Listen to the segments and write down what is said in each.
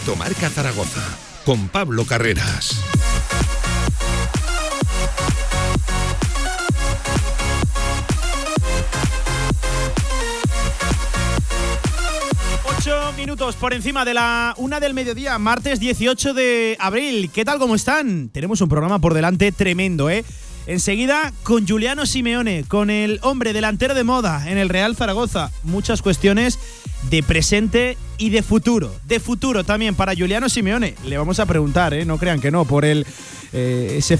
Directo Marca Zaragoza, con Pablo Carreras. Minutos por encima de la 1 del mediodía, martes 18 de abril. ¿Qué tal? ¿Cómo están? Tenemos un programa por delante tremendo, ¿eh? Enseguida con Giuliano Simeone, con el hombre delantero de moda en el Real Zaragoza. Muchas cuestiones de presente y de futuro. De futuro también para Giuliano Simeone. Le vamos a preguntar, no crean que no, por esa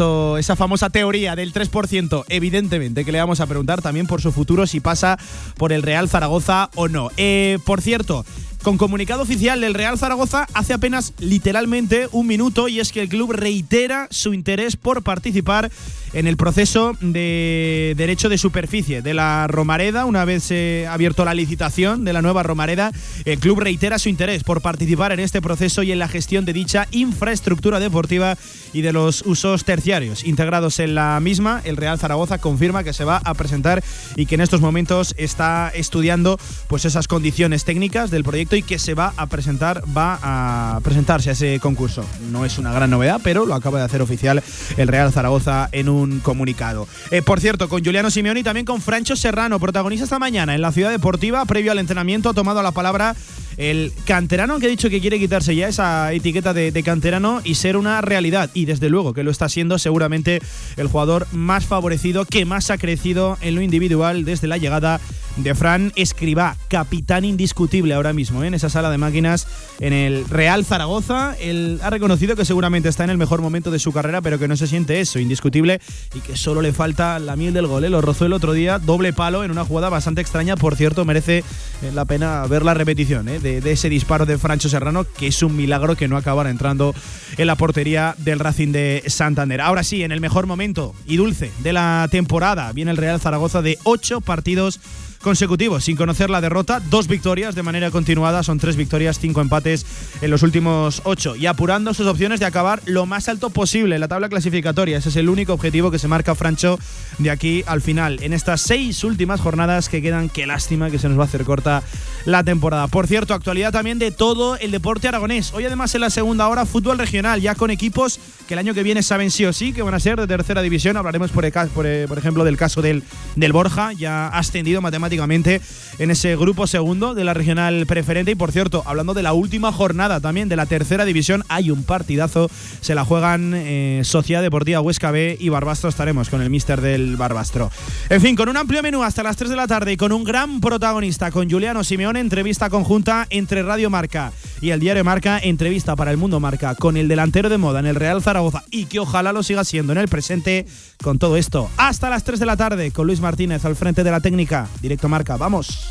famosa teoría del 3%. Evidentemente que le vamos a preguntar también por su futuro, si pasa por el Real Zaragoza o no. Por cierto, con comunicado oficial del Real Zaragoza hace apenas literalmente un minuto, y es que el club reitera su interés por participar en el proceso de derecho de superficie de la Romareda. Una vez abierto la licitación de la nueva Romareda, el club reitera su interés por participar en este proceso y en la gestión de dicha infraestructura deportiva y de los usos terciarios integrados en la misma. El Real Zaragoza confirma que se va a presentar y que en estos momentos está estudiando pues esas condiciones técnicas del proyecto y que va a presentarse a ese concurso. No es una gran novedad, pero lo acaba de hacer oficial el Real Zaragoza en un comunicado. Por cierto, con Giuliano Simeone y también con Francho Serrano, protagonista esta mañana en la Ciudad Deportiva. Previo al entrenamiento ha tomado la palabra el canterano, que ha dicho que quiere quitarse ya esa etiqueta de canterano y ser una realidad, y desde luego que lo está siendo. Seguramente el jugador más favorecido, que más ha crecido en lo individual desde la llegada de Fran Escribá, capitán indiscutible ahora mismo en esa sala de máquinas en el Real Zaragoza. Él ha reconocido que seguramente está en el mejor momento de su carrera, pero que no se siente eso, indiscutible, y que solo le falta la miel del gol. Lo rozó el otro día, doble palo en una jugada bastante extraña. Por cierto, merece la pena ver la repetición de ese disparo de Francho Serrano, que es un milagro que no acabara entrando en la portería del Racing de Santander. Ahora sí, en el mejor momento y dulce de la temporada viene el Real Zaragoza de 8 partidos consecutivos sin conocer la derrota, 2 victorias de manera continuada, son 3 victorias, 5 empates en los últimos 8, y apurando sus opciones de acabar lo más alto posible en la tabla clasificatoria. Ese es el único objetivo que se marca Francho de aquí al final, en estas 6 últimas jornadas que quedan. Qué lástima que se nos va a hacer corta la temporada. Por cierto, actualidad también de todo el deporte aragonés. Hoy además en la segunda hora, fútbol regional, ya con equipos que el año que viene saben sí o sí que van a ser de tercera división. Hablaremos por ejemplo del caso del Borja, ya ascendido matemáticamente en ese grupo segundo de la regional preferente. Y por cierto, hablando de la última jornada también de la tercera división, hay un partidazo, se la juegan Sociedad Deportiva Huesca B y Barbastro. Estaremos con el míster del Barbastro. En fin, con un amplio menú hasta las 3 de la tarde y con un gran protagonista, con Giuliano Simeone, entrevista conjunta entre Radio Marca y el Diario Marca, entrevista para El Mundo Marca con el delantero de moda en el Real Zaragoza y que ojalá lo siga siendo en el presente. Con todo esto, hasta las 3 de la tarde con Luis Martínez al frente de la técnica. Directo Marca, vamos.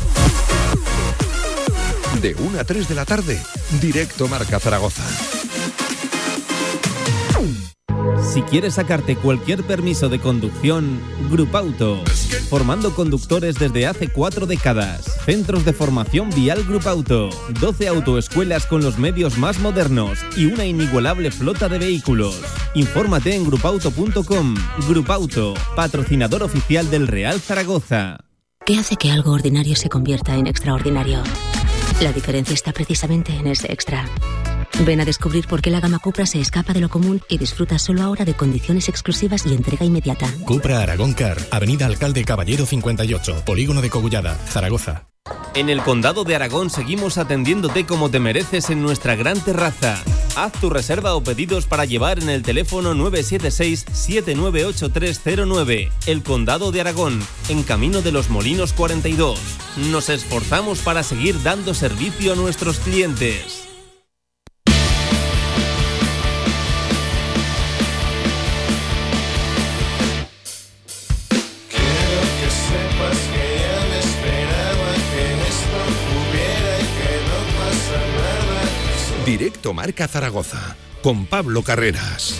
De 1 a 3 de la tarde, Directo Marca Zaragoza. Si quieres sacarte cualquier permiso de conducción, Grupauto. Formando conductores desde hace 4 décadas. Centros de formación vial Grupauto. 12 autoescuelas con los medios más modernos y una inigualable flota de vehículos. Infórmate en grupauto.com. Grupauto, patrocinador oficial del Real Zaragoza. ¿Qué hace que algo ordinario se convierta en extraordinario? La diferencia está precisamente en ese extra. Ven a descubrir por qué la gama Cupra se escapa de lo común y disfruta solo ahora de condiciones exclusivas y entrega inmediata. Cupra Aragón Car, Avenida Alcalde Caballero 58, Polígono de Cogullada, Zaragoza. En el Condado de Aragón seguimos atendiéndote como te mereces en nuestra gran terraza. Haz tu reserva o pedidos para llevar en el teléfono 976-798309. El Condado de Aragón, en Camino de los Molinos 42. Nos esforzamos para seguir dando servicio a nuestros clientes. Directo Marca Zaragoza, con Pablo Carreras.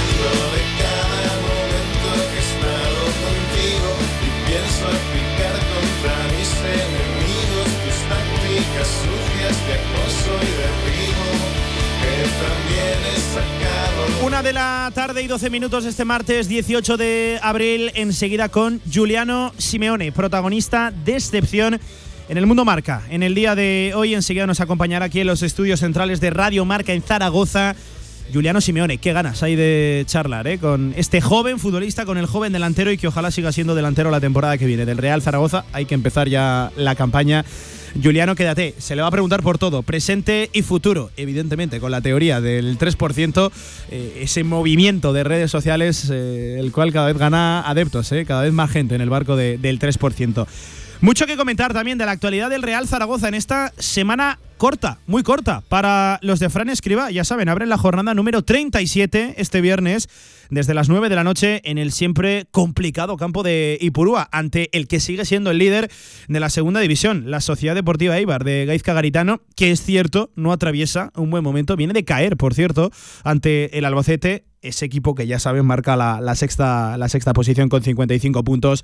Una de la tarde y 12 minutos este martes 18 de abril, enseguida con Giuliano Simeone, protagonista de excepción en el Mundo Marca. En el día de hoy enseguida nos acompañará aquí en los estudios centrales de Radio Marca en Zaragoza Giuliano Simeone. Qué ganas hay de charlar con este joven futbolista, con el joven delantero y que ojalá siga siendo delantero la temporada que viene del Real Zaragoza. Hay que empezar ya la campaña. Giuliano, quédate, se le va a preguntar por todo, presente y futuro, evidentemente con la teoría del 3%, ese movimiento de redes sociales, el cual cada vez gana adeptos, cada vez más gente en el barco del 3%. Mucho que comentar también de la actualidad del Real Zaragoza en esta semana corta, muy corta, para los de Fran Escribá. Ya saben, abren la jornada número 37 este viernes desde las 9 de la noche en el siempre complicado campo de Ipurúa, ante el que sigue siendo el líder de la segunda división, la Sociedad Deportiva Eibar de Gaizka Garitano, que es cierto, no atraviesa un buen momento, viene de caer, por cierto, ante el Albacete. Ese equipo que ya saben marca la sexta posición con 55 puntos.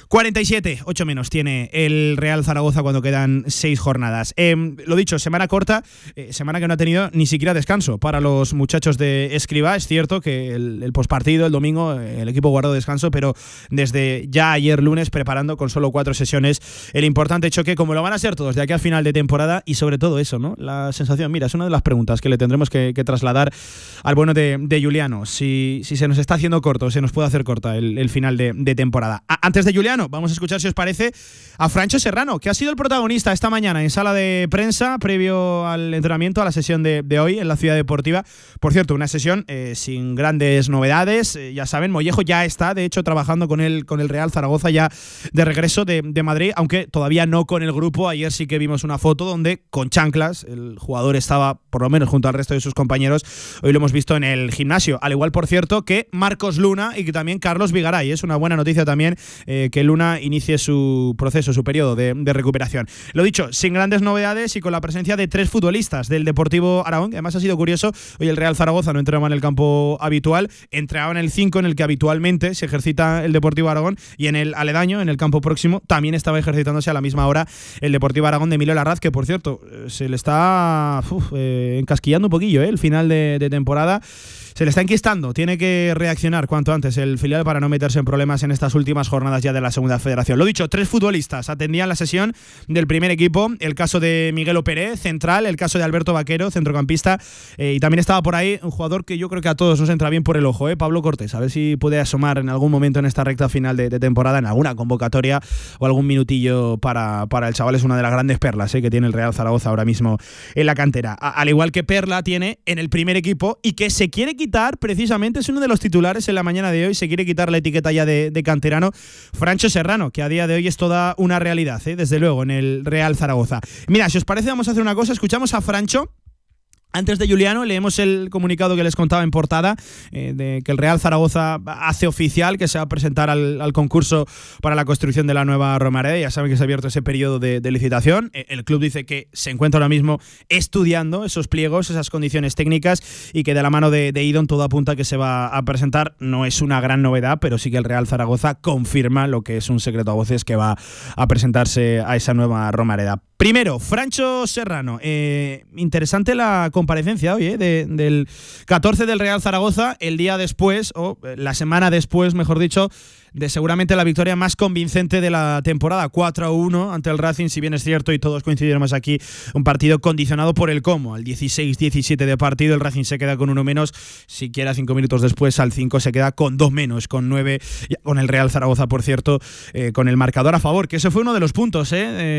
47, 8 menos tiene el Real Zaragoza cuando quedan 6 jornadas. Lo dicho, semana corta, semana que no ha tenido ni siquiera descanso para los muchachos de Escribá. Es cierto que el postpartido, el domingo, el equipo guardó descanso, pero desde ya ayer lunes preparando con solo 4 sesiones el importante choque, como lo van a ser todos de aquí al final de temporada. Y sobre todo eso, ¿no? La sensación, mira, es una de las preguntas que le tendremos que trasladar al bueno de Giuliano. Si se nos está haciendo corto, se nos puede hacer corta el final de temporada. Antes de Giuliano, vamos a escuchar, si os parece, a Francho Serrano, que ha sido el protagonista esta mañana en sala de prensa previo al entrenamiento, a la sesión de hoy en la Ciudad Deportiva. Por cierto, una sesión sin grandes novedades. Ya saben, Mollejo ya está, de hecho, trabajando con el Real Zaragoza ya de regreso de Madrid, aunque todavía no con el grupo. Ayer sí que vimos una foto donde, con chanclas, el jugador estaba por lo menos junto al resto de sus compañeros. Hoy lo hemos visto en el gimnasio, al igual, por cierto, que Marcos Luna y que también Carlos Vigaray. Es una buena noticia también que Luna inicie su proceso, su periodo de recuperación. Lo dicho, sin grandes novedades y con la presencia de 3 futbolistas del Deportivo Aragón, que además ha sido curioso. Hoy el Real Zaragoza no entrenaba en el campo habitual, entrenaba en el 5 en el que habitualmente se ejercita el Deportivo Aragón, y en el aledaño, en el campo próximo, también estaba ejercitándose a la misma hora el Deportivo Aragón de Emilio Larraz, que por cierto se le está encasquillando un poquillo el final de temporada. Se le está enquistando, tiene que reaccionar cuanto antes el filial para no meterse en problemas en estas últimas jornadas ya de la segunda federación. Lo dicho, 3 futbolistas atendían la sesión del primer equipo, el caso de Miguel Pérez, central, el caso de Alberto Vaquero, centrocampista, y también estaba por ahí un jugador que yo creo que a todos nos entra bien por el ojo, Pablo Cortés, a ver si puede asomar en algún momento en esta recta final de temporada, en alguna convocatoria o algún minutillo para el chaval. Es una de las grandes perlas que tiene el Real Zaragoza ahora mismo en la cantera, al igual que perla tiene en el primer equipo, y que se quiere quitar, precisamente es uno de los titulares en la mañana de hoy, se quiere quitar la etiqueta ya de canterano, Francho Serrano, que a día de hoy es toda una realidad, desde luego, en el Real Zaragoza. Mira, si os parece, vamos a hacer una cosa, escuchamos a Francho. Antes de Giuliano, leemos el comunicado que les contaba en portada, de que el Real Zaragoza hace oficial que se va a presentar al concurso para la construcción de la nueva Romareda. Ya saben que se ha abierto ese periodo de licitación. El club dice que se encuentra ahora mismo estudiando esos pliegos, esas condiciones técnicas, y que de la mano de Idon todo apunta que se va a presentar. No es una gran novedad, pero sí que el Real Zaragoza confirma lo que es un secreto a voces, que va a presentarse a esa nueva Romareda. Primero, Francho Serrano. Interesante la comparecencia hoy del 14 del Real Zaragoza, el día después, o la semana después, mejor dicho, de seguramente la victoria más convincente de la temporada, 4-1 ante el Racing. Si bien es cierto, y todos coincidiremos aquí, un partido condicionado por el cómo. Al 16-17 de partido, el Racing se queda con 1 menos, siquiera 5 minutos después, al 5 se queda con 2 menos, con 9, con el Real Zaragoza, por cierto, con el marcador a favor, que ese fue uno de los puntos.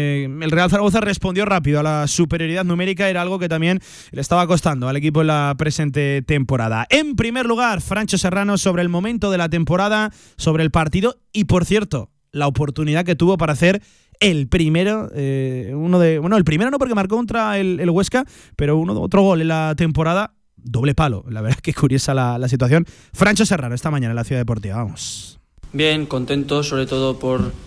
El Real Zaragoza respondió rápido a la superioridad numérica, era algo que también le estaba costando al equipo en la presente temporada. En primer lugar, Francho Serrano sobre el momento de la temporada, sobre el partido y, por cierto, la oportunidad que tuvo para hacer el primero, el primero no, porque marcó contra el Huesca, pero otro gol en la temporada, doble palo. La verdad que curiosa la situación. Francho Serrano esta mañana en la Ciudad Deportiva, vamos. Bien, contento sobre todo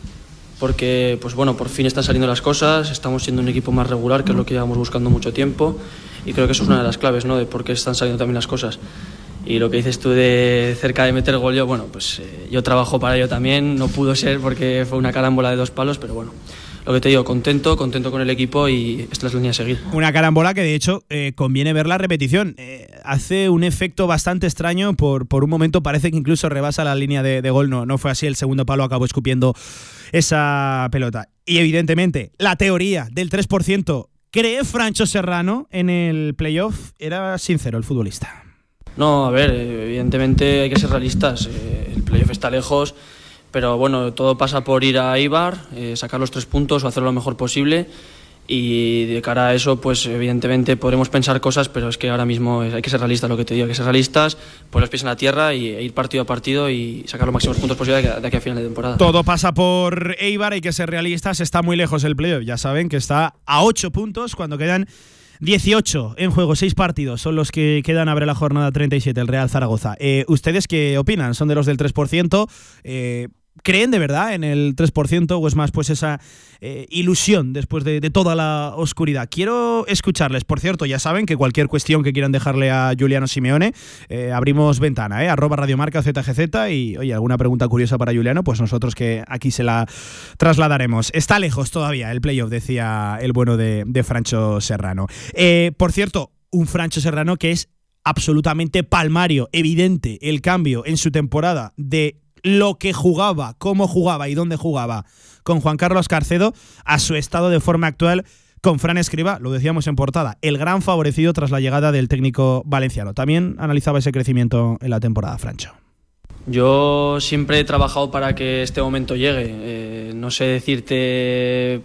porque pues bueno, por fin están saliendo las cosas, estamos siendo un equipo más regular, que es lo que llevamos buscando mucho tiempo, y creo que eso es una de las claves, ¿no?, de por qué están saliendo también las cosas. Y lo que dices tú de cerca de meter el gol, yo trabajo para ello también. No pudo ser porque fue una carámbola de 2 palos, pero bueno, lo que te digo, contento con el equipo y esta es la línea a seguir. Una carambola que de hecho conviene ver la repetición. Hace un efecto bastante extraño, por un momento parece que incluso rebasa la línea de gol, no fue así, el segundo palo acabó escupiendo esa pelota. Y evidentemente, la teoría del 3%, ¿cree Francho Serrano en el playoff? Era sincero el futbolista. No, a ver, evidentemente hay que ser realistas, el playoff está lejos, pero bueno, todo pasa por ir a Eibar, sacar los 3 puntos o hacerlo lo mejor posible, y de cara a eso, pues evidentemente podremos pensar cosas, pero es que ahora mismo hay que ser realistas, lo que te digo, hay que ser realistas, poner los pies en la tierra e ir partido a partido y sacar los máximos puntos posibles de aquí a final de temporada. Todo pasa por Eibar, hay que ser realistas, está muy lejos el playoff, ya saben que está a 8 puntos cuando quedan 18 en juego, 6 partidos son los que quedan, abre la jornada 37 el Real Zaragoza. ¿Ustedes qué opinan? ¿Son de los del 3%? ¿Creen de verdad en el 3% o es más pues esa ilusión después de toda la oscuridad? Quiero escucharles. Por cierto, ya saben que cualquier cuestión que quieran dejarle a Juliano Simeone, abrimos ventana, @radiomarca ZGZ, y oye, alguna pregunta curiosa para Juliano, pues nosotros que aquí se la trasladaremos. Está lejos todavía el playoff, decía el bueno de Francho Serrano. Por cierto, un Francho Serrano que es absolutamente palmario, evidente el cambio en su temporada de lo que jugaba, cómo jugaba y dónde jugaba con Juan Carlos Carcedo a su estado de forma actual con Fran Escribá, lo decíamos en portada, el gran favorecido tras la llegada del técnico valenciano. También analizaba ese crecimiento en la temporada, Francho. Yo siempre he trabajado para que este momento llegue. No sé decirte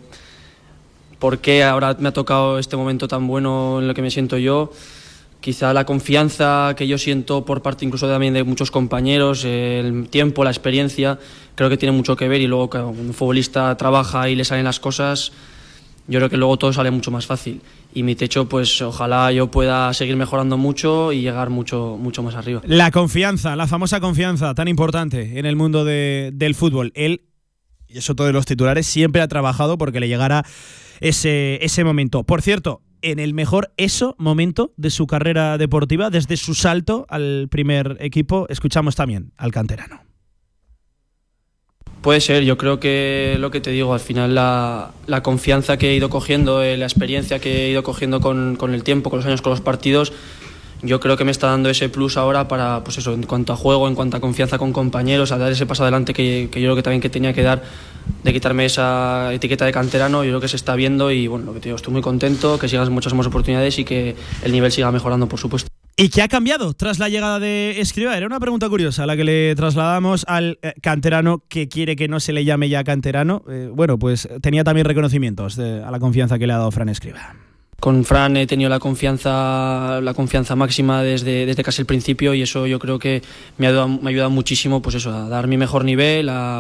por qué ahora me ha tocado este momento tan bueno en lo que me siento yo. Quizá la confianza que yo siento por parte incluso también de muchos compañeros, el tiempo, la experiencia, creo que tiene mucho que ver, y luego cuando un futbolista trabaja y le salen las cosas, yo creo que luego todo sale mucho más fácil. Y mi techo, pues ojalá yo pueda seguir mejorando mucho y llegar mucho más arriba. La confianza, la famosa confianza tan importante en el mundo del fútbol. Él, y eso todos los titulares, siempre ha trabajado porque le llegara ese momento. Por cierto, en el mejor momento de su carrera deportiva, desde su salto al primer equipo, escuchamos también al canterano. Puede ser, yo creo que lo que te digo, al final la confianza que he ido cogiendo, la experiencia que he ido cogiendo con el tiempo, con los años, con los partidos, yo creo que me está dando ese plus ahora para, pues eso, en cuanto a juego, en cuanto a confianza con compañeros, a dar ese paso adelante que yo creo que también que tenía que dar, de quitarme esa etiqueta de canterano. Yo creo que se está viendo y bueno, lo que te digo, estoy muy contento, que sigan muchas más oportunidades y que el nivel siga mejorando, por supuesto. ¿Y qué ha cambiado tras la llegada de Escribá? Era una pregunta curiosa a la que le trasladamos al canterano que quiere que no se le llame ya canterano. Bueno, pues tenía también reconocimientos a la confianza que le ha dado Fran Escribá. Con Fran he tenido la confianza máxima desde casi el principio, y eso yo creo que me ha ayudado muchísimo, pues eso, a dar mi mejor nivel, a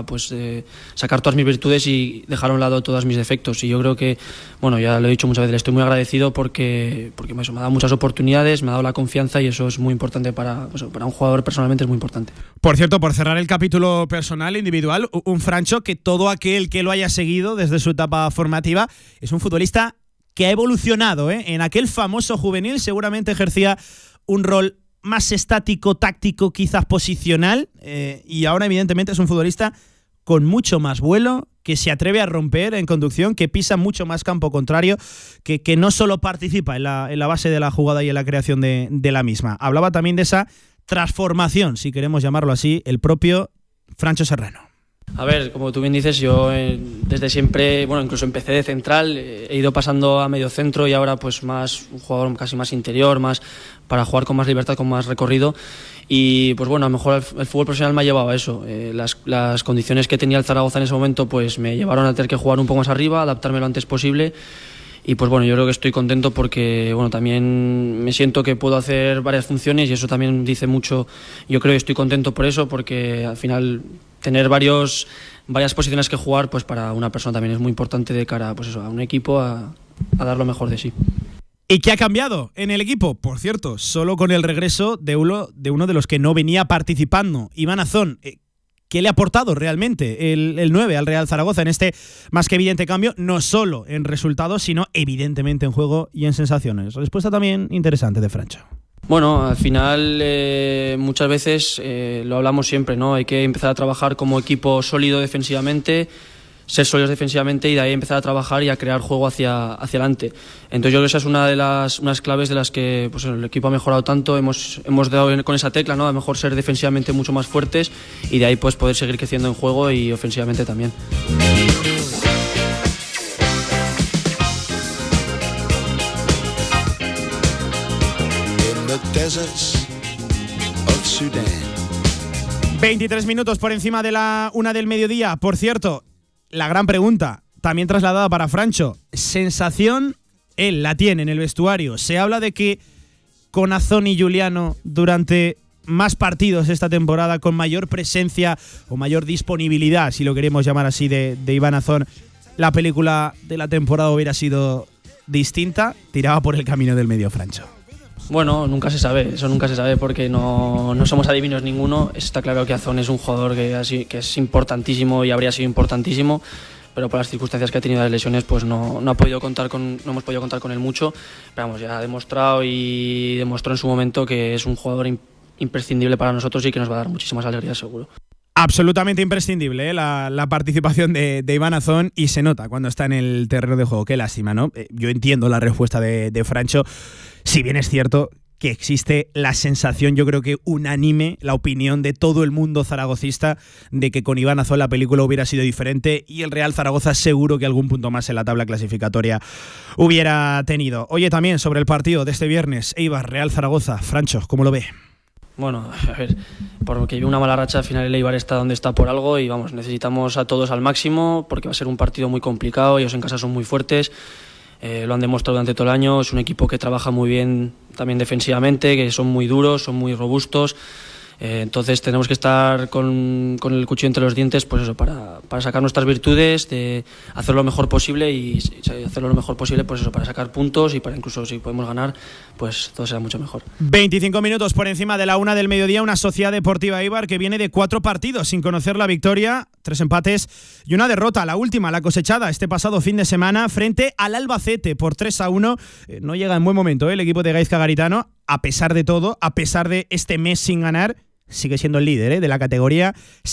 sacar todas mis virtudes y dejar a un lado todos mis defectos. Y yo creo que, bueno, ya lo he dicho muchas veces, le estoy muy agradecido porque me ha dado muchas oportunidades, me ha dado la confianza, y eso es muy importante para un jugador, personalmente es muy importante. Por cierto, por cerrar el capítulo personal, individual, un Francho que todo aquel que lo haya seguido desde su etapa formativa es un futbolista que ha evolucionado, ¿eh? En aquel famoso juvenil seguramente ejercía un rol más estático, táctico, quizás posicional, y ahora evidentemente es un futbolista con mucho más vuelo, que se atreve a romper en conducción, que pisa mucho más campo contrario, que no solo participa en la base de la jugada y en la creación de la misma. Hablaba también de esa transformación, si queremos llamarlo así, el propio Francho Serrano. A ver, como tú bien dices, yo desde siempre, bueno, incluso empecé de central, he ido pasando a medio centro y ahora pues más un jugador casi más interior, más para jugar con más libertad, con más recorrido. Y pues bueno, a lo mejor el fútbol profesional me ha llevado a eso. Las condiciones que tenía el Zaragoza en ese momento pues me llevaron a tener que jugar un poco más arriba, adaptarme lo antes posible. Y pues bueno, yo creo que estoy contento porque bueno, también me siento que puedo hacer varias funciones y eso también dice mucho. Yo creo que estoy contento por eso, porque al final tener varias posiciones que jugar, pues para una persona también es muy importante de cara, pues eso, a un equipo a dar lo mejor de sí. ¿Y qué ha cambiado en el equipo? Por cierto, solo con el regreso de uno de los que no venía participando, Iván Azón. ¿Qué le ha aportado realmente el 9 al Real Zaragoza en este más que evidente cambio, no solo en resultados, sino evidentemente en juego y en sensaciones? Respuesta también interesante de Francho. Bueno, al final muchas veces lo hablamos siempre, ¿no? Hay que empezar a trabajar como equipo sólido defensivamente, ser sólidos defensivamente y de ahí empezar a trabajar y a crear juego hacia adelante. Entonces yo creo que esa es una de unas claves de las que pues, el equipo ha mejorado tanto, hemos dado con esa tecla, ¿no? A lo mejor ser defensivamente mucho más fuertes y de ahí pues poder seguir creciendo en juego y ofensivamente también. In the deserts of Sudan. 23 minutos por encima de la 1 del mediodía. Por cierto, la gran pregunta, también trasladada para Francho. Sensación, él la tiene en el vestuario. Se habla de que con Azón y Giuliano durante más partidos esta temporada, con mayor presencia o mayor disponibilidad, si lo queremos llamar así, de Iván Azón, la película de la temporada hubiera sido distinta. Tiraba por el camino del medio, Francho. Bueno, nunca se sabe, eso nunca se sabe porque no somos adivinos ninguno. Está claro que Azón es un jugador que es importantísimo y habría sido importantísimo, pero por las circunstancias que ha tenido las lesiones pues no hemos podido contar con él mucho. Pero vamos, ya ha demostrado y demostró en su momento que es un jugador imprescindible para nosotros y que nos va a dar muchísimas alegrías seguro. Absolutamente imprescindible, la participación de Iván Azón, y se nota cuando está en el terreno de juego. Qué lástima, ¿no? Yo entiendo la respuesta de Francho, si bien es cierto que existe la sensación, yo creo que unánime, la opinión de todo el mundo zaragocista de que con Iván Azón la película hubiera sido diferente y el Real Zaragoza seguro que algún punto más en la tabla clasificatoria hubiera tenido. Oye, también sobre el partido de este viernes, Eibar Real Zaragoza. Francho, ¿cómo lo ve? Bueno, a ver, porque una mala racha, al final el Eibar está donde está por algo y vamos, necesitamos a todos al máximo porque va a ser un partido muy complicado, ellos en casa son muy fuertes, lo han demostrado durante todo el año, es un equipo que trabaja muy bien también defensivamente, que son muy duros, son muy robustos. Entonces tenemos que estar con el cuchillo entre los dientes, pues eso, para sacar nuestras virtudes, de hacer lo mejor posible y hacerlo lo mejor posible, pues eso, para sacar puntos y para incluso si podemos ganar, pues todo será mucho mejor. 25 minutos por encima de la 1 del mediodía, una Sociedad Deportiva Eibar que viene de 4 partidos sin conocer la victoria, 3 empates y una derrota, la última, la cosechada este pasado fin de semana frente al Albacete por 3-1. No llega en buen momento el equipo de Gaizka Garitano, a pesar de todo, a pesar de este mes sin ganar. Sigue siendo el líder de la categoría,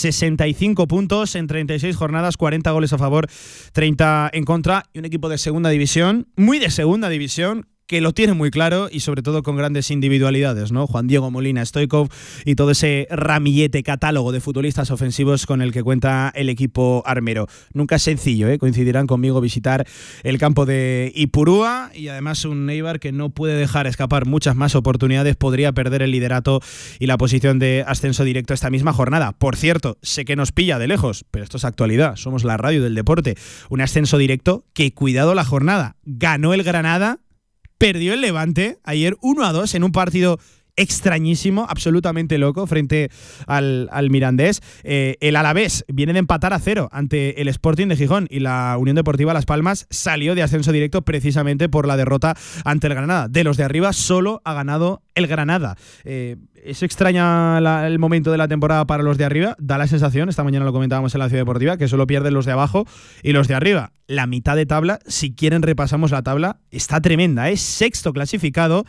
65 puntos en 36 jornadas, 40 goles a favor, 30 en contra, y un equipo de segunda división, muy de segunda división, que lo tiene muy claro y sobre todo con grandes individualidades, ¿no? Juan Diego Molina, Stoikov y todo ese ramillete, catálogo de futbolistas ofensivos con el que cuenta el equipo armero. Nunca es sencillo, coincidirán conmigo, visitar el campo de Ipurúa, y además un Eibar que no puede dejar escapar muchas más oportunidades, podría perder el liderato y la posición de ascenso directo esta misma jornada. Por cierto, sé que nos pilla de lejos, pero esto es actualidad, somos la radio del deporte. Un ascenso directo que, cuidado la jornada, ganó el Granada, perdió el Levante ayer 1-2 en un partido extrañísimo, absolutamente loco, frente al Mirandés. El Alavés viene de empatar a 0 ante el Sporting de Gijón y la Unión Deportiva Las Palmas salió de ascenso directo precisamente por la derrota ante el Granada. De los de arriba solo ha ganado el Granada. Es extraña el momento de la temporada para los de arriba. Da la sensación, esta mañana lo comentábamos en la Ciudad Deportiva, que solo pierden los de abajo y los de arriba. La mitad de tabla, si quieren repasamos la tabla, está tremenda. Es sexto clasificado,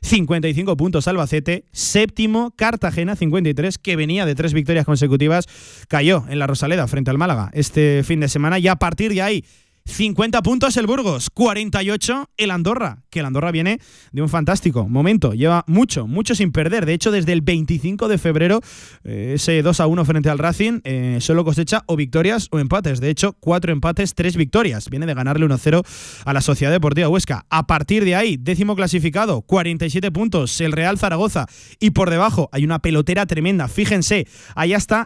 55 puntos Albacete, séptimo Cartagena, 53, que venía de 3 victorias consecutivas, cayó en la Rosaleda frente al Málaga este fin de semana, y a partir de ahí 50 puntos el Burgos, 48 el Andorra, que el Andorra viene de un fantástico momento, lleva mucho sin perder. De hecho, desde el 25 de febrero, ese 2-1 frente al Racing, solo cosecha o victorias o empates. De hecho, 4 empates, 3 victorias. Viene de ganarle 1-0 a la Sociedad Deportiva Huesca. A partir de ahí, décimo clasificado, 47 puntos, el Real Zaragoza. Y por debajo hay una pelotera tremenda. Fíjense, ahí hasta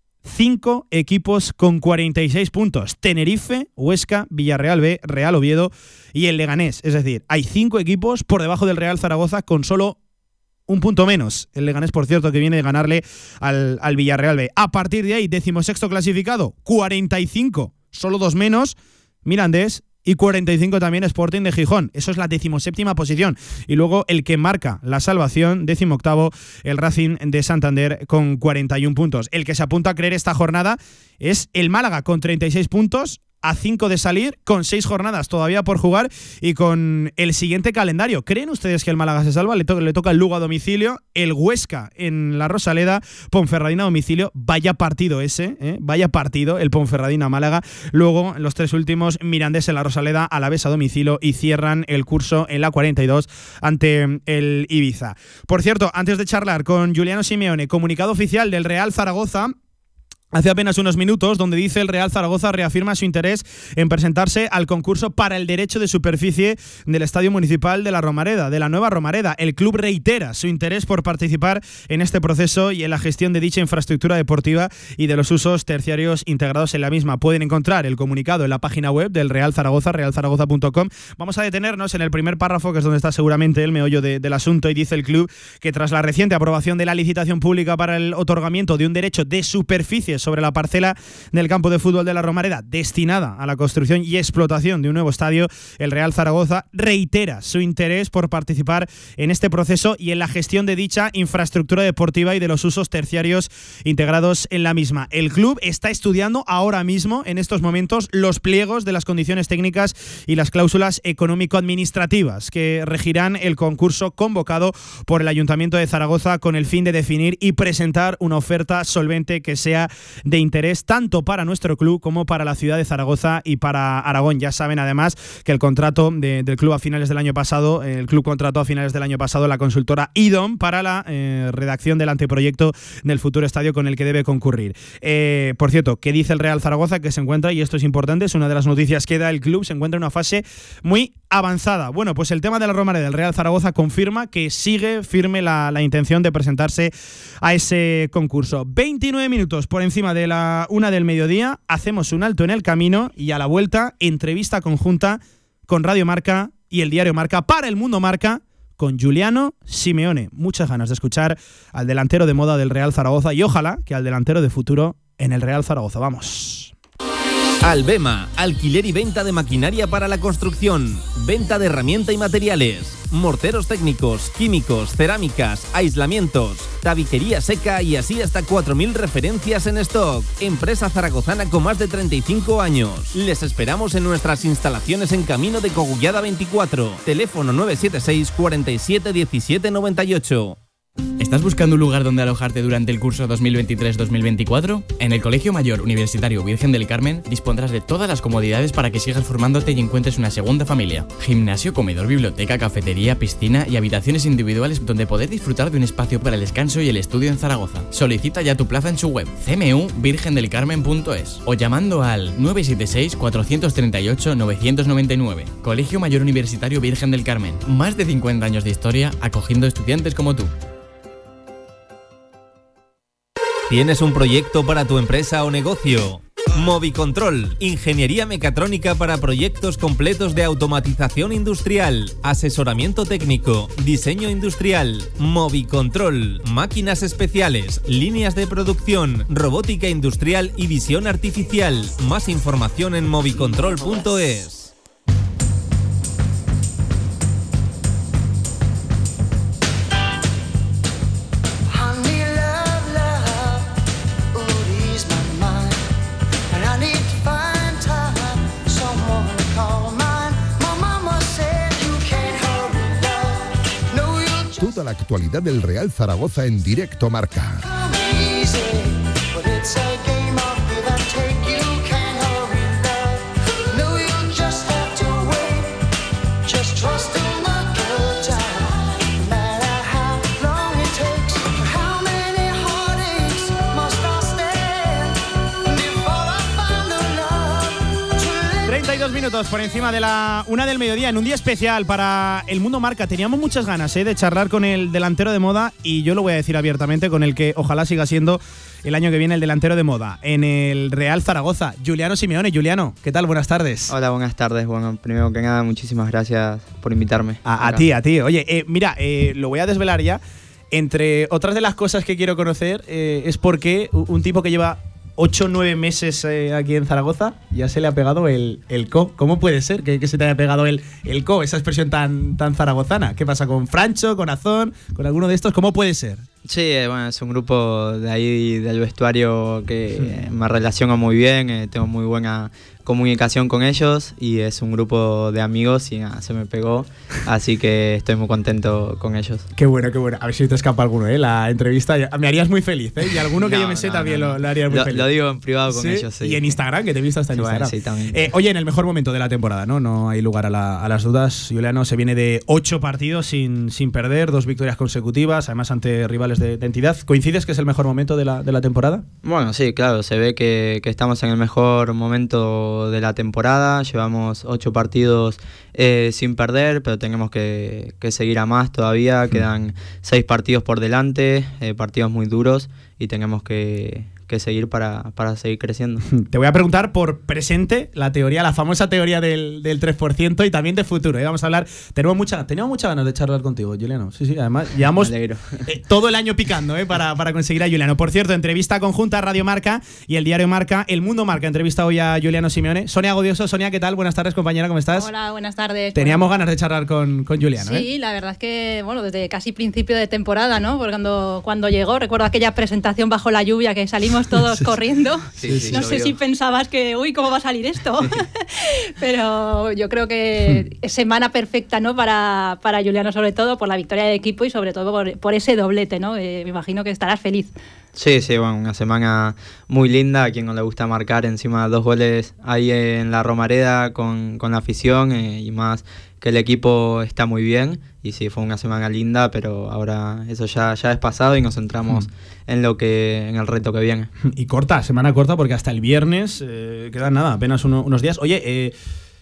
5 equipos con 46 puntos. Tenerife, Huesca, Villarreal B, Real Oviedo y el Leganés. Es decir, hay 5 equipos por debajo del Real Zaragoza con solo un punto menos. El Leganés, por cierto, que viene de ganarle al Villarreal B. A partir de ahí, 16º clasificado, 45, solo 2 menos, Mirandés, y 45 también Sporting de Gijón. Eso es la 17ª posición. Y luego el que marca la salvación, 18º, el Racing de Santander con 41 puntos. El que se apunta a creer esta jornada es el Málaga con 36 puntos. a 5 de salir, con 6 jornadas todavía por jugar y con el siguiente calendario. ¿Creen ustedes que el Málaga se salva? Le toca el Lugo a domicilio, el Huesca en la Rosaleda, Ponferradina a domicilio. Vaya partido ese, vaya partido el Ponferradina-Málaga. Luego, los 3 últimos, Mirandés en la Rosaleda, Alavés a domicilio y cierran el curso en la 42 ante el Ibiza. Por cierto, antes de charlar con Giuliano Simeone, comunicado oficial del Real Zaragoza hace apenas unos minutos, donde dice el Real Zaragoza reafirma su interés en presentarse al concurso para el derecho de superficie del Estadio Municipal de la Romareda, de la Nueva Romareda. El club reitera su interés por participar en este proceso y en la gestión de dicha infraestructura deportiva y de los usos terciarios integrados en la misma. Pueden encontrar el comunicado en la página web del Real Zaragoza, realzaragoza.com. Vamos a detenernos en el primer párrafo, que es donde está seguramente el meollo del asunto, y dice el club que tras la reciente aprobación de la licitación pública para el otorgamiento de un derecho de superficie sobre la parcela del campo de fútbol de la Romareda destinada a la construcción y explotación de un nuevo estadio, el Real Zaragoza reitera su interés por participar en este proceso y en la gestión de dicha infraestructura deportiva y de los usos terciarios integrados en la misma. El club está estudiando ahora mismo, en estos momentos, los pliegos de las condiciones técnicas y las cláusulas económico-administrativas que regirán el concurso convocado por el Ayuntamiento de Zaragoza con el fin de definir y presentar una oferta solvente que sea de interés tanto para nuestro club como para la ciudad de Zaragoza y para Aragón. Ya saben además que el contrato del club a finales del año pasado, el club contrató a finales del año pasado la consultora IDOM para la redacción del anteproyecto del futuro estadio con el que debe concurrir. Por cierto, ¿qué dice el Real Zaragoza? Que se encuentra, y esto es importante, es una de las noticias que da el club, se encuentra en una fase muy avanzada. Bueno, pues el tema de la Romareda del Real Zaragoza confirma que sigue firme la intención de presentarse a ese concurso. 29 minutos por encima de la 1 del mediodía, hacemos un alto en el camino y a la vuelta, entrevista conjunta con Radio Marca y el diario Marca para el Mundo Marca con Giuliano Simeone. Muchas ganas de escuchar al delantero de moda del Real Zaragoza y ojalá que al delantero de futuro en el Real Zaragoza. Vamos. Albema, alquiler y venta de maquinaria para la construcción, venta de herramienta y materiales, morteros técnicos, químicos, cerámicas, aislamientos, tabiquería seca y así hasta 4.000 referencias en stock. Empresa zaragozana con más de 35 años. Les esperamos en nuestras instalaciones en Camino de Cogullada 24. Teléfono 976 47 17 98. ¿Estás buscando un lugar donde alojarte durante el curso 2023-2024? En el Colegio Mayor Universitario Virgen del Carmen dispondrás de todas las comodidades para que sigas formándote y encuentres una segunda familia. Gimnasio, comedor, biblioteca, cafetería, piscina y habitaciones individuales donde poder disfrutar de un espacio para el descanso y el estudio en Zaragoza. Solicita ya tu plaza en su web cmuvirgendelcarmen.es o llamando al 976 438 999. Colegio Mayor Universitario Virgen del Carmen. Más de 50 años de historia acogiendo estudiantes como tú. ¿Tienes un proyecto para tu empresa o negocio? Movicontrol, ingeniería mecatrónica para proyectos completos de automatización industrial, asesoramiento técnico, diseño industrial. Movicontrol, máquinas especiales, líneas de producción, robótica industrial y visión artificial. Más información en movicontrol.es. Toda la actualidad del Real Zaragoza en directo Marca. Minutos por encima de la 1 del mediodía, en un día especial para el Mundo Marca. Teníamos muchas ganas de charlar con el delantero de moda, y yo lo voy a decir abiertamente, con el que ojalá siga siendo el año que viene el delantero de moda en el Real Zaragoza, Giuliano Simeone. Giuliano, ¿qué tal? Buenas tardes. Hola, buenas tardes. Bueno, primero que nada, muchísimas gracias por invitarme. A ti. Oye, mira, lo voy a desvelar ya. Entre otras de las cosas que quiero conocer es porque un tipo que lleva 8 o 9 meses aquí en Zaragoza ya se le ha pegado el co. ¿Cómo puede ser que se te haya pegado el co, esa expresión tan zaragozana? ¿Qué pasa con Francho, con Azón, con alguno de estos? ¿Cómo puede ser? Sí, bueno, es un grupo de ahí del vestuario que me relaciono muy bien, tengo muy buena comunicación con ellos y es un grupo de amigos y nada, se me pegó, así que estoy muy contento con ellos. Qué bueno, qué bueno. A ver si te escapa alguno, la entrevista. Me harías muy feliz, ¿eh? Y alguno que yo me sé también lo harías muy feliz. Lo digo en privado con ¿Sí? ellos, sí. Y en Instagram, que te he visto hasta en Instagram. Sí, también. Oye, en el mejor momento de la temporada, ¿no? No hay lugar a las dudas. Juliano se viene de 8 partidos sin perder, 2 victorias consecutivas, además ante rivales de entidad. ¿Coincides que es el mejor momento de la temporada? Bueno, sí, claro, se ve que estamos en el mejor momento de la temporada, llevamos 8 partidos sin perder, pero tenemos que seguir a más todavía, quedan 6 partidos por delante, partidos muy duros y tenemos que seguir para seguir creciendo. Te voy a preguntar por presente la famosa teoría del 3% y también de futuro. Vamos a hablar. Teníamos muchas ganas de charlar contigo, Juliano. Sí, además llevamos todo el año picando para conseguir a Juliano. Por cierto, entrevista conjunta Radio Marca y el diario Marca, El Mundo Marca, entrevista hoy a Juliano Simeone. Sonia Godioso. Sonia, ¿qué tal? Buenas tardes, compañera, ¿cómo estás? Hola, buenas tardes. Teníamos ganas de charlar con Juliano. Sí, la verdad es que, bueno, desde casi principio de temporada, ¿no? Porque cuando llegó, recuerdo aquella presentación bajo la lluvia que salimos todos corriendo. Sí, no sé si pensabas que, ¿cómo va a salir esto? Pero yo creo que es semana perfecta, ¿no? Para Juliano, sobre todo por la victoria del equipo y sobre todo por ese doblete, ¿no? Me imagino que estarás feliz. Sí, bueno, una semana muy linda, a quien no le gusta marcar encima 2 goles ahí en la Romareda con la afición y más que el equipo está muy bien y sí, fue una semana linda, pero ahora eso ya es pasado y nos centramos en el reto que viene. Y semana corta porque hasta el viernes quedan apenas unos días. Oye,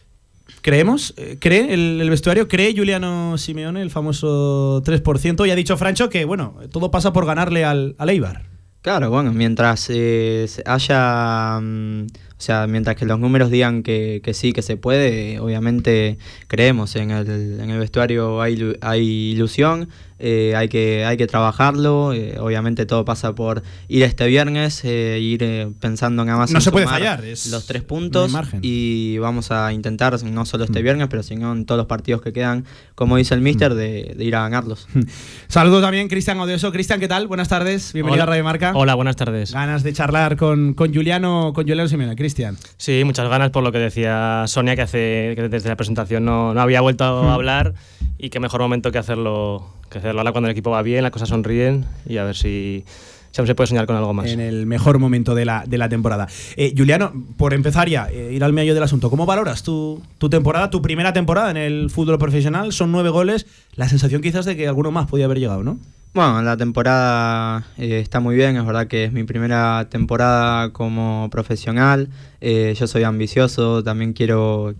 ¿cree el vestuario, cree Juliano Simeone el famoso 3%? Y ha dicho Francho que, bueno, todo pasa por ganarle al Eibar. Claro, bueno, mientras haya... mientras que los números digan que sí, que se puede, obviamente creemos en el vestuario, hay ilusión, hay que trabajarlo, obviamente todo pasa por ir este viernes, ir pensando nada más no en se puede fallar, los 3 puntos y vamos a intentar, no solo este viernes, pero sino en todos los partidos que quedan, como dice el míster, de ir a ganarlos. Saludos también, Cristian Odioso. Cristian, ¿qué tal? Buenas tardes, bienvenido a Radio Marca. Hola, buenas tardes. Ganas de charlar con Juliano Simeone. Cristian. Sí, muchas ganas por lo que decía Sonia, que desde la presentación no había vuelto a hablar y qué mejor momento que hacerlo ahora cuando el equipo va bien, las cosas sonríen y a ver si aún se puede soñar con algo más. En el mejor momento de la temporada. Juliano, por empezar ya, ir al meollo del asunto, ¿cómo valoras tu temporada, tu primera temporada en el fútbol profesional? Son 9 goles, la sensación quizás de que alguno más podía haber llegado, ¿no? Bueno, la temporada está muy bien, es verdad que es mi primera temporada como profesional, yo soy ambicioso, también quiero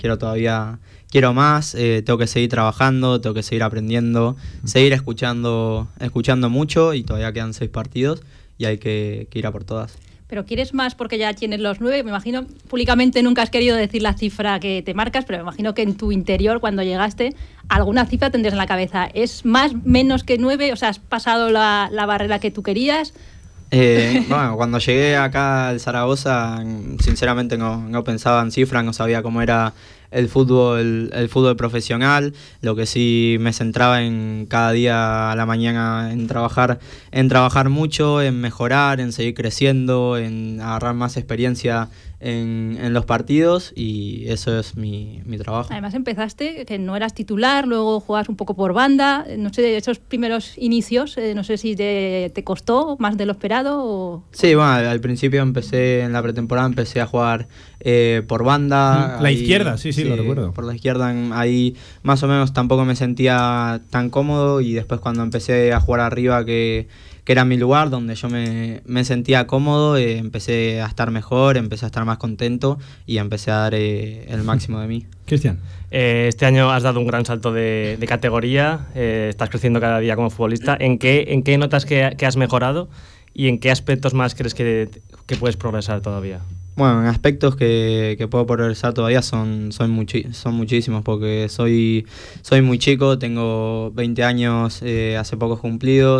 más, tengo que seguir trabajando, tengo que seguir aprendiendo, seguir escuchando mucho y todavía quedan 6 partidos y hay que ir a por todas. Pero quieres más porque ya tienes los 9, me imagino, públicamente nunca has querido decir la cifra que te marcas, pero me imagino que en tu interior, cuando llegaste, alguna cifra tendrías en la cabeza. ¿Es más, menos que 9? O sea, ¿has pasado la barrera que tú querías? Bueno, cuando llegué acá al Zaragoza, sinceramente no pensaba en cifras, no sabía cómo era el fútbol profesional. Lo que sí me centraba en cada día a la mañana en trabajar mucho, en mejorar, en seguir creciendo, en agarrar más experiencia en los partidos y eso es mi trabajo. Además empezaste que no eras titular, luego jugabas un poco por banda, no sé, esos primeros inicios, no sé si te costó más de lo esperado o... Sí, bueno, al principio en la pretemporada empecé a jugar por banda. La izquierda, sí, lo recuerdo. Por la izquierda, ahí más o menos tampoco me sentía tan cómodo y después cuando empecé a jugar arriba que era mi lugar, donde yo me sentía cómodo, empecé a estar mejor, empecé a estar más contento y empecé a dar el máximo de mí. Cristian. Este año has dado un gran salto de categoría, estás creciendo cada día como futbolista. ¿En qué notas que has mejorado y en qué aspectos más crees que puedes progresar todavía? Bueno, en aspectos que puedo progresar todavía son muchísimos, porque soy muy chico, tengo 20 años hace pocos cumplidos,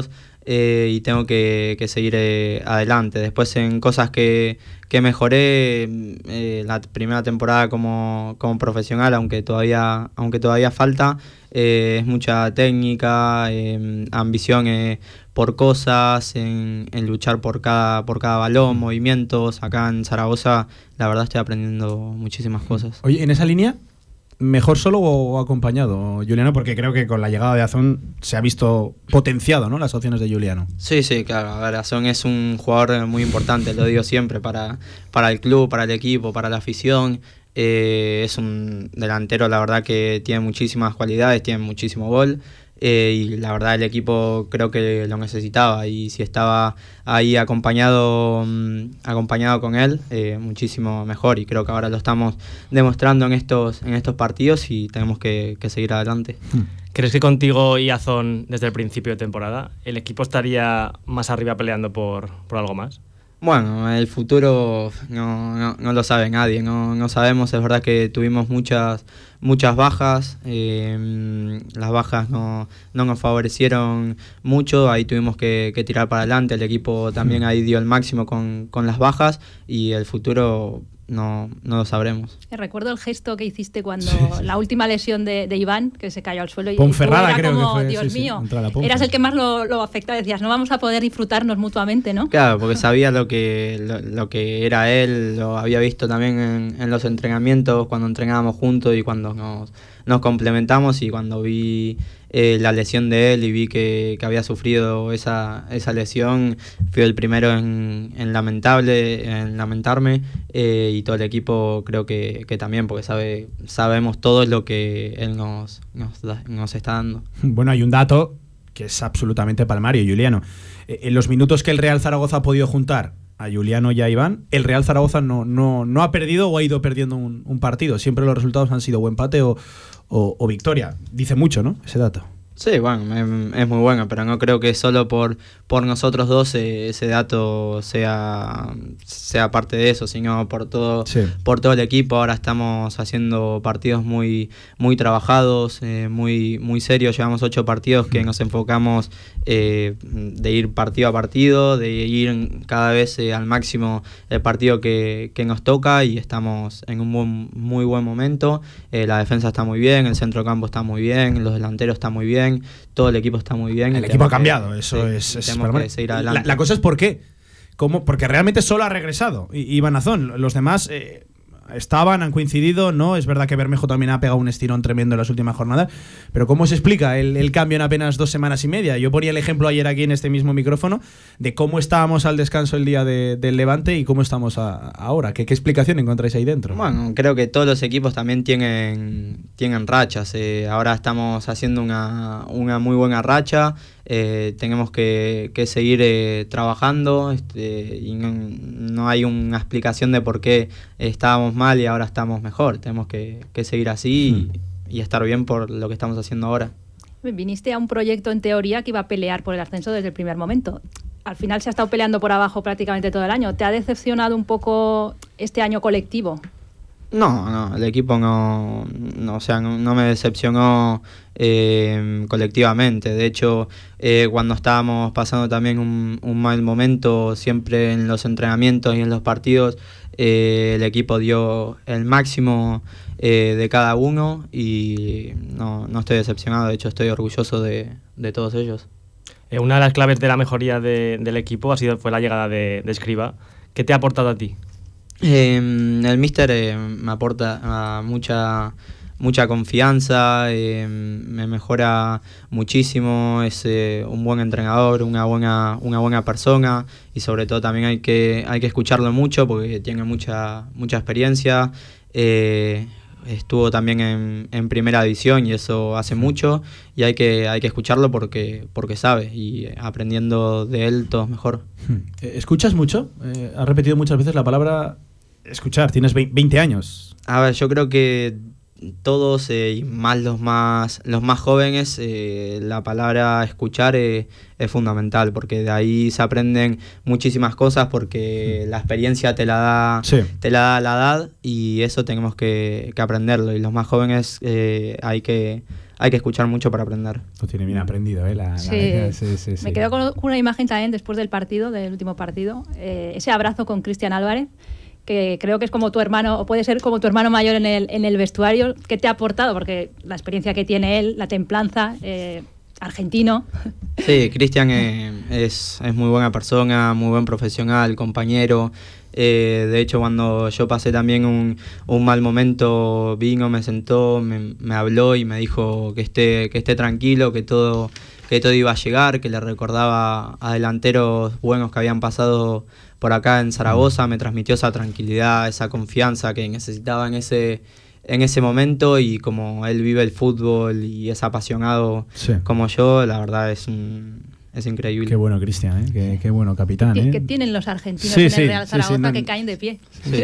y tengo que seguir adelante. Después en cosas que mejoré la primera temporada como profesional, aunque todavía falta, es mucha técnica, ambición por cosas, en luchar por cada balón, movimientos. Acá en Zaragoza la verdad estoy aprendiendo muchísimas cosas. Oye, en esa línea, ¿mejor solo o acompañado, Juliano? Porque creo que con la llegada de Azón se ha visto potenciado, ¿no?, las opciones de Juliano. Sí, claro. A ver, Azón es un jugador muy importante, lo digo siempre, para el club, para el equipo, para la afición. Es un delantero, la verdad, que tiene muchísimas cualidades, tiene muchísimo gol. Y la verdad el equipo creo que lo necesitaba, y si estaba ahí acompañado con él, muchísimo mejor, y creo que ahora lo estamos demostrando en estos partidos y tenemos que seguir adelante. ¿Crees que contigo y Azón desde el principio de temporada el equipo estaría más arriba peleando por algo más? Bueno, el futuro no lo sabe nadie, no sabemos. Es verdad que tuvimos muchas bajas, las bajas no nos favorecieron mucho, ahí tuvimos que tirar para adelante, el equipo también ahí dio el máximo con las bajas, y el futuro no lo sabremos. Recuerdo el gesto que hiciste cuando la última lesión de Iván, que se cayó al suelo, Ponferrada, y tú era creo como, que fue, Dios mío, eras el que más lo afectaba, decías, no vamos a poder disfrutarnos mutuamente, ¿no? Claro, porque sabía lo que era él, lo había visto también en los entrenamientos, cuando entrenábamos juntos y cuando nos complementamos, y cuando vi la lesión de él y vi que había sufrido esa lesión, fui el primero en lamentarme, y todo el equipo creo que también, porque sabemos todo lo que él nos está dando. Bueno, hay un dato que es absolutamente palmario, Juliano. En los minutos que el Real Zaragoza ha podido juntar a Juliano y a Iván, el Real Zaragoza no ha perdido o ha ido perdiendo un partido. Siempre los resultados han sido o empate o victoria. Dice mucho, ¿no?, ese dato. Sí, bueno, es muy bueno, pero no creo que solo por nosotros dos ese dato sea parte de eso, sino por todo el equipo. Ahora estamos haciendo partidos muy trabajados, muy serios. Llevamos 8 partidos que nos enfocamos de ir partido a partido, de ir cada vez al máximo el partido que nos toca, y estamos en un muy buen momento. La defensa está muy bien, el centro campo está muy bien, los delanteros están muy bien, todo el equipo está muy bien. El equipo ha cambiado, eso es tenemos que seguir adelante. La cosa es ¿por qué? Porque realmente solo ha regresado Iván Azón. Los demás han coincidido, ¿no? Es verdad que Bermejo también ha pegado un estirón tremendo en las últimas jornadas, pero ¿cómo se explica el cambio en apenas 2 semanas y media? Yo ponía el ejemplo ayer aquí en este mismo micrófono de cómo estábamos al descanso el día del Levante y cómo estamos ahora. ¿Qué explicación encontráis ahí dentro? Bueno, creo que todos los equipos también tienen rachas. Ahora estamos haciendo una muy buena racha. Tenemos que seguir trabajando, y no hay una explicación de por qué estábamos mal y ahora estamos mejor. Tenemos que seguir así y estar bien por lo que estamos haciendo ahora. Viniste a un proyecto en teoría que iba a pelear por el ascenso desde el primer momento. Al final se ha estado peleando por abajo prácticamente todo el año. ¿Te ha decepcionado un poco este año colectivo? No, el equipo no me decepcionó colectivamente. De hecho, cuando estábamos pasando también un mal momento, siempre en los entrenamientos y en los partidos, el equipo dio el máximo de cada uno, y no estoy decepcionado. De hecho, estoy orgulloso de todos ellos. Una de las claves de la mejoría del equipo fue la llegada de Escriba. ¿Qué te ha aportado a ti? El míster me aporta mucha confianza, me mejora muchísimo, es un buen entrenador, una buena persona, y sobre todo también hay que escucharlo mucho porque tiene mucha experiencia. Estuvo también en primera división y eso hace mucho, y hay que escucharlo porque sabe, y aprendiendo de él todo es mejor. ¿Escuchas mucho? Has repetido muchas veces la palabra escuchar. Tienes 20 años. A ver, yo creo que todos, y más los más jóvenes, la palabra escuchar es fundamental, porque de ahí se aprenden muchísimas cosas, porque la experiencia te la da la edad, y eso tenemos que aprenderlo, y los más jóvenes hay que hay que escuchar mucho para aprender. Lo tiene bien aprendido, ¿eh? Sí. Me quedo con una imagen también después del partido, del último partido, ese abrazo con Cristian Álvarez, que creo que es como tu hermano, o puede ser como tu hermano mayor en el vestuario. ¿Qué te ha aportado? Porque la experiencia que tiene él, la templanza, argentino. Sí, Cristian es muy buena persona, muy buen profesional, compañero. De hecho, cuando yo pasé también un mal momento, vino, me sentó, me habló y me dijo que esté tranquilo, que todo iba a llegar, que le recordaba a delanteros buenos que habían pasado por acá en Zaragoza. Me transmitió esa tranquilidad, esa confianza que necesitaba en ese momento, y como él vive el fútbol y es apasionado como yo, la verdad es increíble. Qué bueno, Cristian, ¿eh? Qué bueno, capitán. Que tienen los argentinos en el Real Zaragoza, que caen de pie.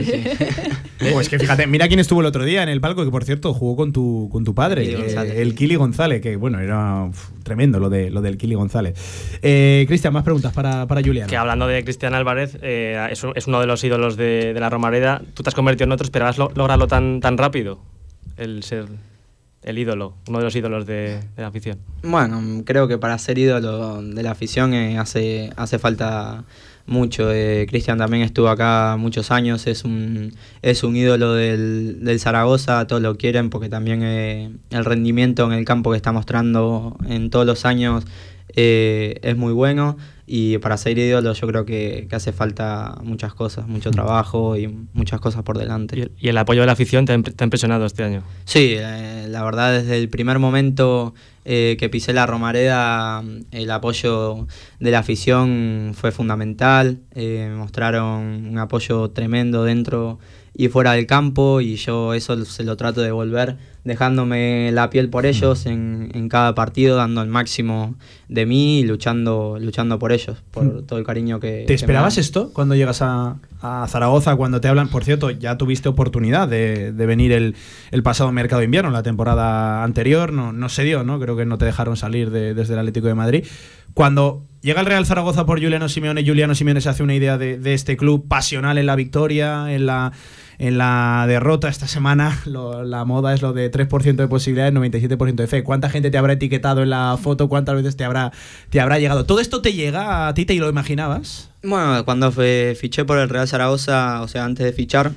Pues que fíjate, mira quién estuvo el otro día en el palco, que por cierto jugó con tu padre, el Kili González, que bueno, era tremendo lo del Kili González. Cristian, más preguntas para Julián. Que hablando de Cristian Álvarez, es uno de los ídolos de la Romareda. Tú te has convertido en otro, ¿esperabas lograrlo tan rápido? El ser el ídolo, uno de los ídolos de la afición. Bueno, creo que para ser ídolo de la afición hace falta mucho. Cristian también estuvo acá muchos años, es un ídolo del Zaragoza, todos lo quieren porque también el rendimiento en el campo que está mostrando en todos los años es muy bueno, y para ser ídolo yo creo que hace falta muchas cosas, mucho trabajo y muchas cosas por delante. ¿Y el apoyo de la afición te ha impresionado este año? Sí, la verdad desde el primer momento que pisé la Romareda, el apoyo de la afición fue fundamental. Mostraron un apoyo tremendo dentro y fuera del campo, y yo eso se lo trato de devolver dejándome la piel por ellos en cada partido, dando el máximo de mí y luchando por ellos, por todo el cariño que... ¿Te esperabas esto cuando llegas a Zaragoza, cuando te hablan? Por cierto, ya tuviste oportunidad de venir el pasado mercado de invierno, la temporada anterior, no se dio, ¿no? Creo que no te dejaron salir desde el Atlético de Madrid. Cuando llega el Real Zaragoza por Juliano Simeone se hace una idea de este club pasional en la victoria, en la derrota. Esta semana la moda es lo de 3% de posibilidades, 97% de fe. ¿Cuánta gente te habrá etiquetado en la foto? ¿Cuántas veces te habrá llegado? ¿Todo esto te llega a ti? ¿Te lo imaginabas? Bueno, cuando fiché por el Real Zaragoza, o sea, antes de fichar,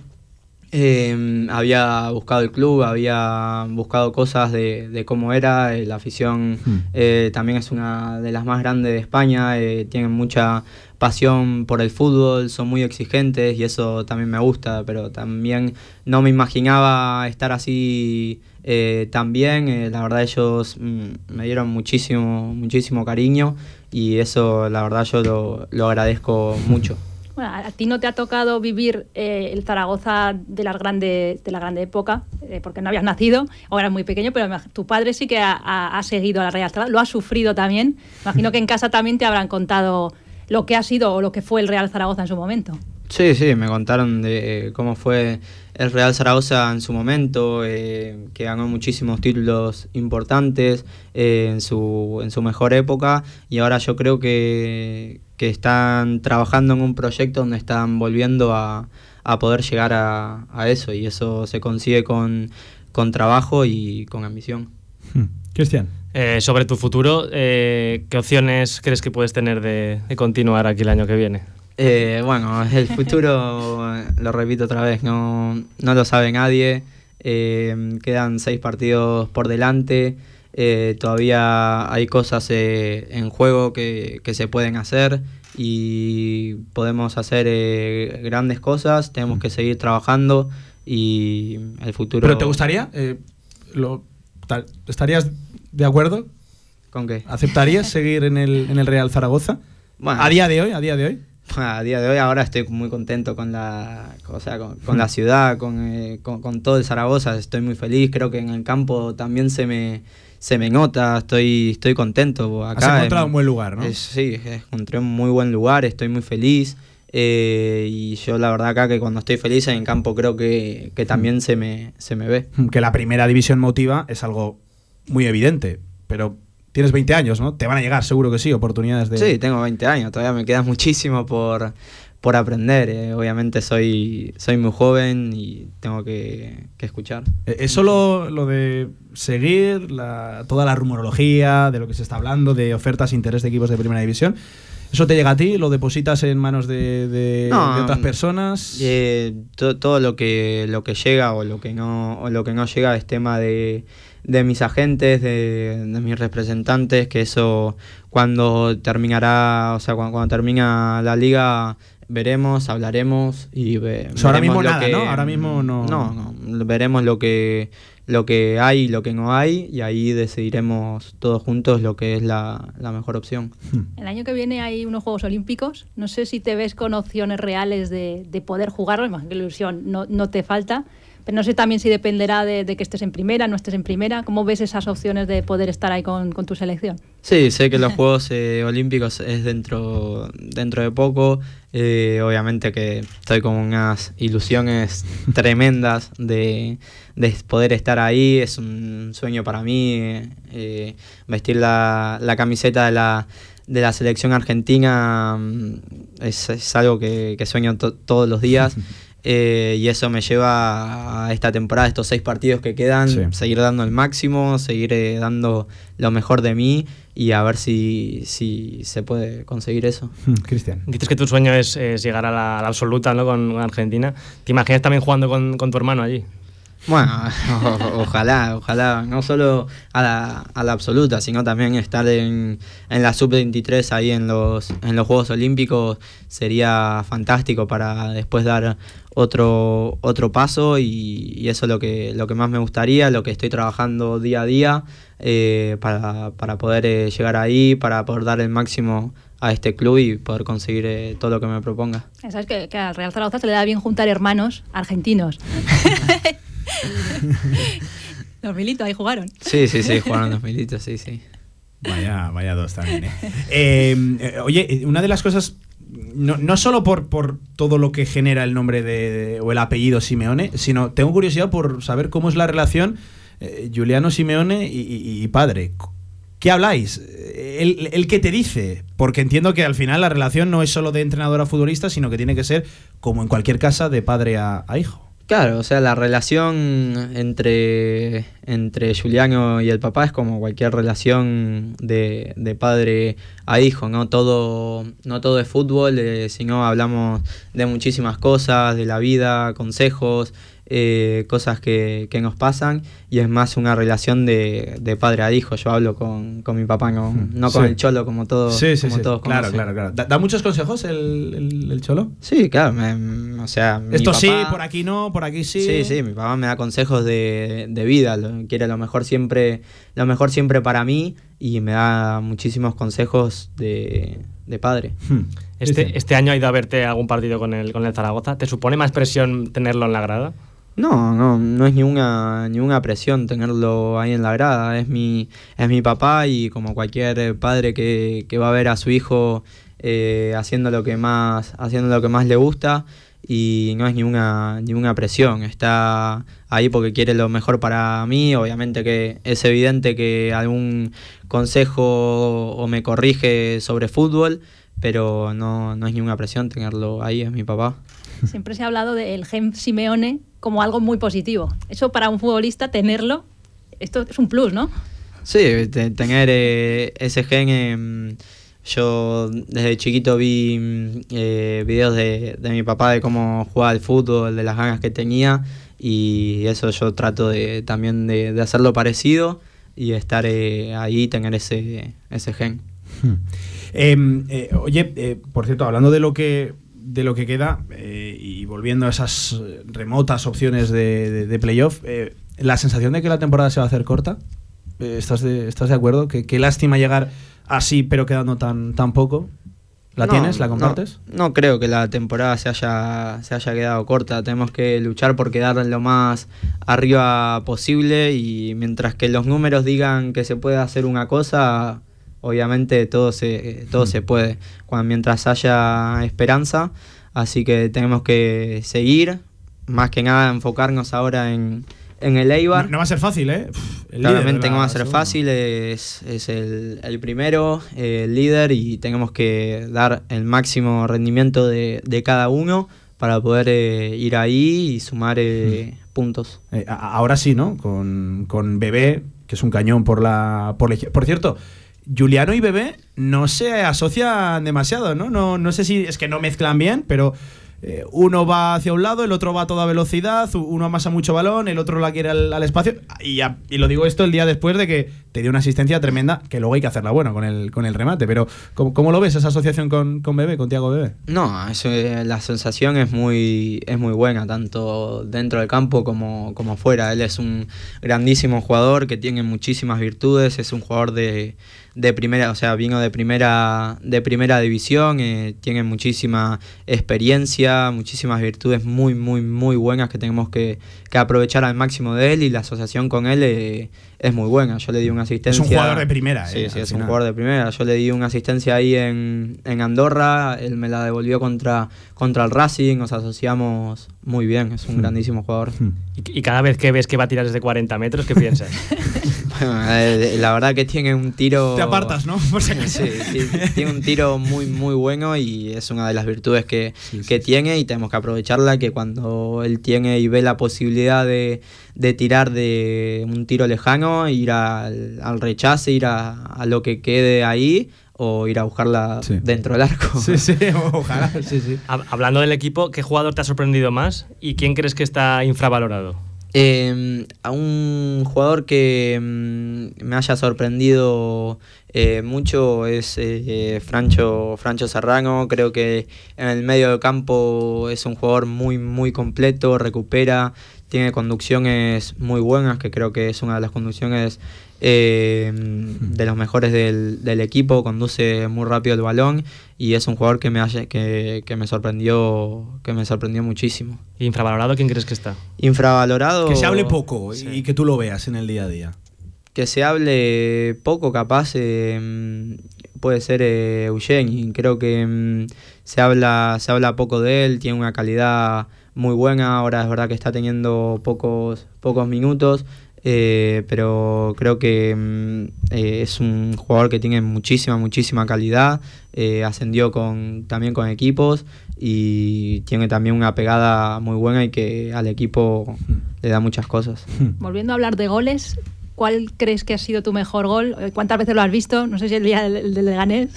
había buscado el club, había buscado cosas de cómo era. La afición también es una de las más grandes de España, tienen mucha pasión por el fútbol, son muy exigentes y eso también me gusta, pero también no me imaginaba estar así tan bien. La verdad ellos me dieron muchísimo cariño, y eso la verdad yo lo agradezco mucho. Bueno, a ti no te ha tocado vivir el Zaragoza de la grande época, porque no habías nacido o eras muy pequeño, pero tu padre sí que ha seguido a la Real Zaragoza, lo ha sufrido también. Imagino que en casa también te habrán contado lo que ha sido o lo que fue el Real Zaragoza en su momento. Sí, me contaron de cómo fue el Real Zaragoza en su momento, que ganó muchísimos títulos importantes en su mejor época, y ahora yo creo que están trabajando en un proyecto donde están volviendo a poder llegar a eso, y eso se consigue con trabajo y con ambición. Cristian. Sobre tu futuro, ¿qué opciones crees que puedes tener de continuar aquí el año que viene? Bueno, el futuro, lo repito otra vez, no lo sabe nadie. Quedan 6 partidos por delante. Todavía hay cosas en juego que se pueden hacer y podemos hacer grandes cosas. Tenemos que seguir trabajando y el futuro... ¿Pero te gustaría? ¿Estarías de acuerdo? ¿Con qué? ¿Aceptarías seguir en el Real Zaragoza? Bueno, ¿A día de hoy? A día de hoy ahora estoy muy contento con la ciudad, con todo el Zaragoza. Estoy muy feliz. Creo que en el campo también se me nota. Estoy contento acá. Has encontrado un buen lugar, ¿no? Sí, encontré un muy buen lugar. Estoy muy feliz. Y yo la verdad acá que cuando estoy feliz en el campo creo que también se me ve. Que la primera división motiva es algo muy evidente, pero... Tienes 20 años, ¿no? Te van a llegar, seguro que sí, oportunidades de... Sí, tengo 20 años, todavía me queda muchísimo por por aprender. Obviamente soy muy joven y tengo que escuchar. ¿Es solo lo de seguir toda la rumorología de lo que se está hablando, de ofertas, interés de equipos de primera división? ¿Eso te llega a ti? ¿Lo depositas en manos de otras personas? Todo lo que llega o lo que no llega es tema de mis agentes, de mis representantes, que eso cuando terminará, o sea, cuando termina la liga veremos, hablaremos y ahora mismo nada, ¿no? Ahora mismo no. No, veremos lo que hay y lo que no hay, y ahí decidiremos todos juntos lo que es la mejor opción. El año que viene hay unos Juegos Olímpicos. No sé si te ves con opciones reales de poder jugarlo. Imagino que la ilusión no te falta. Pero no sé también si dependerá de que estés en primera, no estés en primera. ¿Cómo ves esas opciones de poder estar ahí con tu selección? Sí, sé que los Juegos Olímpicos es dentro de poco. Obviamente que estoy con unas ilusiones tremendas de poder estar ahí. Es un sueño para mí vestir la camiseta de la selección argentina. Es algo que sueño todos los días. Y eso me lleva a esta temporada, estos 6 partidos que quedan, seguir dando el máximo, seguir dando lo mejor de mí y a ver si se puede conseguir eso. Cristian. Dices que tu sueño es llegar a la absoluta, ¿no? con Argentina. ¿Te imaginas también jugando con tu hermano allí? Bueno, ojalá, no solo a la absoluta, sino también estar en la sub-23 ahí en los Juegos Olímpicos sería fantástico para después dar otro paso, y eso es lo que más me gustaría, lo que estoy trabajando día a día para poder llegar ahí, para poder dar el máximo a este club y poder conseguir todo lo que me proponga. Sabes que al Real Zaragoza se le da bien juntar hermanos argentinos. Los Milito ahí jugaron. Sí, jugaron los Militos, sí. Vaya dos también, oye, una de las cosas, no solo por todo lo que genera el nombre o el apellido Simeone, sino tengo curiosidad por saber cómo es la relación Giuliano Simeone y padre. ¿Qué habláis? ¿Él qué te dice? Porque entiendo que al final la relación no es solo de entrenador a futbolista, sino que tiene que ser, como en cualquier casa, de padre a hijo. Claro, o sea, la relación entre Giuliano y el papá es como cualquier relación de padre a hijo, no todo es fútbol, sino hablamos de muchísimas cosas, de la vida, consejos, cosas que nos pasan, y es más una relación de padre a hijo. Yo hablo con mi papá, no con el Cholo, como todos conocen. Claro. ¿Da muchos consejos el Cholo? Sí, claro, o sea, esto papá, sí, por aquí no, por aquí sí. Sí, mi papá me da consejos de vida, quiere lo mejor siempre para mí, y me da muchísimos consejos de padre. ¿Este año ha ido a verte algún partido con el Zaragoza? ¿Te supone más presión tenerlo en la grada? No es ninguna presión tenerlo ahí en la grada. Es mi papá, y como cualquier padre que va a ver a su hijo haciendo lo que más le gusta, y no es ninguna presión. Está ahí porque quiere lo mejor para mí. Obviamente que es evidente que algún consejo o me corrige sobre fútbol, pero no es ninguna presión tenerlo ahí. Es mi papá. Siempre se ha hablado del gen Simeone como algo muy positivo. Eso, para un futbolista, tenerlo, esto es un plus, ¿no? Sí, tener ese gen. Yo desde chiquito vi videos de mi papá de cómo jugaba al fútbol, de las ganas que tenía, y eso yo trato también de hacerlo parecido y estar ahí, tener ese gen. Oye, por cierto, hablando de lo que queda, y volviendo a esas remotas opciones de playoff, la sensación de que la temporada se va a hacer corta, ¿estás de acuerdo? Qué lástima llegar así, pero quedando tan poco. ¿Tienes? ¿La compartes? No creo que la temporada se haya quedado corta. Tenemos que luchar por quedar lo más arriba posible, y mientras que los números digan que se puede hacer una cosa, obviamente todo se puede, mientras haya esperanza. Así que tenemos que seguir, más que nada enfocarnos ahora en en el Eibar. No va a ser fácil, ¿eh? Claramente no va a ser fácil, es el primero, el líder, y tenemos que dar el máximo rendimiento de cada uno para poder ir ahí y sumar puntos. Ahora sí, ¿no? Con Bebé, que es un cañón por cierto, Juliano y Bebé no se asocian demasiado, ¿no? No sé si es que no mezclan bien, pero uno va hacia un lado, el otro va a toda velocidad, uno amasa mucho balón, el otro la quiere al espacio. Y lo digo esto el día después de que te dio una asistencia tremenda, que luego hay que hacerla buena con el remate. Pero ¿cómo lo ves esa asociación con Bebé, con Thiago Bebé? No, la sensación es muy buena, tanto dentro del campo como fuera. Él es un grandísimo jugador que tiene muchísimas virtudes, es un jugador de primera, o sea, vino de primera división, tiene muchísima experiencia, muchísimas virtudes muy buenas que tenemos que aprovechar al máximo de él, y la asociación con él es muy buena. Yo le di una asistencia. Es un jugador de primera. Sí, es un jugador de primera. Yo le di una asistencia ahí en Andorra, él me la devolvió contra el Racing, nos asociamos muy bien, es un grandísimo jugador. Y cada vez que ves que va a tirar desde 40 metros, ¿qué piensas? Bueno, la verdad que tiene un tiro... Te apartas, ¿no? Sí, tiene un tiro muy bueno, y es una de las virtudes que tiene, y tenemos que aprovecharla, que cuando él tiene y ve la posibilidad de tirar de un tiro lejano, ir al rechace, ir a lo que quede ahí, o ir a buscarla dentro del arco. Sí, ojalá. Sí. Hablando del equipo, ¿qué jugador te ha sorprendido más y quién crees que está infravalorado? A un jugador que me haya sorprendido mucho es Francho Serrano. Creo que en el medio del campo es un jugador muy completo, recupera, tiene conducciones muy buenas, que creo que es una de las conducciones de los mejores del equipo, conduce muy rápido el balón, y es un jugador que me sorprendió muchísimo. ¿Infravalorado quién crees que está? Infravalorado... Que se hable poco y que tú lo veas en el día a día. Que se hable poco, capaz, puede ser Eugeni. Creo que se habla poco de él, tiene una calidad muy buena, ahora es verdad que está teniendo pocos minutos, pero creo que es un jugador que tiene muchísima calidad, ascendió también con equipos, y tiene también una pegada muy buena y que al equipo le da muchas cosas. Volviendo a hablar de goles, ¿cuál crees que ha sido tu mejor gol? ¿Cuántas veces lo has visto? No sé si el día del Leganés.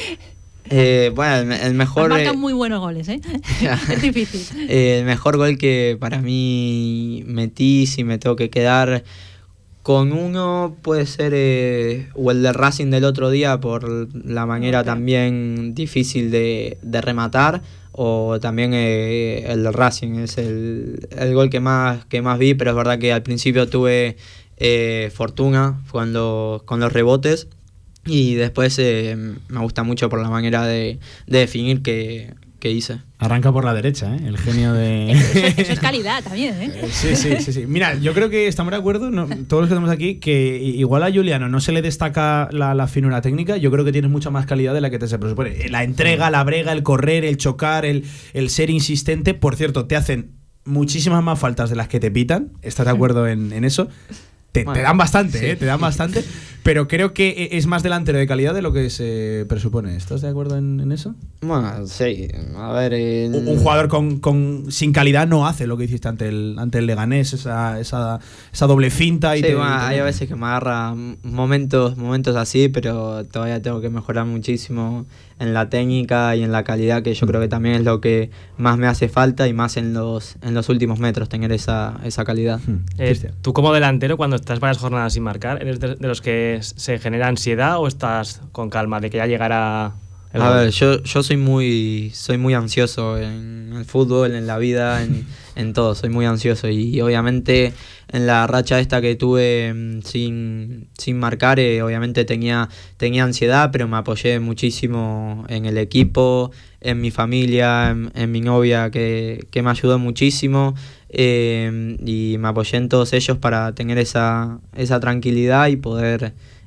Bueno, el mejor... Marcan muy buenos goles, ¿eh? Es difícil. El mejor gol que para mí metí, si me tengo que quedar con uno, puede ser o el de Racing del otro día, por la manera también difícil de rematar, o también el del Racing. Es el gol que más vi, pero es verdad que al principio tuve fortuna con los rebotes, y después me gusta mucho por la manera de definir que hice. Arranca por la derecha, ¿eh? El genio de... Eso es calidad también, ¿eh? Sí. Mira, yo creo que estamos de acuerdo, ¿no? Todos los que estamos aquí, que igual a Juliano no se le destaca la finura técnica. Yo creo que tienes mucha más calidad de la que te se presupone. La entrega, la brega, el correr, el chocar, el ser insistente. Por cierto, te hacen muchísimas más faltas de las que te pitan. ¿Estás de acuerdo en eso? Te dan bastante, sí. Te dan bastante, pero creo que es más delantero de calidad de lo que se presupone. ¿Estás de acuerdo en eso? Bueno, sí. A ver... Un jugador sin calidad no hace lo que hiciste ante el Leganés, esa doble finta. Y sí, hay a veces que me agarra momentos así, pero todavía tengo que mejorar muchísimo en la técnica y en la calidad, que yo creo que también es lo que más me hace falta, y más en los últimos metros, tener esa calidad. Tú como delantero, cuando estás varias jornadas sin marcar, ¿eres de los que se genera ansiedad o estás con calma de que ya llegará el gol? A ver, yo soy muy ansioso en el fútbol, en la vida, en todo, soy muy ansioso, y obviamente en la racha esta que tuve sin marcar, obviamente tenía ansiedad, pero me apoyé muchísimo en el equipo, en mi familia, en mi novia, que me ayudó muchísimo, y me apoyé en todos ellos para tener esa tranquilidad y poder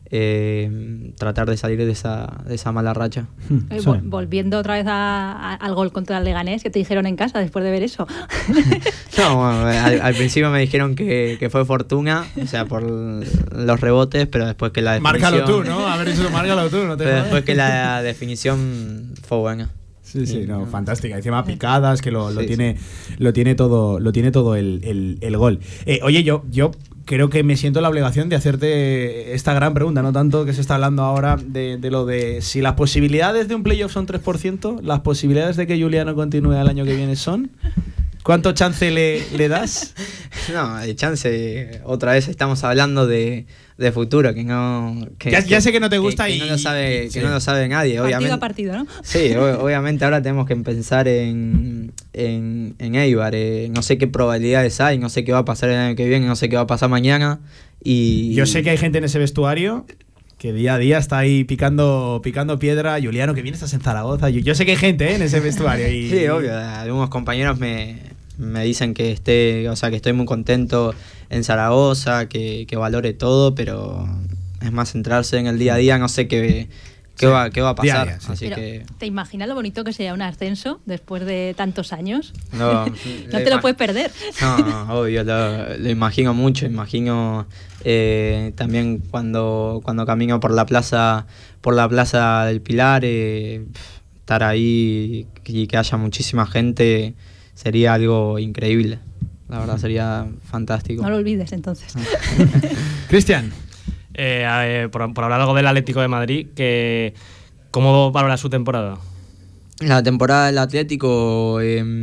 tratar de salir de esa mala racha. Volviendo otra vez al gol contra el Leganés, ¿qué te dijeron en casa después de ver eso? No, bueno, al principio me dijeron que fue fortuna, o sea, por los rebotes, pero después que la definición... Márcalo tú, ¿no? A ver, eso márcalo tú, no te pero después que la definición fue buena. Sí, no, fantástica. Encima picadas, que lo tiene todo el gol. Oye, yo creo que me siento la obligación de hacerte esta gran pregunta, no tanto que se está hablando ahora de lo de si las posibilidades de un playoff son 3%, las posibilidades de que Juliano continúe el año que viene son... ¿Cuánto chance le das? No, de chance, otra vez estamos hablando de futuro, que no... Ya sé que no te gusta que no lo sabe, que no lo sabe nadie, partido obviamente. A partido, ¿no? Sí, obviamente ahora tenemos que pensar en Eibar. No sé qué probabilidades hay, no sé qué va a pasar el año que viene, no sé qué va a pasar mañana. Y yo sé que hay gente en ese vestuario que día a día está ahí picando piedra. Juliano, que bien estás en Zaragoza. Yo sé que hay gente en ese vestuario. Y... Sí, obvio. Algunos compañeros me dicen que estoy muy contento en Zaragoza, que valore todo, pero es más centrarse en el día a día. No sé qué va a pasar. Día, sí. Así que... ¿Te imaginas lo bonito que sería un ascenso después de tantos años? No, no te lo puedes perder. No, obvio, lo imagino mucho. Imagino también cuando camino por la plaza del Pilar, estar ahí y que haya muchísima gente sería algo increíble. La verdad sería fantástico. No lo olvides entonces. Cristian. Por hablar algo del Atlético de Madrid, ¿cómo valora su temporada? La temporada del Atlético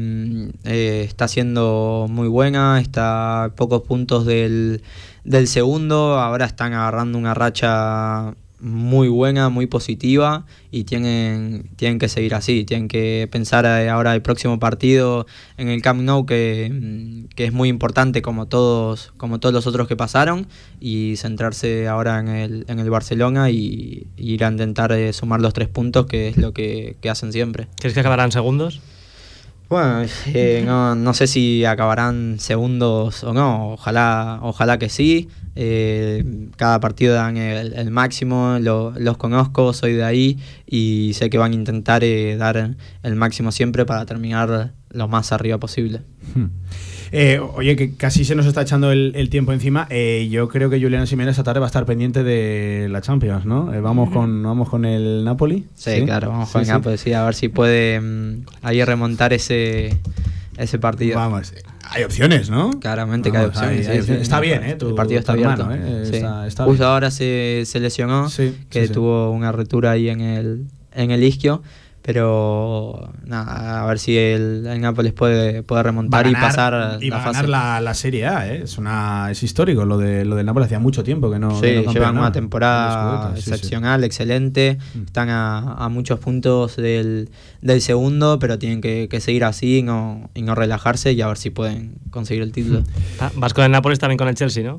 está siendo muy buena, está a pocos puntos del segundo, ahora están agarrando una racha muy buena, muy positiva y tienen que seguir así, tienen que pensar ahora el próximo partido en el Camp Nou que es muy importante como todos los otros que pasaron y centrarse ahora en el Barcelona y ir a intentar sumar los 3 puntos que es lo que hacen siempre. ¿Crees que acabarán segundos? Bueno, no sé si acabarán segundos o no, ojalá que sí. Cada partido dan el máximo, los conozco, soy de ahí y sé que van a intentar dar el máximo siempre para terminar lo más arriba posible. Oye, que casi se nos está echando el tiempo encima. Yo creo que Juliano Simeone esta tarde va a estar pendiente de la Champions, ¿no? Vamos con el Napoli. Sí, claro, vamos con el Napoli, sí, a ver si puede ahí remontar ese partido. Vamos, hay opciones, ¿no? Claramente que hay opciones. Está bien, el partido está abierto. Sí. Está justo bien. Ahora se lesionó, tuvo una rotura ahí en el isquio. Pero nada, a ver si el Nápoles puede remontar y pasar y va a ganar la Serie A, ¿eh? Es histórico lo del Nápoles, hacía mucho tiempo que no llevan una temporada excepcional, excelente. Están a muchos puntos del segundo, pero tienen que seguir así y no relajarse y a ver si pueden conseguir el título. Vas con el Nápoles, también con el Chelsea, ¿no?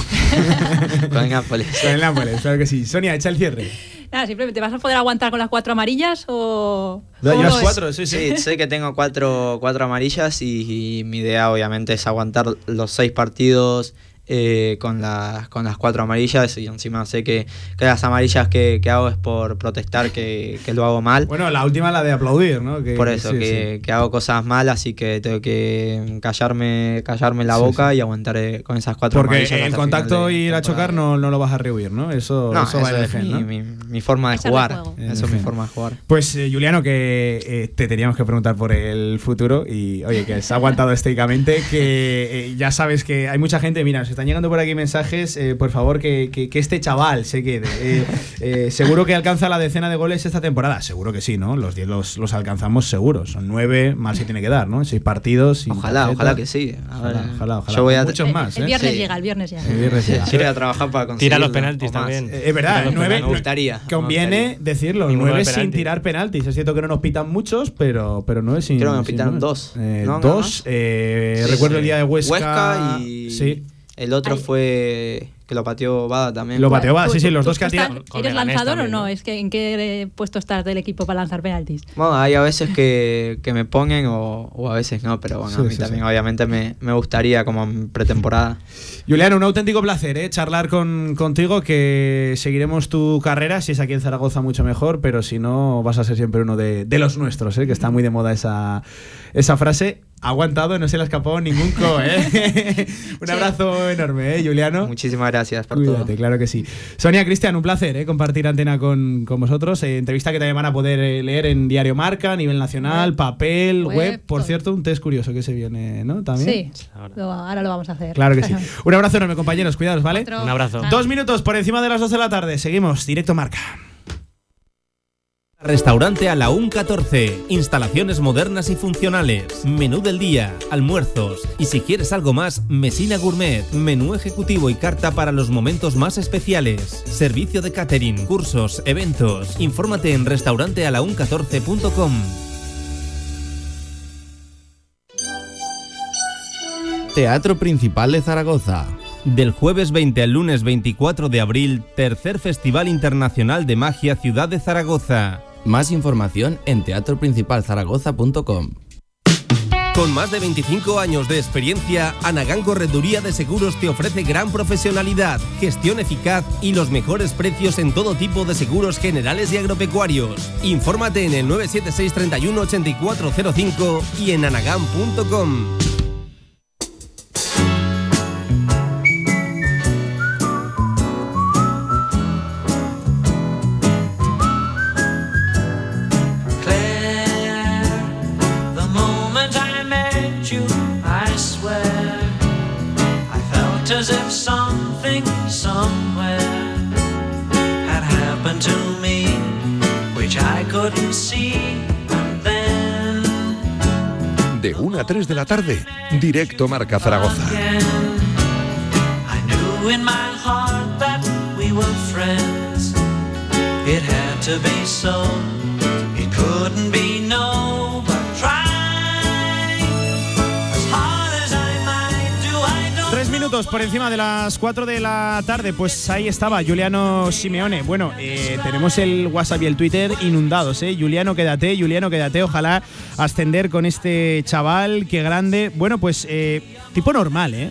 Con el Nápoles. Con el Nápoles, claro que sí. Sonia, echa el cierre. Nada, simplemente, ¿vas a poder aguantar con las 4 amarillas o...? ¿Las 4? Sí. Sé que tengo 4 amarillas y mi idea obviamente es aguantar los 6 partidos con las 4 amarillas y encima sé que las amarillas que hago es por protestar que lo hago mal. Bueno, la última la de aplaudir, ¿no? Por eso, que hago cosas malas y que tengo que callarme la boca y aguantar con esas 4 amarillas. Porque el contacto y ir a chocar no lo vas a rehuir, ¿no? Eso va en el gen, ¿no? Mi forma de jugar. Eso es mi forma de jugar. Pues Juliano, que te teníamos que preguntar por el futuro y oye, que has aguantado estoicamente, que ya sabes que hay mucha gente, mira, están llegando por aquí mensajes, por favor, que este chaval se quede. Seguro que alcanza la decena de goles esta temporada. Seguro que sí, ¿no? Los 10 los alcanzamos seguros. Son 9, mal se tiene que dar, ¿no? 6 partidos. Ojalá que sí. Ojalá. Yo voy a muchos más. El viernes llega, el viernes ya. Yo voy a trabajar para conseguir. Tira los penaltis también. Es verdad, 9 me gustaría. Conviene decirlo, 9 sin tirar penaltis. Es cierto que no nos pitan muchos, pero 9 sin. Creo que nos pitaron 2. Recuerdo el día de Huesca y... Sí. El otro fue que lo pateó Bada también. Lo pateó Bada, sí, los dos que han tirado. ¿Eres lanzador o no? Es que ¿en qué puesto estás del equipo para lanzar penaltis? Bueno, hay a veces que me ponen o a veces no, pero bueno, a mí también obviamente me gustaría como en pretemporada. Juliano, un auténtico placer charlar contigo, que seguiremos tu carrera, si es aquí en Zaragoza mucho mejor, pero si no vas a ser siempre uno de los nuestros, que está muy de moda esa frase. Ha aguantado, no se le ha escapado ningún co, Un abrazo enorme, Juliano. Muchísimas gracias por Cuídate, todo. Claro que sí. Sonia, Cristian, un placer compartir antena con vosotros. Entrevista que también van a poder leer en Diario Marca, a nivel nacional, papel, web. Por cierto, un test curioso que se viene, ¿no? También. Sí, ahora lo vamos a hacer. Claro que sí. Un abrazo enorme, compañeros. Cuidados, ¿vale? Un abrazo. 2 minutos por encima de las 2 de la tarde. Seguimos, Directo Marca. Restaurante Alaún 14. Instalaciones modernas y funcionales. Menú del día, almuerzos. Y si quieres algo más, Mesina Gourmet. Menú ejecutivo y carta para los momentos más especiales. Servicio de catering, cursos, eventos. Infórmate en restaurantealaun14.com. Teatro Principal de Zaragoza. Del jueves 20 al lunes 24 de abril, tercer Festival Internacional de Magia Ciudad de Zaragoza. Más información en teatroprincipalzaragoza.com. Con más de 25 años de experiencia, Anagán Correduría de Seguros te ofrece gran profesionalidad, gestión eficaz y los mejores precios en todo tipo de seguros generales y agropecuarios. Infórmate en el 976 31 8405 y en anagán.com. As if something somewhere had happened to me, which I couldn't see, and then de 1 a 3 de la tarde, Directo Marca Zaragoza. I knew in my heart that we were friends. It had to be so. It couldn't be no, but try. 3 minutos por encima de las 4 de la tarde, pues ahí estaba Giuliano Simeone. Bueno, tenemos el WhatsApp y el Twitter inundados, Giuliano, quédate, ojalá ascender con este chaval, qué grande. Bueno, pues tipo normal,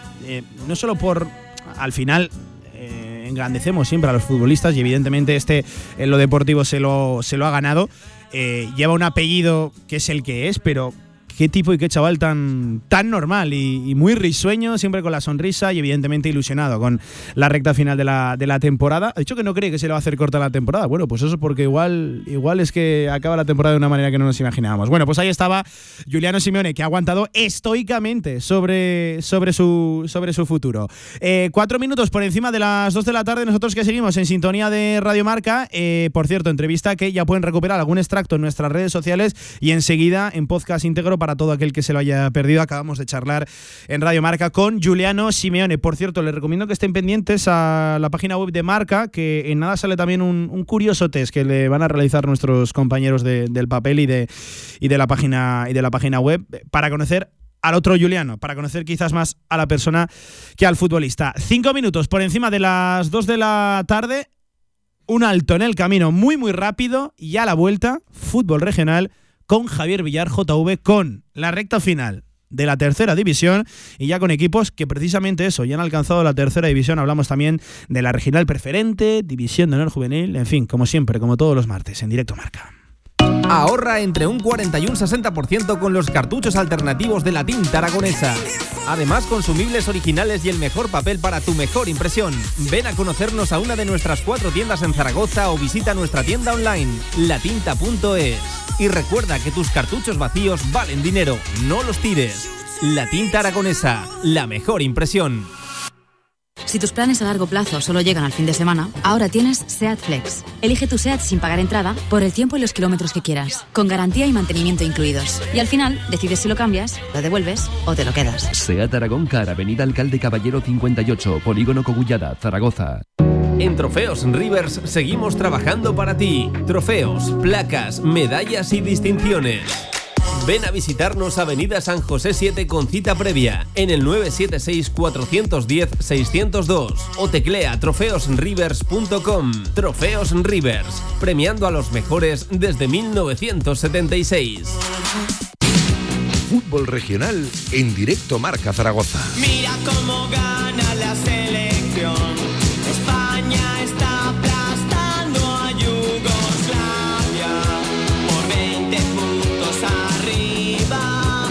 no solo por, al final, engrandecemos siempre a los futbolistas y evidentemente en lo deportivo se lo ha ganado. Lleva un apellido que es el que es, pero qué tipo y qué chaval tan normal y muy risueño, siempre con la sonrisa y evidentemente ilusionado con la recta final de la temporada. Ha dicho que no cree que se le va a hacer corta la temporada. Bueno, pues eso es porque igual es que acaba la temporada de una manera que no nos imaginábamos. Bueno, pues ahí estaba Giuliano Simeone, que ha aguantado estoicamente sobre su futuro. 4 minutos por encima de las 2 de la tarde, nosotros que seguimos en sintonía de Radio Marca. Por cierto, entrevista que ya pueden recuperar algún extracto en nuestras redes sociales y enseguida en podcast íntegro para todo aquel que se lo haya perdido. Acabamos de charlar en Radio Marca con Giuliano Simeone. Por cierto, les recomiendo que estén pendientes a la página web de Marca, que en nada sale también un curioso test que le van a realizar nuestros compañeros del papel y de la página web para conocer al otro Giuliano, para conocer quizás más a la persona que al futbolista. 5 minutos por encima de las 2 de la tarde, un alto en el camino muy muy rápido y a la vuelta, fútbol regional con Javier Villar, JV, con la recta final de la tercera división y ya con equipos que precisamente eso, ya han alcanzado la tercera división. Hablamos también de la regional preferente, división de honor juvenil, en fin, como siempre, como todos los martes, en Directo Marca. Ahorra entre un 40 y un 60% con los cartuchos alternativos de La Tinta Aragonesa. Además, consumibles originales y el mejor papel para tu mejor impresión. Ven a conocernos a una de nuestras 4 tiendas en Zaragoza o visita nuestra tienda online, latinta.es. Y recuerda que tus cartuchos vacíos valen dinero, no los tires. La Tinta Aragonesa, la mejor impresión. Si tus planes a largo plazo solo llegan al fin de semana, ahora tienes SEAT Flex. Elige tu SEAT sin pagar entrada por el tiempo y los kilómetros que quieras, con garantía y mantenimiento incluidos. Y al final, decides si lo cambias, lo devuelves o te lo quedas. SEAT Aragón Car, Avenida Alcalde Caballero 58, Polígono Cogullada, Zaragoza. En Trofeos Rivers seguimos trabajando para ti. Trofeos, placas, medallas y distinciones. Ven a visitarnos Avenida San José 7 con cita previa en el 976-410-602 o teclea trofeosrivers.com. Trofeos Rivers, premiando a los mejores desde 1976. Fútbol regional en directo Marca Zaragoza. Mira cómo gana la selección. España está aplastando a Yugoslavia por 20 puntos arriba.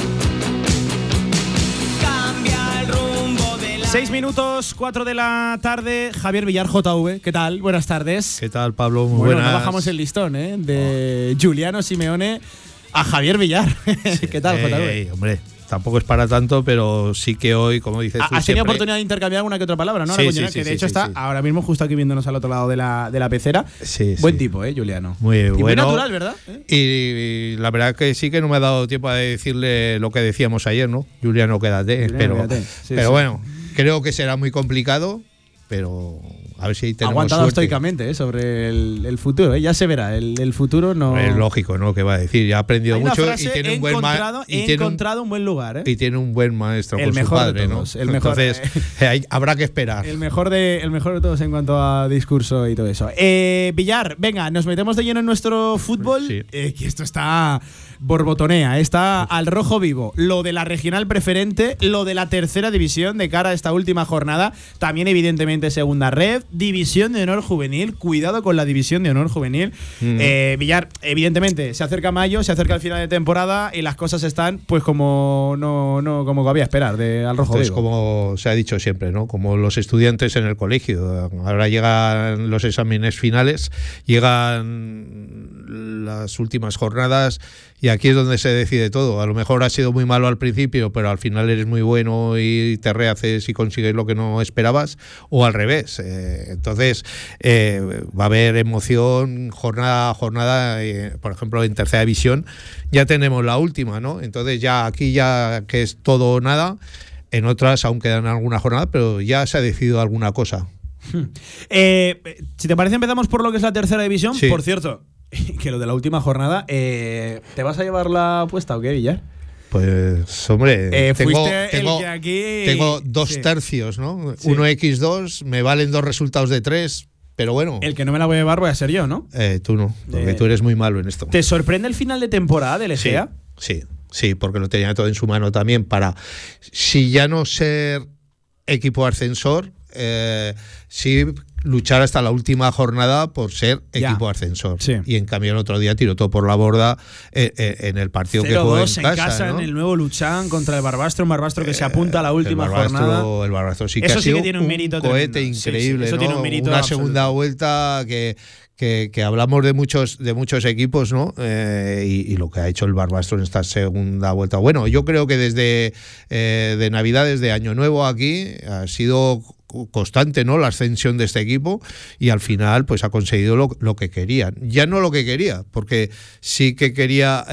Cambia el rumbo de la... 6 minutos, 4 de la tarde. Javier Villar, JV. ¿Qué tal? Buenas tardes. ¿Qué tal, Pablo? Muy bueno, buenas. No bajamos el listón, ¿eh? De Giuliano Simeone a Javier Villar. Sí. ¿Qué tal, JV? Hombre, tampoco es para tanto, pero sí que hoy, como dices tú, has tenido oportunidad de intercambiar alguna que otra palabra, ¿no? Sí, que de hecho está ahora mismo justo aquí viéndonos al otro lado de la pecera. Sí, Buen tipo, Giuliano. Muy y bueno. Muy natural, ¿verdad? Y la verdad que sí que no me ha dado tiempo a decirle lo que decíamos ayer, ¿no? Giuliano, quédate. Pero bueno, creo que será muy complicado, pero a ver si tenemos aguantado suerte. Estoicamente sobre el futuro, ya se verá. El futuro no. Es lógico, ¿no? Que va a decir. Ya ha aprendido mucho y tiene un buen un buen lugar, ¿eh? Y tiene un buen maestro el con mejor su padre, de todos, ¿no? El mejor, entonces habrá que esperar. El mejor de todos en cuanto a discurso y todo eso. Villar, venga, nos metemos de lleno en nuestro fútbol. Sí. Que esto está borbotonea, está al rojo vivo. Lo de la regional preferente, lo de la tercera división de cara a esta última jornada. También, evidentemente, segunda red. División de honor juvenil. Cuidado con la división de honor juvenil. Villar, evidentemente, se acerca mayo, se acerca el final de temporada y las cosas están, pues, como como cabía esperar al rojo Entonces, vivo. como se ha dicho siempre, ¿no? Como los estudiantes en el colegio. Ahora llegan los exámenes finales, llegan las últimas jornadas. Y aquí es donde se decide todo. A lo mejor has sido muy malo al principio, pero al final eres muy bueno y te rehaces y consigues lo que no esperabas, o al revés. Entonces, va a haber emoción jornada a jornada. Por ejemplo, en tercera división ya tenemos la última, ¿no? Entonces ya aquí ya que es todo o nada. En otras aún quedan alguna jornada, pero ya se ha decidido alguna cosa. Si te parece, empezamos por lo que es la tercera división. Sí. Por cierto, que lo de la última jornada, ¿te vas a llevar la apuesta o qué, Villar? Pues, hombre, tengo 2 sí. tercios, ¿no? Sí. 1x2, me valen 2 resultados de 3, pero bueno. El que no me la voy a llevar voy a ser yo, ¿no? Tú no, porque tú eres muy malo en esto. ¿Te sorprende el final de temporada del Egea? Sí, porque lo tenía todo en su mano también para, si ya no ser equipo ascensor, sí luchar hasta la última jornada por ser equipo ascensor. Sí. Y en cambio el otro día tiró todo por la borda en el partido que jugó en casa, ¿no? En el nuevo Luchán contra el Barbastro, un Barbastro que se apunta a la última jornada. El Barbastro sí que eso ha sido sí que tiene un mérito cohete tremendo. increíble, eso ¿no? tiene un mérito una absoluto. Segunda vuelta que hablamos de muchos equipos, ¿no? Y lo que ha hecho el Barbastro en esta segunda vuelta. Bueno, yo creo que desde de Navidad, desde Año Nuevo aquí, ha sido constante, ¿no? La ascensión de este equipo, y al final pues ha conseguido lo que querían. Ya no lo que quería, porque sí que quería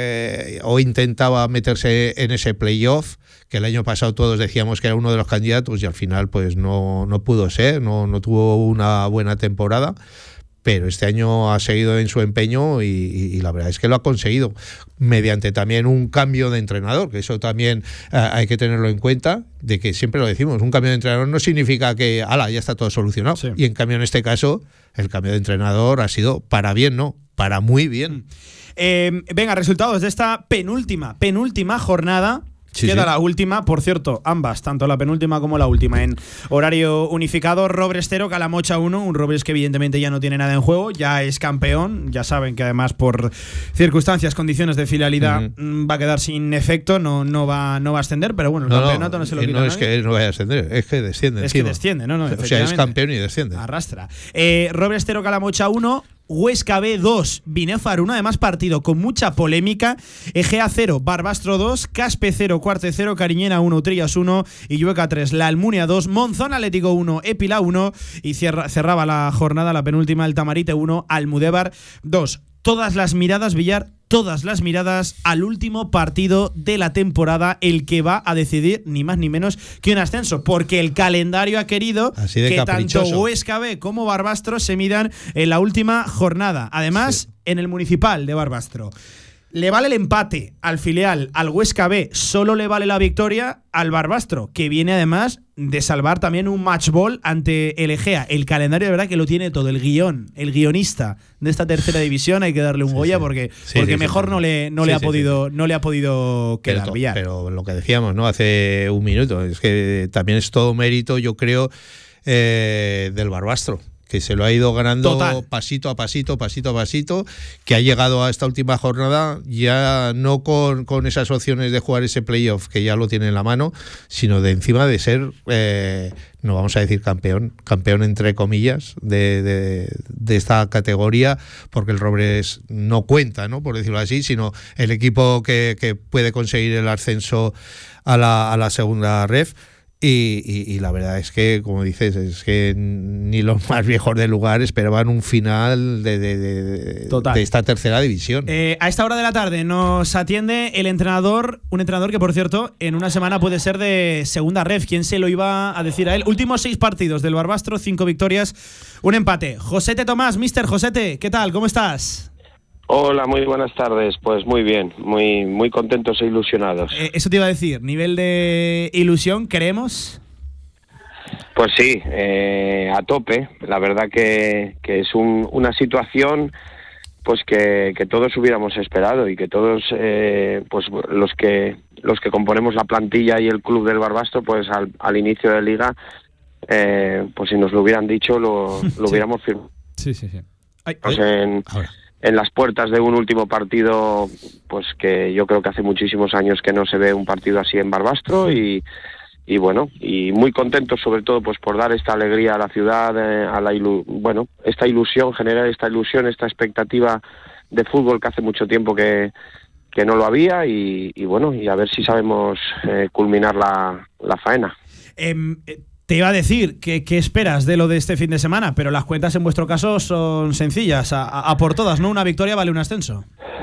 o intentaba meterse en ese playoff, que el año pasado todos decíamos que era uno de los candidatos, y al final pues no pudo ser, no tuvo una buena temporada. Pero este año ha seguido en su empeño y la verdad es que lo ha conseguido, mediante también un cambio de entrenador, que eso también hay que tenerlo en cuenta, de que siempre lo decimos, un cambio de entrenador no significa que ya está todo solucionado. Sí. Y en cambio en este caso el cambio de entrenador ha sido para bien, no, para muy bien. Venga, resultados de esta penúltima jornada. Queda la última, por cierto, ambas, tanto la penúltima como la última, en horario unificado. Robles 0, Calamocha 1, un Robles que evidentemente ya no tiene nada en juego, ya es campeón, ya saben que además por circunstancias, condiciones de filialidad va a quedar sin efecto, no va a ascender, pero bueno, el campeonato no se lo quita nadie. Es que no vaya a ascender, es que desciende. Es que desciende, o sea, es campeón y desciende. Arrastra. Robles 0, Calamocha 1. Huesca B 2, Binefar 1, además partido con mucha polémica. Egea 0, Barbastro 2, Caspe 0, Cuarte 0, Cariñena 1, Utrillas 1 y Llueca 3, La Almunia 2, Monzón Atlético 1, Épila 1 y cerraba la jornada, la penúltima, el Tamarite 1, Almudévar 2. Todas las miradas, Villar, todas las miradas al último partido de la temporada, el que va a decidir ni más ni menos que un ascenso, porque el calendario ha querido que tanto Huesca B como Barbastro se midan en la última jornada. Además, en el municipal de Barbastro. le vale el empate al filial, al Huesca B, solo le vale la victoria al Barbastro, que viene además de salvar también un match ball ante el Egea. El calendario de verdad que lo tiene todo, el guionista de esta tercera división, hay que darle un Goya porque mejor no le ha podido quedar Villar. Pero lo que decíamos, ¿no? Hace un minuto, es que también es todo mérito, yo creo, del Barbastro, que se lo ha ido ganando pasito a pasito, que ha llegado a esta última jornada ya no con esas opciones de jugar ese playoff, que ya lo tiene en la mano, sino de encima de ser, no vamos a decir campeón entre comillas, de esta categoría, porque el Robles no cuenta, ¿no? Por decirlo así, sino el equipo que puede conseguir el ascenso a la segunda ref. Y la verdad es que, como dices, es que ni los más viejos del lugar esperaban un final de esta tercera división. A esta hora de la tarde nos atiende un entrenador que, por cierto, en una semana puede ser de segunda ref. ¿Quién se lo iba a decir a él? Últimos 6 partidos del Barbastro, 5 victorias, 1 empate. Josete Tomás, Mister Josete, ¿qué tal? ¿Cómo estás? Hola, muy buenas tardes. Pues muy bien, muy contentos e ilusionados. Eso te iba a decir, nivel de ilusión, ¿creemos? Pues sí, a tope. La verdad que es una situación pues que todos hubiéramos esperado y que todos pues los que componemos la plantilla y el club del Barbastro, pues al inicio de liga, pues si nos lo hubieran dicho lo hubiéramos firmado. Sí. Pues en las puertas de un último partido, pues que yo creo que hace muchísimos años que no se ve un partido así en Barbastro y bueno, y muy contentos sobre todo pues por dar esta alegría a la ciudad, esta ilusión, generar esta ilusión, esta expectativa de fútbol que hace mucho tiempo que no lo había y bueno, y a ver si sabemos culminar la faena. Te iba a decir, ¿qué esperas de lo de este fin de semana? Pero las cuentas en vuestro caso son sencillas, a por todas, ¿no? Una victoria vale un ascenso.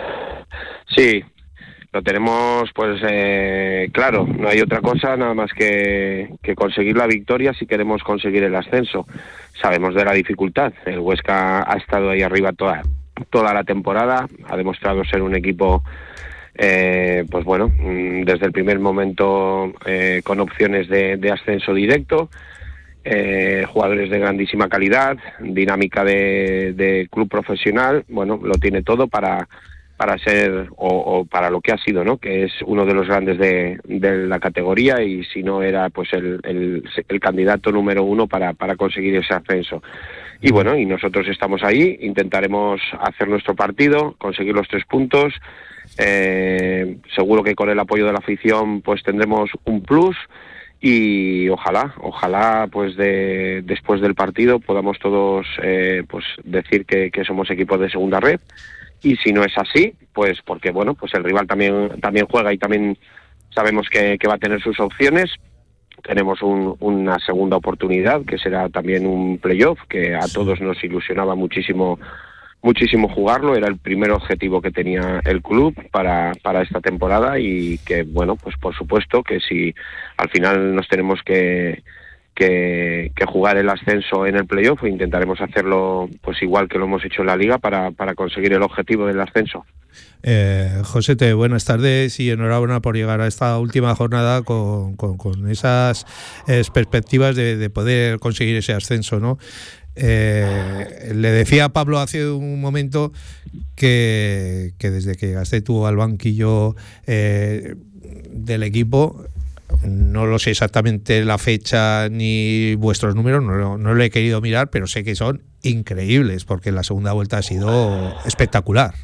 Sí, lo tenemos pues claro, no hay otra cosa nada más que conseguir la victoria si queremos conseguir el ascenso. Sabemos de la dificultad, el Huesca ha estado ahí arriba toda la temporada, ha demostrado ser un equipo pues bueno, desde el primer momento con opciones de ascenso directo, jugadores de grandísima calidad, dinámica de club profesional, bueno, lo tiene todo para ser o para lo que ha sido, ¿no? Que es uno de los grandes de la categoría y si no era pues el candidato número 1 para conseguir ese ascenso. Y bueno, y nosotros estamos ahí, intentaremos hacer nuestro partido, conseguir los 3 puntos. Seguro que con el apoyo de la afición pues tendremos un plus y ojalá pues después del partido podamos todos pues decir que somos equipos de segunda red y si no es así pues porque bueno pues el rival también juega y también sabemos que va a tener sus opciones. Tenemos una segunda oportunidad que será también un playoff que a todos nos ilusionaba muchísimo jugarlo, era el primer objetivo que tenía el club para esta temporada y que bueno, pues por supuesto que si al final nos tenemos que jugar el ascenso en el playoff, intentaremos hacerlo pues igual que lo hemos hecho en la liga para conseguir el objetivo del ascenso. Josete, buenas tardes y enhorabuena por llegar a esta última jornada con esas perspectivas de poder conseguir ese ascenso, ¿no? Le decía a Pablo hace un momento que desde que llegaste tú al banquillo del equipo, no lo sé exactamente la fecha ni vuestros números, no lo he querido mirar, pero sé que son increíbles porque la segunda vuelta ha sido espectacular.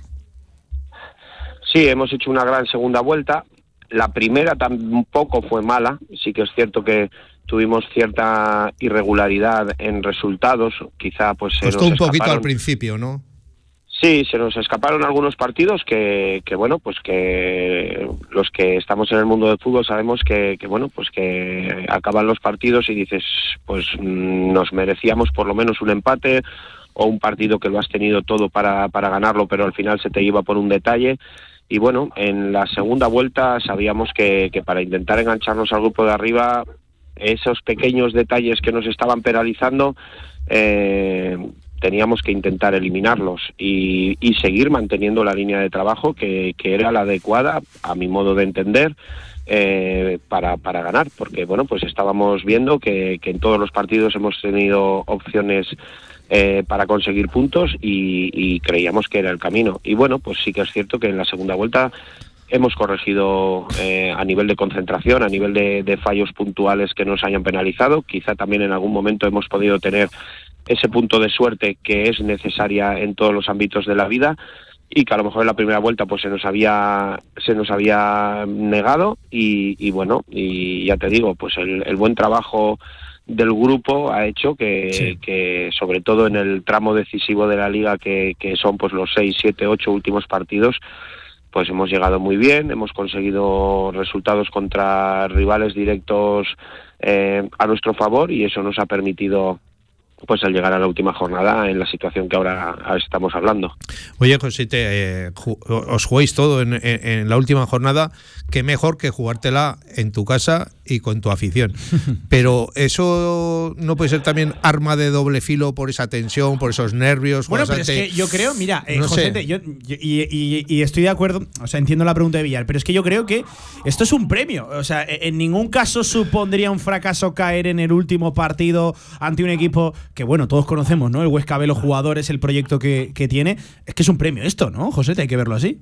Sí, hemos hecho una gran segunda vuelta. La primera tampoco fue mala, sí que es cierto que tuvimos cierta irregularidad en resultados, quizá pues se costó un poquito al principio, ¿no? Sí, se nos escaparon algunos partidos que bueno, pues que los que estamos en el mundo del fútbol sabemos que bueno, pues que acaban los partidos y dices, pues nos merecíamos por lo menos un empate o un partido que lo has tenido todo para ganarlo, pero al final se te iba por un detalle. Y bueno, en la segunda vuelta sabíamos que para intentar engancharnos al grupo de arriba, esos pequeños detalles que nos estaban penalizando, teníamos que intentar eliminarlos y seguir manteniendo la línea de trabajo que era la adecuada, a mi modo de entender, para ganar, porque bueno, pues estábamos viendo que en todos los partidos hemos tenido opciones para conseguir puntos y creíamos que era el camino. Y bueno, pues sí que es cierto que en la segunda vuelta hemos corregido a nivel de concentración, a nivel de fallos puntuales que nos hayan penalizado. Quizá también en algún momento hemos podido tener ese punto de suerte que es necesaria en todos los ámbitos de la vida y que a lo mejor en la primera vuelta pues se nos había negado y bueno, y ya te digo, pues el buen trabajo del grupo ha hecho que sobre todo en el tramo decisivo de la liga que son pues los 6, 7, 8 últimos partidos, pues hemos llegado muy bien, hemos conseguido resultados contra rivales directos a nuestro favor y eso nos ha permitido pues al llegar a la última jornada en la situación que ahora estamos hablando. Oye, José, os jugáis todo en la última jornada, qué mejor que jugártela en tu casa y con tu afición. Pero eso no puede ser también arma de doble filo por esa tensión, por esos nervios. Bueno, pero es que yo creo, mira, no José, y estoy de acuerdo, o sea, entiendo la pregunta de Villar, pero es que yo creo que esto es un premio. O sea, en ningún caso supondría un fracaso caer en el último partido ante un equipo que, bueno, todos conocemos, ¿no? El Huesca B, los jugadores, el proyecto que tiene. Es que es un premio esto, ¿no, José? Hay que verlo así.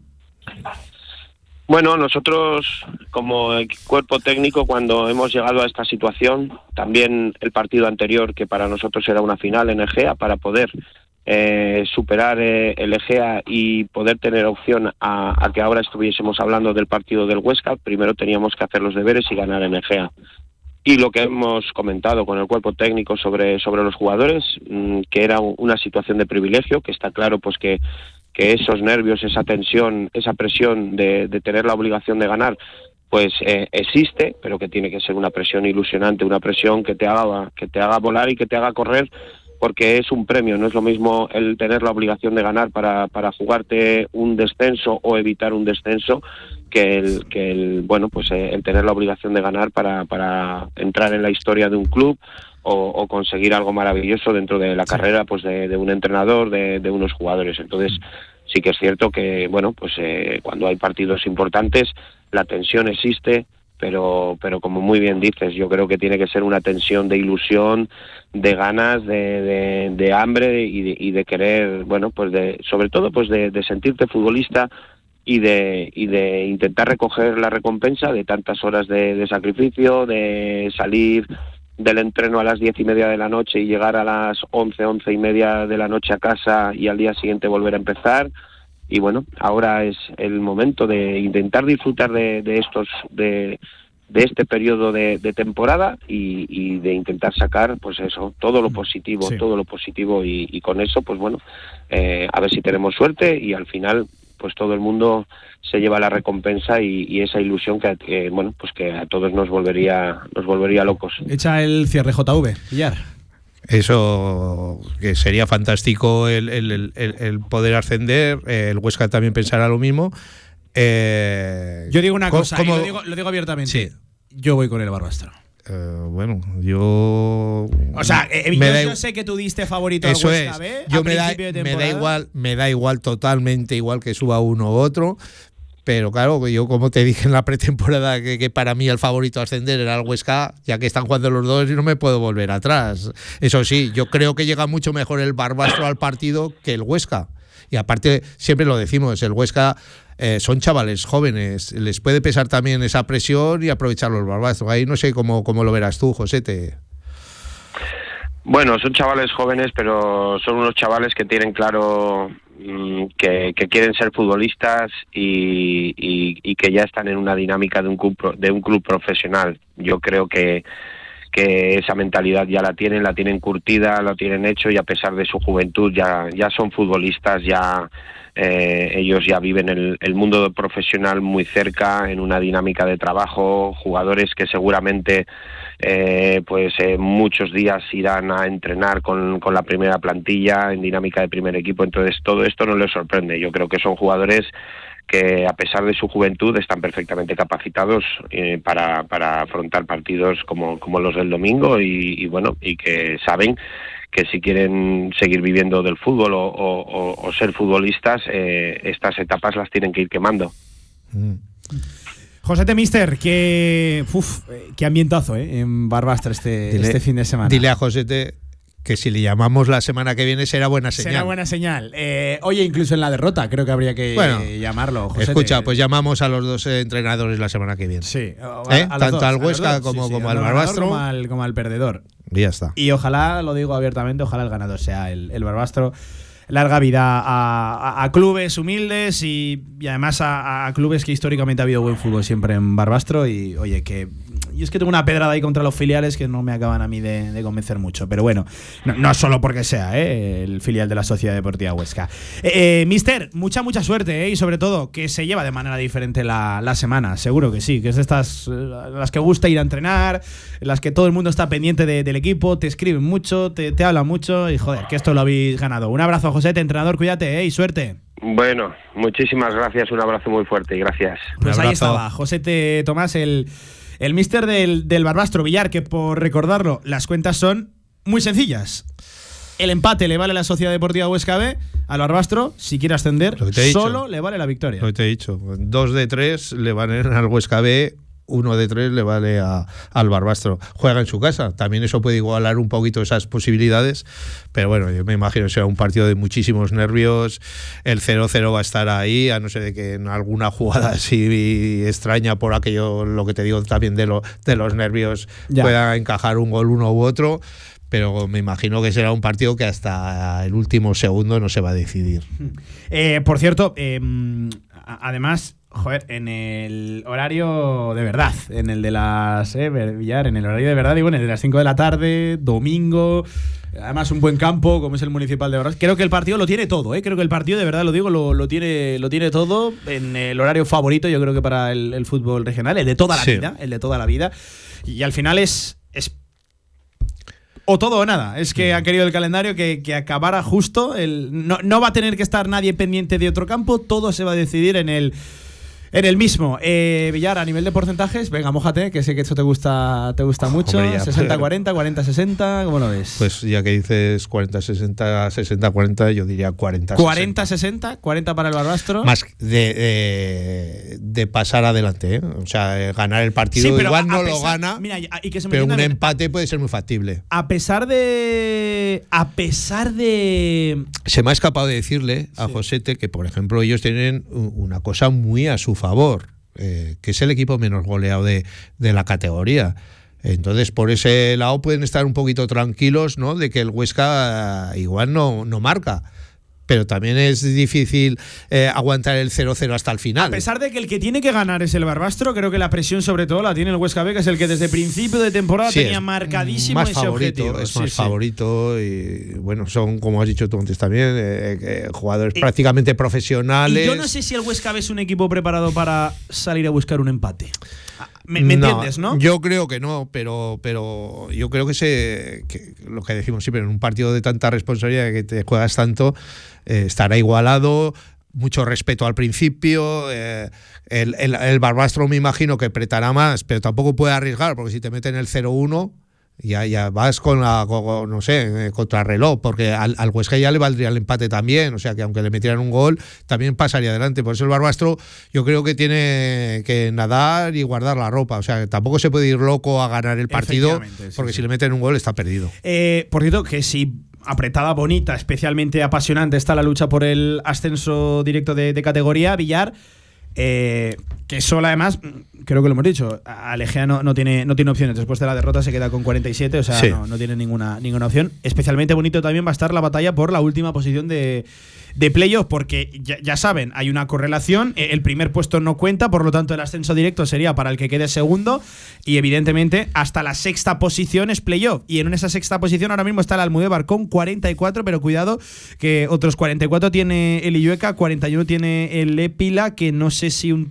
Bueno, nosotros como cuerpo técnico, cuando hemos llegado a esta situación, también el partido anterior, que para nosotros era una final en Egea, para poder superar el Egea y poder tener opción a que ahora estuviésemos hablando del partido del Huesca, primero teníamos que hacer los deberes y ganar en Egea. Y lo que hemos comentado con el cuerpo técnico sobre los jugadores, que era una situación de privilegio, que está claro pues que esos nervios, esa tensión, esa presión de tener la obligación de ganar, pues existe, pero que tiene que ser una presión ilusionante, una presión que te haga volar y que te haga correr, porque es un premio. No es lo mismo el tener la obligación de ganar para jugarte un descenso o evitar un descenso que el tener la obligación de ganar para entrar en la historia de un club o conseguir algo maravilloso dentro de la carrera pues de un entrenador, de unos jugadores. Entonces sí que es cierto que bueno, pues cuando hay partidos importantes la tensión existe, pero como muy bien dices, yo creo que tiene que ser una tensión de ilusión, de ganas, de hambre y de querer, bueno, pues sobre todo pues de sentirte futbolista y de intentar recoger la recompensa de tantas horas de sacrificio, de salir del entreno a las 10:30 de la noche y llegar a las 11:30 de la noche a casa y al día siguiente volver a empezar. Y bueno, ahora es el momento de intentar disfrutar de este periodo de temporada y de intentar sacar pues eso, todo lo positivo y con eso pues bueno, a ver si tenemos suerte y al final pues todo el mundo se lleva la recompensa y esa ilusión que bueno, pues que a todos nos volvería locos. Echa el cierre, JV, Villar. Eso que sería fantástico el poder ascender. El Huesca también pensará lo mismo. Yo digo una cosa, y lo digo abiertamente. Sí. Yo voy con el Barbastro. Bueno, yo... O sea, yo sé que tú diste favorito a Huesca B. Yo me da igual, totalmente igual que suba uno u otro. Pero claro, yo como te dije en la pretemporada que para mí el favorito a ascender era el Huesca, ya que están jugando los dos y no me puedo volver atrás. Eso sí, yo creo que llega mucho mejor el Barbastro al partido que el Huesca. Y aparte, siempre lo decimos, el Huesca son chavales jóvenes, les puede pesar también esa presión y aprovechar los Barbastros. Ahí no sé cómo lo verás tú, José. Bueno, son chavales jóvenes, pero son unos chavales que tienen claro que quieren ser futbolistas y que ya están en una dinámica de un club profesional. Yo creo que esa mentalidad ya la tienen curtida, lo tienen hecho y a pesar de su juventud ya son futbolistas, ellos ya viven el mundo profesional muy cerca, en una dinámica de trabajo, jugadores que seguramente muchos días irán a entrenar con la primera plantilla en dinámica de primer equipo, entonces todo esto no les sorprende. Yo creo que son jugadores que a pesar de su juventud están perfectamente capacitados para afrontar partidos como los del domingo y que saben que si quieren seguir viviendo del fútbol o ser futbolistas, estas etapas las tienen que ir quemando. Josete Mister, qué ambientazo en Barbastre este fin de semana. Dile a Josete que si le llamamos la semana que viene será buena señal. Será buena señal. Oye, incluso en la derrota creo que habría que llamarlo, Josete. Escucha, pues llamamos a los dos entrenadores la semana que viene. Sí. Tanto al Huesca como al Barbastro. Como al perdedor. Y ya está. Y ojalá, lo digo abiertamente, ojalá el ganador sea el Barbastro. Larga vida a clubes humildes y además a clubes que históricamente ha habido buen fútbol siempre en Barbastro. Y oye, yo es que tengo una pedrada ahí contra los filiales que no me acaban a mí de convencer mucho. Pero bueno, no solo porque sea el filial de la Sociedad Deportiva Huesca. Mister, mucha suerte y sobre todo que se lleva de manera diferente la semana. Seguro que sí, que es de estas las que gusta ir a entrenar, las que todo el mundo está pendiente del equipo, te escriben mucho, te hablan mucho y joder, que esto lo habéis ganado. Un abrazo, Josete, entrenador, cuídate y suerte. Bueno, muchísimas gracias, un abrazo muy fuerte y gracias. Pues ahí estaba, Josete Tomás, el míster del Barbastro. Villar, que por recordarlo, las cuentas son muy sencillas. El empate le vale a la Sociedad Deportiva Huesca B, al Barbastro, si quiere ascender, solo le vale la victoria. Lo que te he dicho, 2 de 3 le valen al Huesca B, 1 de 3 le vale al Barbastro. Juega en su casa, también eso puede igualar un poquito esas posibilidades, pero bueno, yo me imagino que será un partido de muchísimos nervios. El 0-0 va a estar ahí, a no ser de que en alguna jugada así extraña por aquello, lo que te digo también de los nervios, pueda encajar un gol uno u otro. Pero me imagino que será un partido que hasta el último segundo no se va a decidir. Por cierto, además, joder, en el horario de verdad, en el de las Villar, en el horario de verdad, digo, en el de las 5 de la tarde, domingo, además un buen campo como es el Municipal de Barbastro. Creo que el partido lo tiene todo, creo que el partido, de verdad lo digo, lo tiene todo en el horario favorito, yo creo que para el fútbol regional, el de toda la vida, y al final es o todo o nada. Es que ha querido el calendario que acabara justo. No va a tener que estar nadie pendiente de otro campo. Todo se va a decidir en el mismo. Villar, a nivel de porcentajes, venga, mójate, que sé que eso te gusta mucho. 60-40, 40-60, ¿cómo lo ves? Pues ya que dices 40-60, 60-40, yo diría 40-60. 40-60, 40 para el Barbastro. Más de pasar adelante, O sea, ganar el partido, sí, igual no lo gana, mira, y que se me pero un empate puede ser muy factible. A pesar de... Se me ha escapado de decirle a Josete que, por ejemplo, ellos tienen una cosa muy a su favor, que es el equipo menos goleado de la categoría. Entonces, por ese lado pueden estar un poquito tranquilos, ¿no?, de que el Huesca igual no marca. Pero también es difícil aguantar el 0-0 hasta el final. A pesar de que el que tiene que ganar es el Barbastro, creo que la presión sobre todo la tiene el Huesca B, que es el que desde principio de temporada tenía marcadísimo ese objetivo. Es más favorito y bueno, son, como has dicho tú antes también, jugadores prácticamente profesionales. Y yo no sé si el Huesca B es un equipo preparado para salir a buscar un empate. ¿Me entiendes, no? Yo creo que no, pero yo creo que lo que decimos siempre, en un partido de tanta responsabilidad que te juegas tanto, estará igualado, mucho respeto al principio, el Barbastro me imagino que apretará más, pero tampoco puede arriesgar, porque si te meten el 0-1... Ya vas con no sé, contrarreloj, porque al Huesca ya le valdría el empate también, o sea que aunque le metieran un gol, también pasaría adelante. Por eso el Barbastro yo creo que tiene que nadar y guardar la ropa, o sea que tampoco se puede ir loco a ganar el partido, porque si le meten un gol está perdido. Por cierto, que si apretada, bonita, especialmente apasionante está la lucha por el ascenso directo de categoría, Villar, que solo además, creo que lo hemos dicho, Alejea no tiene opciones. Después de la derrota se queda con 47, o sea, no tiene ninguna opción. Especialmente bonito también va a estar la batalla por la última posición de playoff, porque ya saben, hay una correlación, el primer puesto no cuenta, por lo tanto el ascenso directo sería para el que quede segundo, y evidentemente hasta la sexta posición es playoff, y en esa sexta posición ahora mismo está el Almudévar con 44, pero cuidado que otros 44 tiene el Illueca, 41 tiene el Épila, que no sé si un triple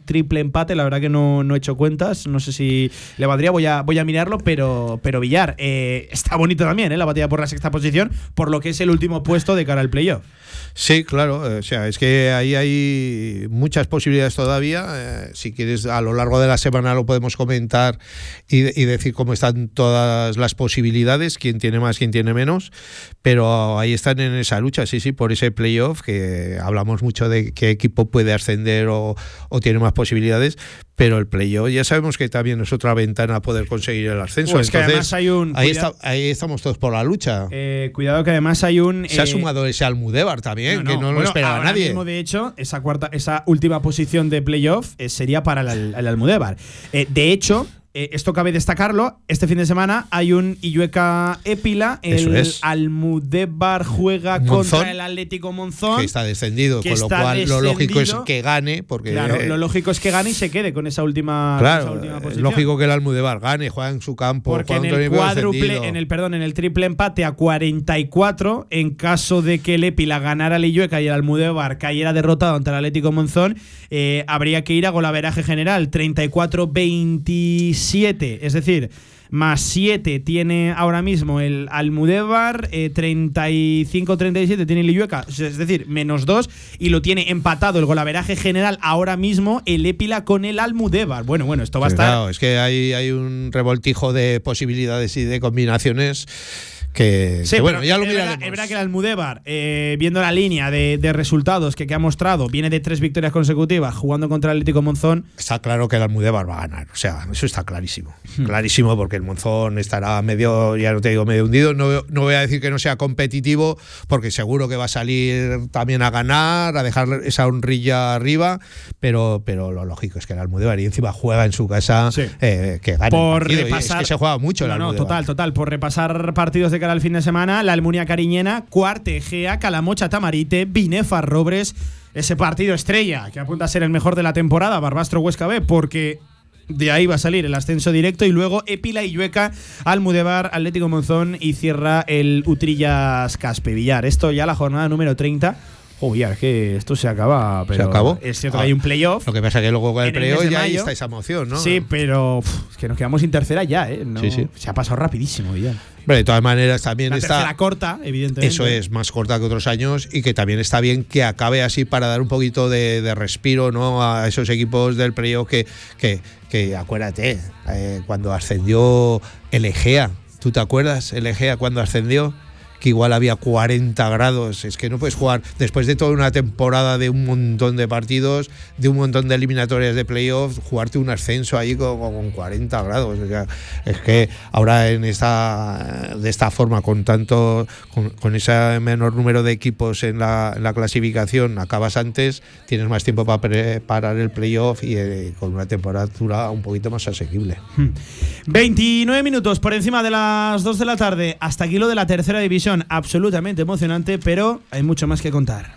empate, la verdad que no he hecho cuentas, no sé si le valdría, voy a mirarlo, pero Villar, está bonito también, la batalla por la sexta posición, por lo que es el último puesto de cara al playoff. Sí, claro, o sea, es que ahí hay muchas posibilidades todavía. Si quieres, a lo largo de la semana lo podemos comentar y decir cómo están todas las posibilidades, quién tiene más, quién tiene menos, pero ahí están en esa lucha, sí, por ese playoff, que hablamos mucho de qué equipo puede ascender o tiene más posibilidades, pero el playoff ya sabemos que también es otra ventana a poder conseguir el ascenso. Pues que además hay ahí estamos todos por la lucha. Cuidado que además hay se ha sumado ese Almudévar también, que no lo esperaba nadie. Mismo, de hecho, esa última posición de playoff sería para el Almudévar. De hecho, esto cabe destacarlo, este fin de semana hay un Illueca Épila, el Almudévar juega contra el Atlético Monzón, que está descendido, con lo cual lo lógico es que gane, porque claro, lo lógico es que gane y se quede con esa última, posición. Es lógico que el Almudévar gane, juega en su campo, porque en el cuádruple, en el triple empate a 44, en caso de que el Épila ganara el Illueca y el Almudévar cayera derrotado ante el Atlético Monzón, habría que ir a golaveraje general, 34-27. Es decir, más 7 tiene ahora mismo el Almudévar, 35-37 tiene el Illueca, es decir, menos 2, y lo tiene empatado el golaveraje general ahora mismo el Épila con el Almudévar. Bueno, esto va a estar… Claro, es que hay un revoltijo de posibilidades y de combinaciones… Que bueno, ya lo miraremos. Es verdad que el Almudévar, viendo la línea de resultados que ha mostrado, viene de 3 victorias consecutivas jugando contra el Atlético Monzón. Está claro que el Almudévar va a ganar, o sea, eso está clarísimo. Clarísimo, porque el Monzón estará medio, ya no te digo medio hundido, no voy a decir que no sea competitivo, porque seguro que va a salir también a ganar, a dejar esa honrilla arriba, pero lo lógico es que el Almudévar, y encima juega en su casa, que gane por el partido. Repasar, es que se juega mucho el Almudévar. Total, por repasar partidos de cara al fin de semana, la Almunia Cariñena, Cuarte Egea, Calamocha Tamarite, Binefar Robres, ese partido estrella que apunta a ser el mejor de la temporada, Barbastro Huesca B, porque de ahí va a salir el ascenso directo, y luego Épila, Illueca, Almudévar, Atlético Monzón, y cierra el Utrillas Caspe Villar. Esto ya la jornada número 30. Ya, es que esto se acaba, pero ¿se acabó? Es cierto que hay un playoff. Lo que pasa es que luego con el playoff ya ahí está esa emoción, ¿no? Sí, pero es que nos quedamos sin tercera ya, ¿no? Sí. Se ha pasado rapidísimo, Villar. Pero de todas maneras también está… La tercera corta, evidentemente. Eso es, más corta que otros años, y que también está bien que acabe así para dar un poquito de respiro, ¿no?, a esos equipos del playoff que acuérdate, cuando ascendió el Egea, ¿tú te acuerdas? El Egea cuando ascendió, que igual había 40 grados, es que no puedes jugar después de toda una temporada de un montón de partidos, de un montón de eliminatorias de playoffs, jugarte un ascenso ahí con 40 grados. O sea, es que ahora de esta forma, con ese menor número de equipos en la clasificación, acabas antes, tienes más tiempo para preparar el playoff y con una temperatura un poquito más asequible. 29 minutos por encima de las 2 de la tarde, hasta aquí lo de la tercera división. Absolutamente emocionante, pero hay mucho más que contar.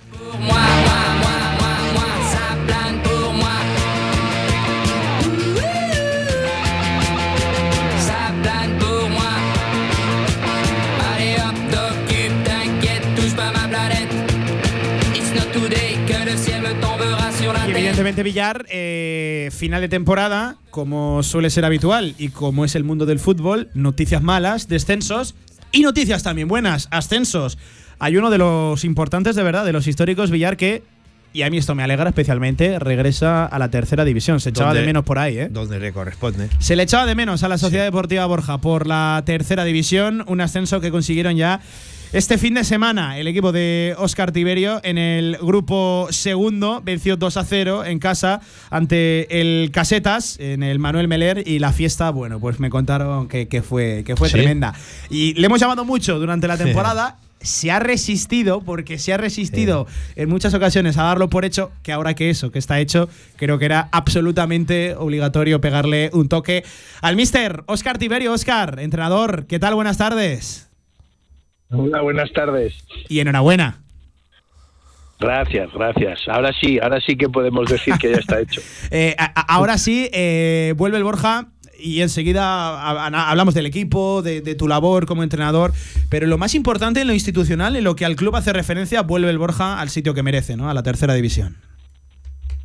Y evidentemente, Villar, final de temporada, como suele ser habitual y como es el mundo del fútbol, noticias malas, descensos. Y noticias también buenas, ascensos. Hay uno de los importantes, de verdad, de los históricos, Villar, que, y a mí esto me alegra especialmente, regresa a la tercera división. Se echaba de menos por ahí, donde le corresponde. Se le echaba de menos a la Sociedad Deportiva Borja por la tercera división, un ascenso que consiguieron ya este fin de semana. El equipo de Óscar Tiberio en el grupo segundo venció 2-0 en casa ante el Casetas en el Manuel Meller, y la fiesta, bueno, pues me contaron que fue tremenda. Y le hemos llamado mucho durante la temporada. Se ha resistido, porque se ha resistido en muchas ocasiones a darlo por hecho, que ahora que está hecho, creo que era absolutamente obligatorio pegarle un toque al míster Óscar Tiberio. Óscar, entrenador, ¿qué tal? Buenas tardes. Hola, buenas tardes. Y enhorabuena. Gracias. Ahora sí que podemos decir que ya está hecho. Ahora sí, vuelve el Borja. Y enseguida hablamos del equipo, de tu labor como entrenador, pero lo más importante, en lo institucional, en lo que al club hace referencia, vuelve el Borja al sitio que merece, ¿no?, a la tercera división.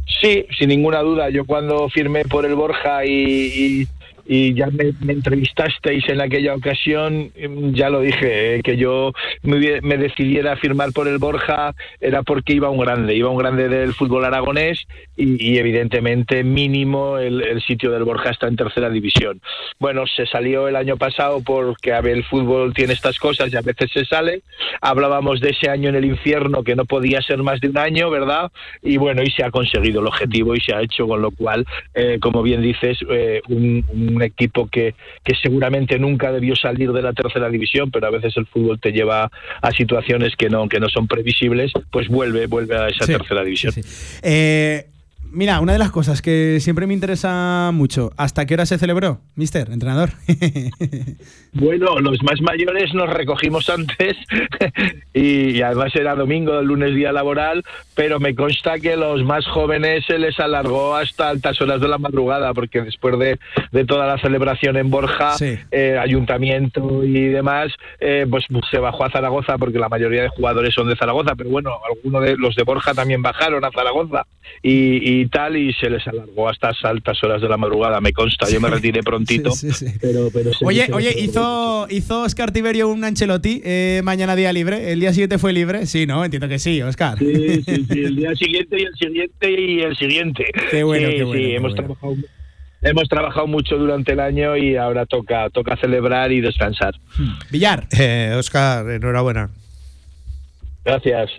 Sí, sin ninguna duda. Yo cuando firmé por el Borja y ya me entrevistasteis en aquella ocasión, ya lo dije, que yo me decidiera a firmar por el Borja era porque iba un grande del fútbol aragonés y evidentemente mínimo el sitio del Borja está en tercera división. Bueno, se salió el año pasado porque a ver, el fútbol tiene estas cosas y a veces se sale. Hablábamos de ese año en el infierno que no podía ser más de un año, ¿verdad? Y bueno, y se ha conseguido el objetivo y se ha hecho, con lo cual, como bien dices, un equipo que seguramente nunca debió salir de la tercera división, pero a veces el fútbol te lleva a situaciones que no son previsibles, pues vuelve a esa tercera división. Sí. Mira, una de las cosas que siempre me interesa mucho, ¿hasta qué hora se celebró, mister, entrenador? Bueno, los más mayores nos recogimos antes y además era domingo, el lunes día laboral, pero me consta que los más jóvenes se les alargó hasta altas horas de la madrugada, porque después de toda la celebración en Borja, ayuntamiento y demás, pues se bajó a Zaragoza, porque la mayoría de jugadores son de Zaragoza, pero bueno, algunos de los de Borja también bajaron a Zaragoza y se les alargó hasta altas horas de la madrugada, me consta. Yo me retiré prontito. Pero Oye, ¿hizo Óscar Tiberio un Ancelotti mañana día libre? ¿El día siguiente fue libre? Sí, ¿no? Entiendo que sí, Óscar. Sí, el día siguiente y el siguiente y el siguiente. Qué bueno, qué bueno. Hemos trabajado mucho durante el año y ahora toca celebrar y descansar. Villar. Óscar, enhorabuena. Gracias.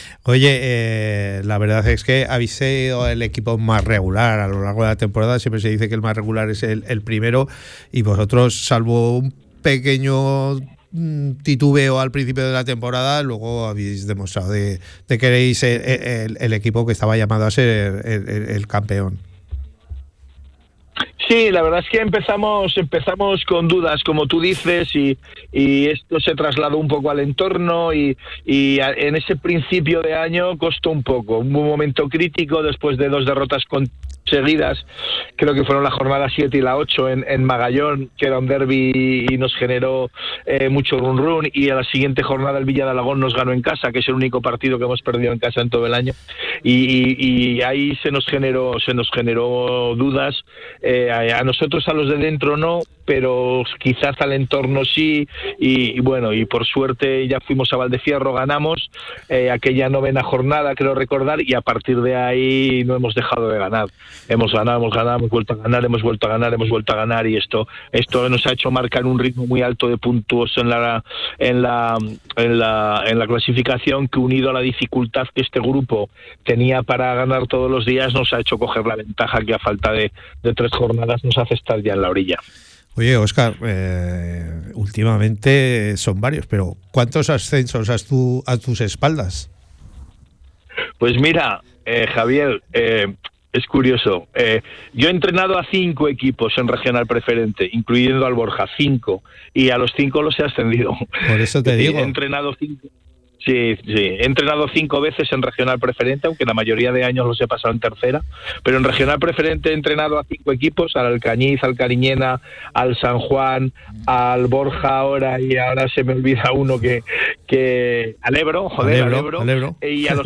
Oye, la verdad es que habéis sido el equipo más regular a lo largo de la temporada. Siempre se dice que el más regular es el primero, y vosotros, salvo un pequeño titubeo al principio de la temporada, luego habéis demostrado de que erais el equipo que estaba llamado a ser el campeón. Sí, la verdad es que empezamos con dudas, como tú dices, y esto se trasladó un poco al entorno y en ese principio de año costó un poco. Un momento crítico después de 2 derrotas seguidas, creo que fueron la jornada 7 y la 8 en Magallón, que era un derbi y nos generó mucho run, y a la siguiente jornada el Villa de Alagón nos ganó en casa, que es el único partido que hemos perdido en casa en todo el año, y ahí se nos generó dudas. A nosotros, a los de dentro no, pero quizás al entorno sí, y bueno, y por suerte ya fuimos a Valdefierro, ganamos aquella 9ª jornada, creo recordar, y a partir de ahí no hemos dejado de ganar. Hemos ganado, hemos vuelto a ganar, hemos vuelto a ganar, y esto nos ha hecho marcar un ritmo muy alto de puntos en la clasificación, que unido a la dificultad que este grupo tenía para ganar todos los días, nos ha hecho coger la ventaja que a falta de 3 jornadas nos hace estar ya en la orilla. Oye, Óscar, últimamente son varios, pero ¿cuántos ascensos has tú a tus espaldas? Pues mira, Javier, es curioso. Yo he entrenado a 5 equipos en regional preferente, incluyendo al Borja, 5, y a los 5 los he ascendido. Por eso te digo. He entrenado 5. Sí, he entrenado 5 veces en regional preferente, aunque la mayoría de años los he pasado en tercera, pero en regional preferente he entrenado a 5 equipos, al Alcañiz, al Cariñena, al San Juan, al Borja ahora, y ahora se me olvida uno que al Ebro, al Ebro.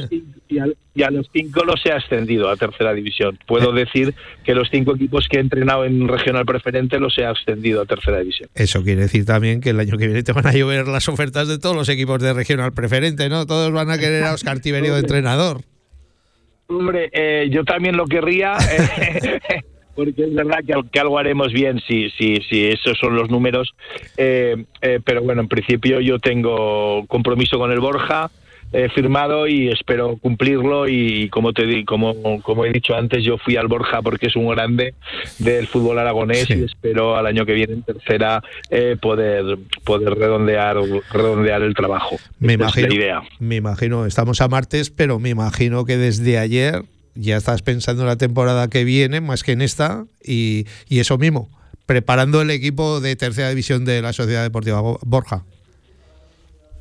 Y a los 5 los he ascendido a tercera división. Puedo decir que los 5 equipos que he entrenado en regional preferente los he ascendido a tercera división. Eso quiere decir también que el año que viene te van a llover las ofertas de todos los equipos de regional preferente, ¿no? Todos van a querer a Óscar Tiberio de entrenador. Hombre, yo también lo querría, porque es verdad que algo haremos bien si esos son los números. Pero bueno, en principio yo tengo compromiso con el Borja firmado y espero cumplirlo, y como he dicho antes, yo fui al Borja porque es un grande del fútbol aragonés, y espero al año que viene en tercera poder redondear el trabajo. Me imagino, estamos a martes, pero me imagino que desde ayer ya estás pensando en la temporada que viene más que en esta, y eso mismo, preparando el equipo de tercera división de la Sociedad Deportiva Borja.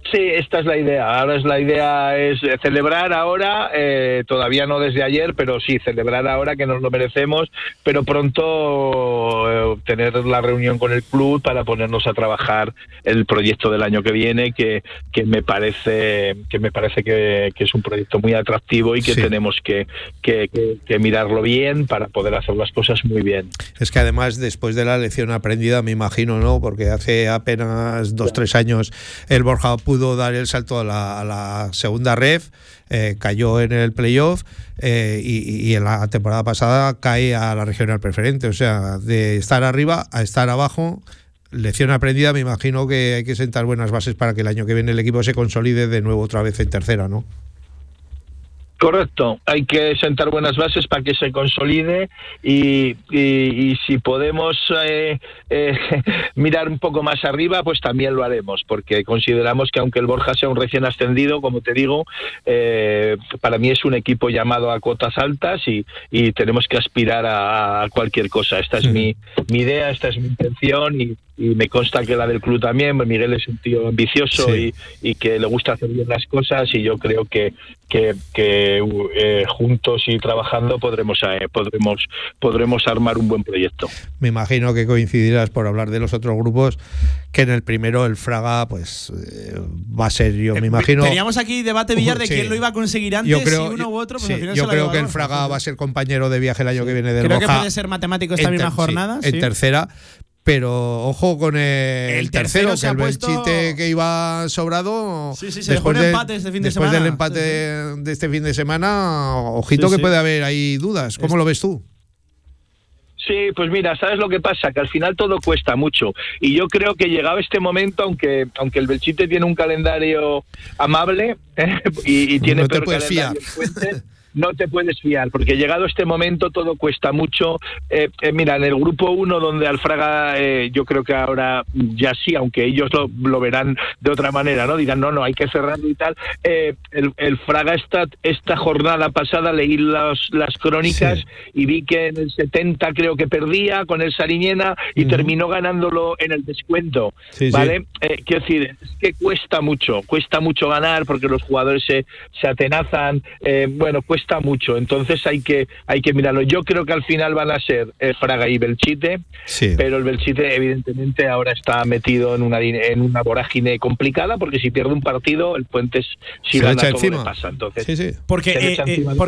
Sí, esta es la idea. Ahora la idea es celebrar ahora, todavía no desde ayer, pero sí, celebrar ahora que nos lo merecemos, pero pronto tener la reunión con el club para ponernos a trabajar el proyecto del año que viene, que me parece que es un proyecto muy atractivo y que tenemos que mirarlo bien para poder hacer las cosas muy bien. Es que además, después de la lección aprendida, me imagino, ¿no? Porque hace apenas 2-3 años el Borja pudo dar el salto a la segunda ref, cayó en el playoff y en la temporada pasada cae a la regional preferente. O sea, de estar arriba a estar abajo, lección aprendida. Me imagino que hay que sentar buenas bases para que el año que viene el equipo se consolide de nuevo otra vez en tercera, ¿no? Correcto, hay que sentar buenas bases para que se consolide y si podemos mirar un poco más arriba, pues también lo haremos, porque consideramos que aunque el Borja sea un recién ascendido, como te digo, para mí es un equipo llamado a cotas altas y tenemos que aspirar a cualquier cosa. Esta es mi idea, esta es mi intención y me consta que la del club también. Miguel es un tío ambicioso y que le gusta hacer bien las cosas y yo creo que juntos y trabajando podremos armar un buen proyecto. Me imagino que coincidirás, por hablar de los otros grupos, que en el primero el Fraga pues va a ser, yo me imagino... Teníamos aquí debate, Villar, de quién lo iba a conseguir antes, si uno u otro, pues al final yo creo que el Fraga va a ser compañero de viaje el año que viene del Borja. Creo que puede ser matemático esta misma jornada. En tercera. Pero ojo con el tercero, que el Belchite, que iba sobrado. Se dejó un empate este fin de semana. Después del empate de este fin de semana, ojito que puede haber ahí dudas. ¿Cómo lo ves tú? Sí, pues mira, ¿sabes lo que pasa? Que al final todo cuesta mucho. Y yo creo que llegado este momento, aunque el Belchite tiene un calendario amable y tiene no te puedes fiar. No te puedes fiar, porque llegado este momento todo cuesta mucho. Mira, en el grupo 1, donde al Fraga, yo creo que ahora ya sí, aunque ellos lo verán de otra manera, ¿no? Dirán, no, hay que cerrarlo y tal. El Fraga esta jornada pasada leí las crónicas y vi que en el 70 creo que perdía con el Sariñena y terminó ganándolo en el descuento, ¿vale? Quiero decir, es que cuesta mucho ganar porque los jugadores se atenazan, cuesta mucho, entonces hay que mirarlo. Yo creo que al final van a ser Fraga y Belchite, pero el Belchite evidentemente ahora está metido en una vorágine complicada, porque si pierde un partido, el Puentes si gana todo le pasa. Entonces, porque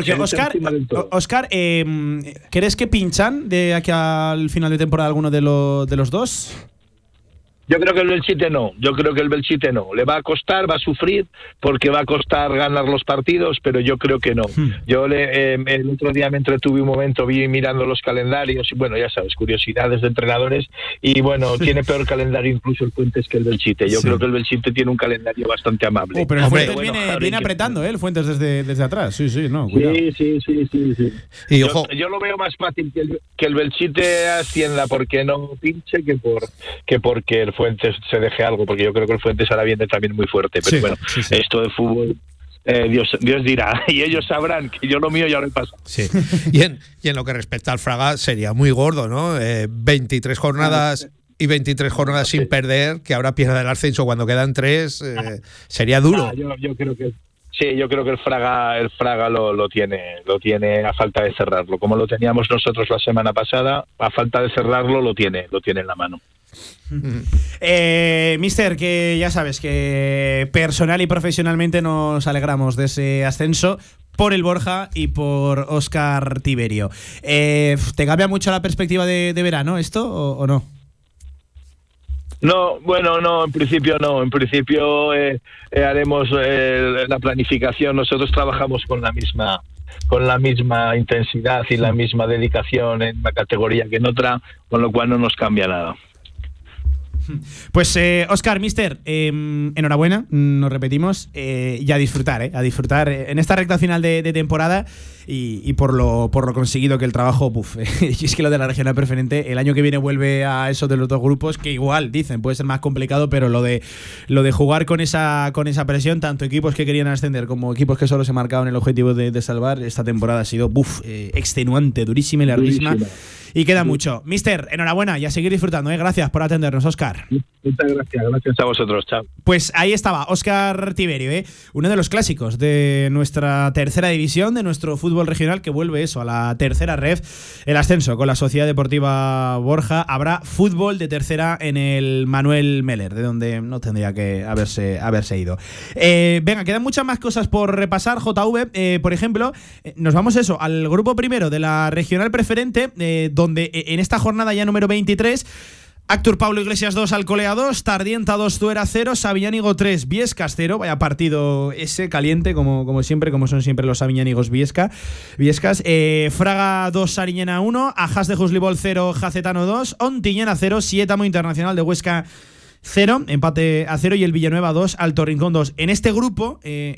Óscar, ¿crees que pinchan de aquí al final de temporada alguno de los dos? Yo creo que el Belchite no. Le va a costar, va a sufrir, porque va a costar ganar los partidos, pero yo creo que no. Yo el otro día me entretuve un momento, vi mirando los calendarios, y bueno, ya sabes, curiosidades de entrenadores, y bueno, tiene peor calendario incluso el Fuentes que el Belchite. Yo creo que el Belchite tiene un calendario bastante amable. Pero el Fuentes viene apretando, el Fuentes desde atrás. Cuidado. Sí. Y ojo, yo lo veo más fácil que el Belchite ascienda porque no pinche que porque el Fuentes se deje algo, porque yo creo que el Fuentes ahora viene también muy fuerte, pero esto de fútbol Dios dirá, y ellos sabrán que yo lo mío ya lo he pasado. Y en lo que respecta al Fraga sería muy gordo, ¿no? 23 jornadas y 23 jornadas sin perder, que ahora pierda el ascenso cuando quedan 3, sería duro. Yo creo que yo creo que el Fraga lo tiene a falta de cerrarlo, como lo teníamos nosotros la semana pasada, a falta de cerrarlo lo tiene en la mano. Mister, que ya sabes que personal y profesionalmente nos alegramos de ese ascenso por el Borja y por Óscar Tiberio. ¿Te cambia mucho la perspectiva de verano esto o no? No, bueno, no, en principio no. En principio haremos la planificación. Nosotros trabajamos con la misma intensidad y la misma dedicación en una categoría que en otra, con lo cual no nos cambia nada. Pues Óscar, mister, enhorabuena, nos repetimos, y a disfrutar en esta recta final de temporada y por lo conseguido, que el trabajo, y es que lo de la regional preferente el año que viene vuelve a eso de los dos grupos, que igual dicen puede ser más complicado, pero lo de jugar con esa presión, tanto equipos que querían ascender como equipos que solo se marcaban el objetivo de salvar, esta temporada ha sido extenuante, durísima y larguísima. y queda mucho. Mister, enhorabuena y a seguir disfrutando, ¿eh? Gracias por atendernos, Óscar. Muchas gracias a vosotros, chao. Pues ahí estaba Óscar Tiberio, uno de los clásicos de nuestra tercera división, de nuestro fútbol regional, que vuelve eso a la tercera ref, el ascenso con la Sociedad Deportiva Borja. Habrá fútbol de tercera en el Manuel Meller, de donde no tendría que haberse ido. Venga, quedan muchas más cosas por repasar, JV. Por ejemplo, nos vamos al grupo primero de la regional preferente, donde en esta jornada ya número 23, Actur Pablo Iglesias 2, Alcolea 2, Tardienta 2, Zuera 0, Sabiñánigo 3, Viescas 0. Vaya partido ese caliente, como siempre, como son siempre los Sabiñánigos Viescas. Fraga 2, Sariñena 1, Ajas de Juslibol 0, Jacetano 2, Ontiñena 0, Siétamo Internacional de Huesca 0, empate a 0, y el Villanueva 2, Alto Rincón 2. En este grupo,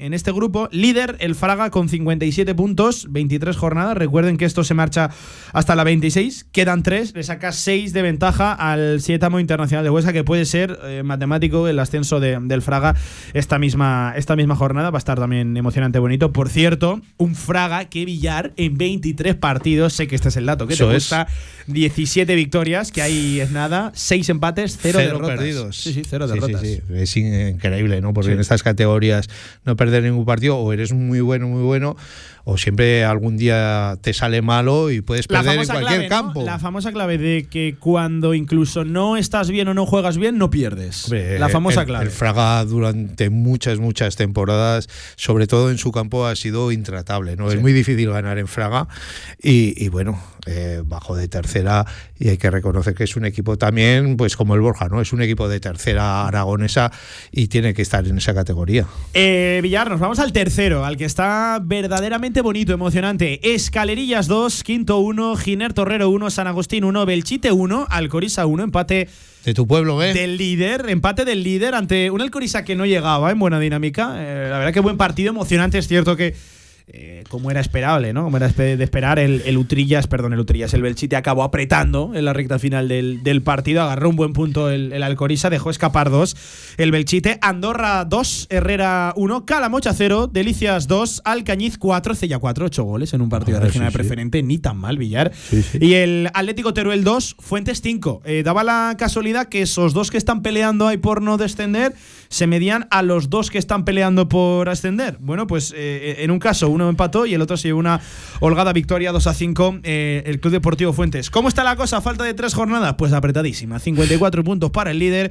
líder el Fraga con 57 puntos, 23 jornadas. Recuerden que esto se marcha hasta la 26, quedan 3, le saca 6 de ventaja al Siétamo Internacional de Huesca, que puede ser matemático el ascenso del Fraga esta misma jornada. Va a estar también emocionante, bonito. Por cierto, un Fraga que Villar en 23 partidos, sé que este es el dato que te gusta, 17 victorias, que ahí es nada, 6 empates, 0 derrotas. Perdidos. Sí, 0 derrotas. Sí. Es increíble, ¿no? Porque en estas categorías no perder ningún partido, o eres muy bueno, o siempre algún día te sale malo y puedes perder en cualquier campo. ¿No? La famosa clave de que cuando incluso no estás bien o no juegas bien, no pierdes. Hombre, la famosa clave. El Fraga durante muchas temporadas, sobre todo en su campo, ha sido intratable, ¿no? Sí. Es muy difícil ganar en Fraga y bueno, bajo de tercera, y hay que reconocer que es un equipo también, pues como el Borja, ¿no? Es un equipo de tercera aragonesa y tiene que estar en esa categoría. Villar, nos vamos al tercero, al que está verdaderamente bonito, emocionante. Escalerillas 2, Quinto 1, Giner Torrero 1, San Agustín 1, Belchite 1, Alcorisa 1, empate de tu pueblo, empate del líder ante un Alcorisa que no llegaba en buena dinámica. La verdad que buen partido, emocionante. Es cierto que como era esperable, ¿no? Como era de esperar, el Utrillas, el Belchite acabó apretando en la recta final del partido, agarró un buen punto el Alcorisa, dejó escapar 2 el Belchite. Andorra 2, Herrera 1, Calamocha 0, Delicias 2, Alcañiz 4, Cella 4, 8 goles en un partido regional preferente, ni tan mal, Villar. Sí. Y el Atlético Teruel 2, Fuentes 5. Daba la casualidad que esos dos que están peleando ahí por no descender se medían a los dos que están peleando por ascender. Bueno, pues en un caso uno empató y el otro se llevó una holgada victoria 2-5 el Club Deportivo Fuentes. ¿Cómo está la cosa a falta de 3 jornadas? Pues apretadísima. 54 puntos para el líder,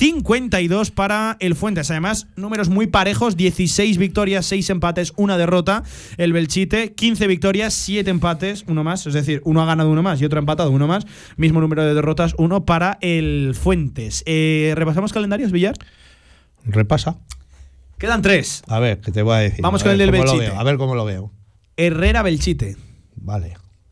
52 para el Fuentes. Además, números muy parejos, 16 victorias, 6 empates, 1 derrota. El Belchite, 15 victorias, 7 empates, 1 más. Es decir, uno ha ganado 1 más y otro ha empatado 1 más. Mismo número de derrotas, 1 para el Fuentes. ¿Repasamos calendarios, Villar? Repasa. Quedan 3. A ver, ¿qué te voy a decir? Vamos con el del Belchite. A ver cómo lo veo. Herrera Belchite. Vale.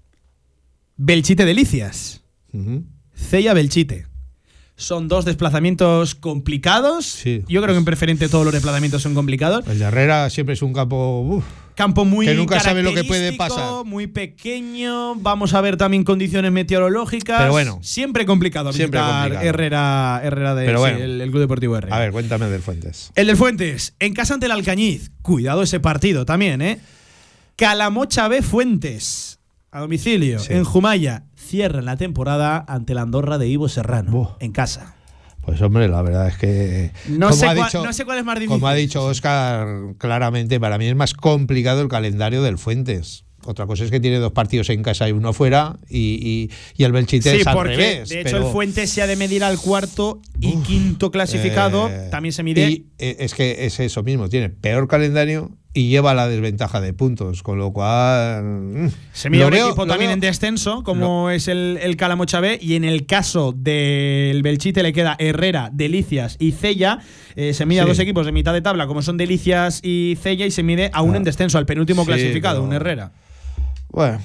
Belchite Delicias. Cella Belchite. Son 2 desplazamientos complicados. Sí. Yo creo que en preferente todos los desplazamientos son complicados. El de Herrera siempre es un campo muy que nunca sabe lo que puede pasar. Muy pequeño. Vamos a ver también condiciones meteorológicas. Pero bueno, siempre complicado visitar Herrera de pero bueno, el Club Deportivo Herrera. A ver, cuéntame del Fuentes. El del Fuentes, en casa ante el Alcañiz. Cuidado ese partido también, ¿eh? Calamocha B Fuentes, a domicilio, en Jumaya. Cierran la temporada ante la Andorra de Ivo Serrano, en casa. Pues hombre, la verdad es que no sé cuál es más difícil. Como ha dicho Óscar, claramente para mí es más complicado el calendario del Fuentes. Otra cosa es que tiene 2 partidos en casa y 1 fuera, y el Belchite es al revés. De hecho, el Fuentes se ha de medir al cuarto y quinto clasificado. También se mide. Y es que es eso mismo, tiene peor calendario y lleva la desventaja de puntos, con lo cual se mide un equipo también en descenso, como es el Calamocha B, y en el caso del Belchite le queda Herrera, Delicias y Cella. Se mide a 2 equipos de mitad de tabla, como son Delicias y Cella, y se mide a uno en descenso, al penúltimo clasificado, un Herrera. Bueno,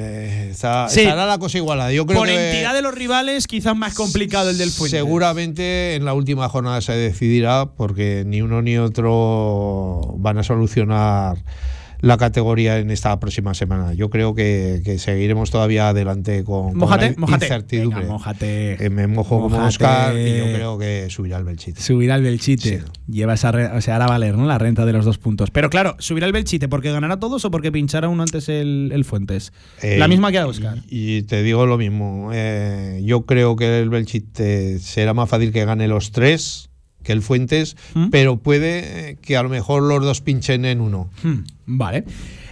estará la cosa igualada. Yo creo por que entidad de los rivales, quizás más complicado el del Fuentes. Seguramente en la última jornada se decidirá, porque ni uno ni otro van a solucionar la categoría en esta próxima semana. Yo creo que seguiremos todavía adelante con incertidumbre. Venga, mójate. Me mojo como Oscar y yo creo que subirá el Belchite. Subirá el Belchite. Sí. Lleva esa hará valer, ¿no?, la renta de los 2 puntos. Pero claro, subirá el Belchite porque ganará todos o porque pinchará uno antes el Fuentes. La misma que a Oscar. Y te digo lo mismo. Yo creo que el Belchite será más fácil que gane los 3 que el Fuentes, pero puede que a lo mejor los 2 pinchen en uno. Vale.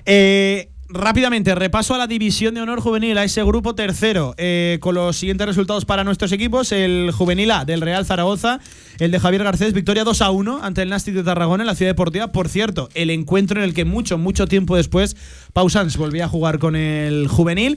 Rápidamente, repaso a la división de honor juvenil, a ese grupo tercero, con los siguientes resultados para nuestros equipos. El juvenil A del Real Zaragoza, el de Javier Garcés, victoria 2-1 ante el Nàstic de Tarragona en la Ciudad Deportiva. Por cierto, el encuentro en el que mucho tiempo después Pau Sans volvía a jugar con el juvenil.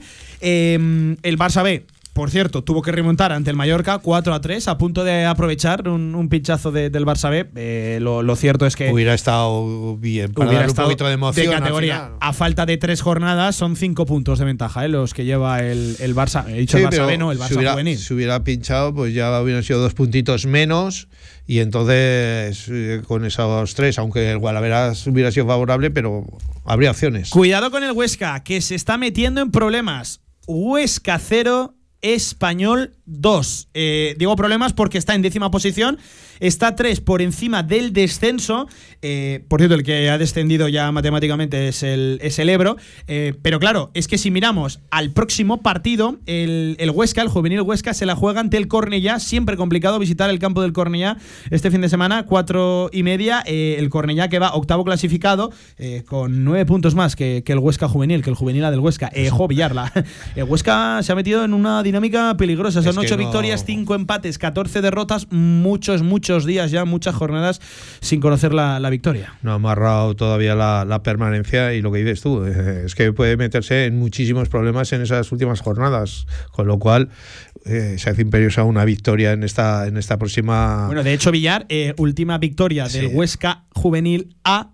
El Barça B, por cierto, tuvo que remontar ante el Mallorca 4-3, a punto de aprovechar un pinchazo del Barça B. Lo cierto es que hubiera estado bien para darle un poquito de emoción. De categoría. A falta de 3 jornadas, son 5 puntos de ventaja, los que lleva el Barça. He dicho el Barça B, no, el Barça juvenil. Si hubiera pinchado, pues ya hubieran sido 2 puntitos menos. Y entonces, con esos 3, aunque el Guadalajara hubiera sido favorable, pero habría opciones. Cuidado con el Huesca, que se está metiendo en problemas. Huesca 0, Español 2. Digo problemas porque está en 10ª posición, está 3 por encima del descenso. Por cierto, el que ha descendido ya matemáticamente es el Ebro. Pero claro, es que si miramos al próximo partido, el Huesca, el juvenil Huesca, se la juega ante el Cornellá. Siempre complicado visitar el campo del Cornellá este fin de semana, 4:30. El Cornellá, que va 8º clasificado, con 9 puntos más que el Huesca juvenil, que el juvenil del Huesca. Villar, el Huesca se ha metido en una dinámica peligrosa. Son 8 victorias, 5 empates, 14 derrotas, muchos días ya, muchas jornadas sin conocer la victoria. No ha amarrado todavía la permanencia, y lo que dices tú, es que puede meterse en muchísimos problemas en esas últimas jornadas, con lo cual se hace imperiosa una victoria en esta próxima. Bueno, de hecho, Villar, última victoria del Huesca juvenil A,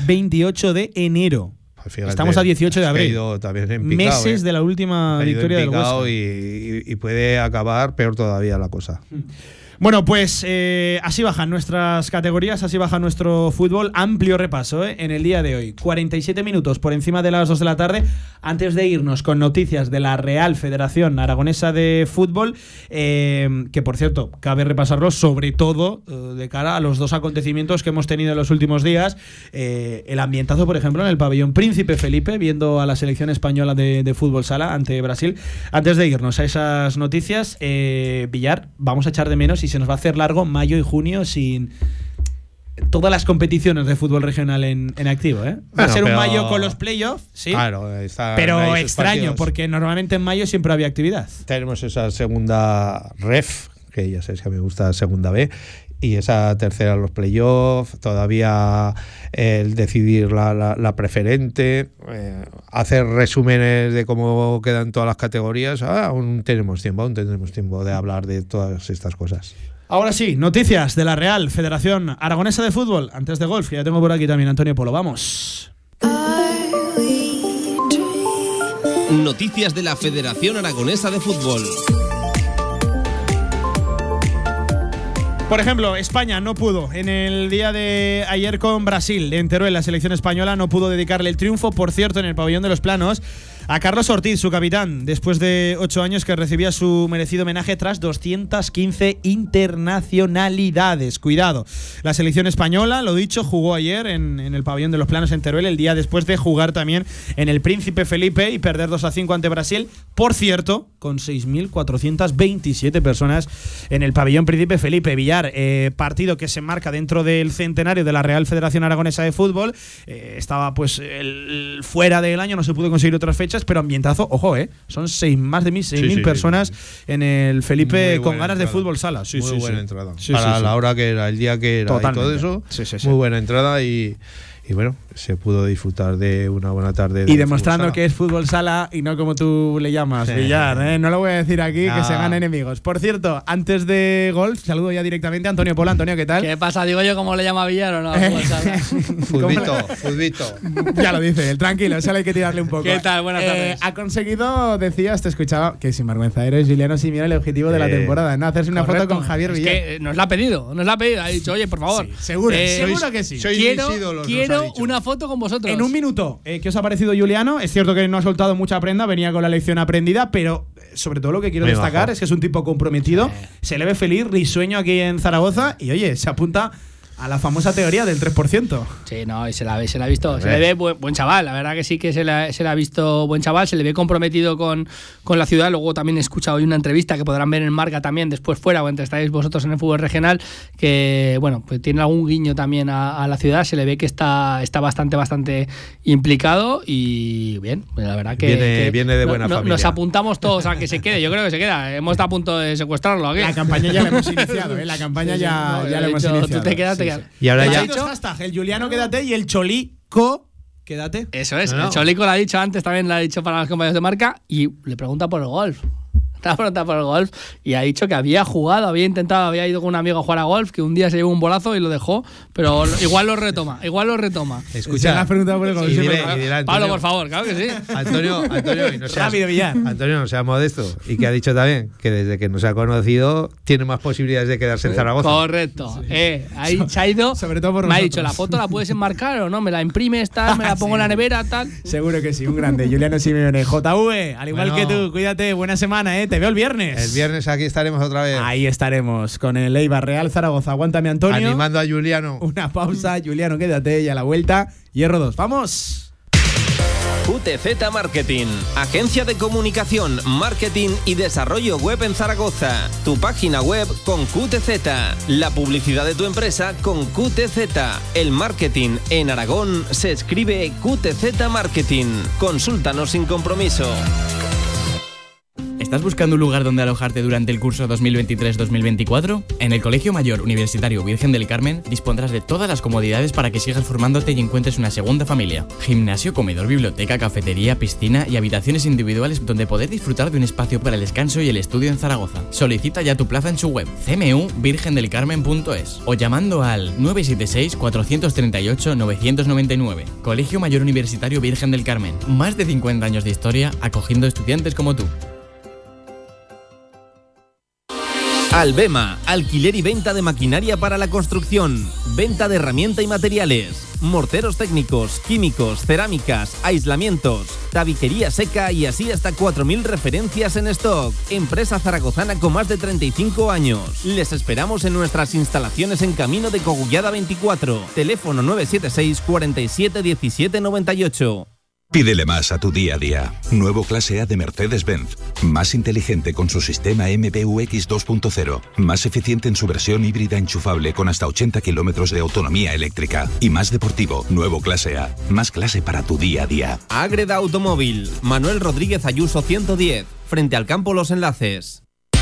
28 de enero. Fíjate, estamos a 18 de abril. También en picado, meses de la última victoria del Huesca. Y puede acabar peor todavía la cosa. Bueno, pues así bajan nuestras categorías, así baja nuestro fútbol. Amplio repaso en el día de hoy. 47 minutos por encima de las 2 de la tarde. Antes de irnos con noticias de la Real Federación Aragonesa de Fútbol, que por cierto, cabe repasarlo sobre todo de cara a los 2 acontecimientos que hemos tenido en los últimos días. El ambientazo, por ejemplo, en el pabellón Príncipe Felipe, viendo a la selección española de fútbol sala ante Brasil. Antes de irnos a esas noticias, Villar, vamos a echar de menos, y se nos va a hacer largo mayo y junio sin todas las competiciones de fútbol regional en activo, ¿eh? Va a ser un mayo con los playoffs, sí. Claro, pero extraño, partidos, porque normalmente en mayo siempre había actividad. Tenemos esa segunda ref, que ya sabéis que me gusta segunda B, y esa tercera los playoffs, todavía el decidir la preferente, hacer resúmenes de cómo quedan todas las categorías. Aún tenemos tiempo de hablar de todas estas cosas. Ahora sí, noticias de la Real Federación Aragonesa de Fútbol. Antes de golf, ya tengo por aquí también Antonio Polo. Vamos. Noticias de la Federación Aragonesa de Fútbol. Por ejemplo, España no pudo en el día de ayer con Brasil. En Teruel, la selección española no pudo dedicarle el triunfo, por cierto, en el pabellón de los Planos, a Carlos Ortiz, su capitán, después de 8 años que recibía su merecido homenaje tras 215 internacionalidades. Cuidado, la selección española, lo dicho, jugó ayer en el pabellón de los Planos en Teruel, el día después de jugar también en el Príncipe Felipe y perder 2-5 ante Brasil. Por cierto, con 6.427 personas en el pabellón Príncipe Felipe. Villar, partido que se enmarca dentro del centenario de la Real Federación Aragonesa de Fútbol. Estaba pues fuera del año, no se pudo conseguir otras fechas, pero ambientazo, ojo, son más de 6.000 personas en el Felipe con ganas de fútbol sala. Muy buena entrada. Para la hora que era, el día que era. Totalmente. Y todo eso, muy buena entrada y bueno, se pudo disfrutar de una buena tarde. Y demostrando que es fútbol sala y no como tú le llamas, Villar. No lo voy a decir aquí, que se gana enemigos. Por cierto, antes de golf, saludo ya directamente a Antonio Polo. Antonio, ¿qué tal? ¿Qué pasa? Digo yo, ¿cómo le llama a Villar o no? Fudbito. Ya lo dice él, tranquilo, solo hay que tirarle un poco. ¿Qué tal? Buenas tardes. Ha conseguido, decías, te escuchaba, que sinvergüenza eres, Juliano Simeone, el objetivo de la temporada, ¿no? Hacerse una foto con Javier Villar. Que nos la ha pedido, ha dicho, oye, por favor. Sí, seguro que sí. Quiero Claro, una foto con vosotros. En un minuto, ¿qué os ha parecido Juliano? Es cierto que no ha soltado mucha prenda, venía con la lección aprendida, pero sobre todo lo que quiero destacar es que es un tipo comprometido, se le ve feliz, risueño aquí en Zaragoza y oye, se apunta a la famosa teoría del 3%. Sí, no, y se la ha visto. Se le ve buen chaval, la verdad que sí que se le ha visto buen chaval, se le ve comprometido con la ciudad. Luego también he escuchado hoy una entrevista que podrán ver en Marca también después fuera, o entre estáis vosotros en el fútbol regional, que bueno, pues tiene algún guiño también a la ciudad. Se le ve que está bastante implicado y bien, la verdad que viene de buena familia. Nos apuntamos todos a que se quede. Yo creo que se queda. Hemos estado a punto de secuestrarlo aquí. La campaña ya la hemos iniciado, la campaña ya la hemos iniciado. Tú te quedas. Y ahora ya. Hashtag, el Juliano quédate y el Cholico quédate. Eso es, el Cholico lo ha dicho antes, también lo ha dicho para los compañeros de Marca y le pregunta por el golf. Y ha dicho que había jugado, había ido con un amigo a jugar a golf, que un día se llevó un bolazo y lo dejó, pero igual lo retoma. Escucha, la pregunta por el golf. Pablo, por favor, claro que sí. Antonio, y no seas, Antonio, no sea modesto. Y que ha dicho también que desde que nos ha conocido tiene más posibilidades de quedarse en Zaragoza. Correcto. Ahí se ha ido. Sobre todo por me nosotros. Ha dicho, ¿la foto la puedes enmarcar o no? ¿Me la imprimes, tal? ¿Me la pongo en la nevera, tal? Seguro que sí, un grande. Juliano Simeone. JV, al igual que tú, cuídate, buena semana, Te veo el viernes. El viernes aquí estaremos otra vez. Ahí estaremos con el Eibar Real Zaragoza. Aguántame, Antonio. Animando a Juliano. Una pausa, Juliano, quédate y a la vuelta. Hierro 2. ¡Vamos! QTZ Marketing, agencia de comunicación, marketing y desarrollo web en Zaragoza. Tu página web con QTZ. La publicidad de tu empresa con QTZ. El marketing en Aragón se escribe QTZ Marketing. Consúltanos sin compromiso. ¿Estás buscando un lugar donde alojarte durante el curso 2023-2024? En el Colegio Mayor Universitario Virgen del Carmen dispondrás de todas las comodidades para que sigas formándote y encuentres una segunda familia. Gimnasio, comedor, biblioteca, cafetería, piscina y habitaciones individuales donde poder disfrutar de un espacio para el descanso y el estudio en Zaragoza. Solicita ya tu plaza en su web cmuvirgendelcarmen.es o llamando al 976-438-999. Colegio Mayor Universitario Virgen del Carmen. Más de 50 años de historia acogiendo estudiantes como tú. Albema, alquiler y venta de maquinaria para la construcción, venta de herramienta y materiales, morteros técnicos, químicos, cerámicas, aislamientos, tabiquería seca y así hasta 4.000 referencias en stock. Empresa zaragozana con más de 35 años. Les esperamos en nuestras instalaciones en Camino de Cogullada 24. Teléfono 976 47 17 98. Pídele más a tu día a día. Nuevo Clase A de Mercedes-Benz. Más inteligente con su sistema MBUX 2.0. Más eficiente en su versión híbrida enchufable con hasta 80 kilómetros de autonomía eléctrica. Y más deportivo. Nuevo Clase A. Más clase para tu día a día. Ágreda Automóvil. Manuel Rodríguez Ayuso 110. Frente al campo Los Enlaces.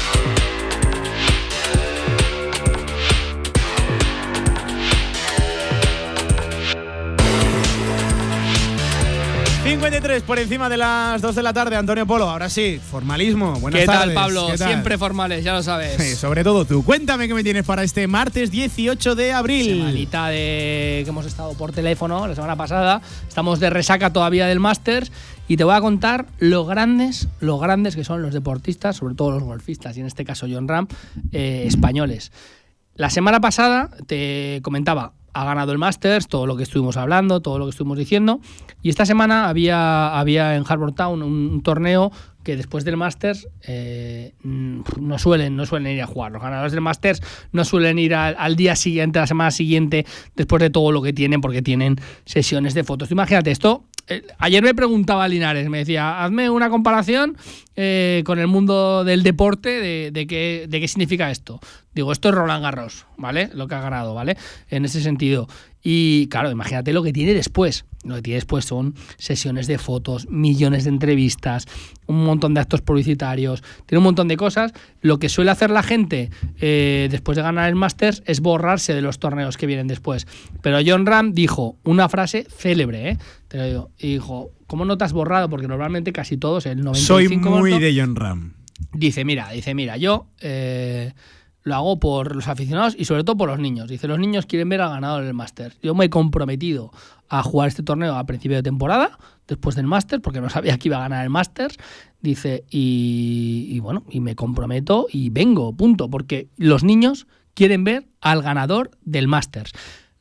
Por encima de las 2 de la tarde, Antonio Polo. Ahora sí, formalismo. Buenas tardes. ¿Qué tal, Pablo? ¿Qué tal? Siempre formales, ya lo sabes. Sí, sobre todo tú. Cuéntame qué me tienes para este martes 18 de abril. Semanita que hemos estado por teléfono la semana pasada. Estamos de resaca todavía del Masters y te voy a contar lo grandes que son los deportistas, sobre todo los golfistas, y en este caso Jon Rahm, españoles. La semana pasada te comentaba, ha ganado el Masters, todo lo que estuvimos hablando, todo lo que estuvimos diciendo. Y esta semana había en Harbour Town un torneo que después del Masters no suelen ir a jugar. Los ganadores del Masters no suelen ir al día siguiente, a la semana siguiente, después de todo lo que tienen, porque tienen sesiones de fotos. Imagínate esto. Ayer me preguntaba Linares, me decía, hazme una comparación con el mundo del deporte de qué significa esto. Digo, esto es Roland Garros, ¿vale? Lo que ha ganado, ¿vale? En ese sentido. Y claro, imagínate lo que tiene después. Lo que tiene después son sesiones de fotos, millones de entrevistas, un montón de actos publicitarios, tiene un montón de cosas. Lo que suele hacer la gente después de ganar el Masters es borrarse de los torneos que vienen después. Pero Jon Rahm dijo una frase célebre, te lo digo, y dijo, ¿cómo no te has borrado? Porque normalmente casi todos, el 95%… Soy muy de Jon Rahm. Dice, mira, yo… lo hago por los aficionados y sobre todo por los niños. Dice, los niños quieren ver al ganador del Masters. Yo me he comprometido a jugar este torneo a principio de temporada, después del Masters, porque no sabía que iba a ganar el Masters. Dice, y bueno, y me comprometo y vengo, punto. Porque los niños quieren ver al ganador del Masters.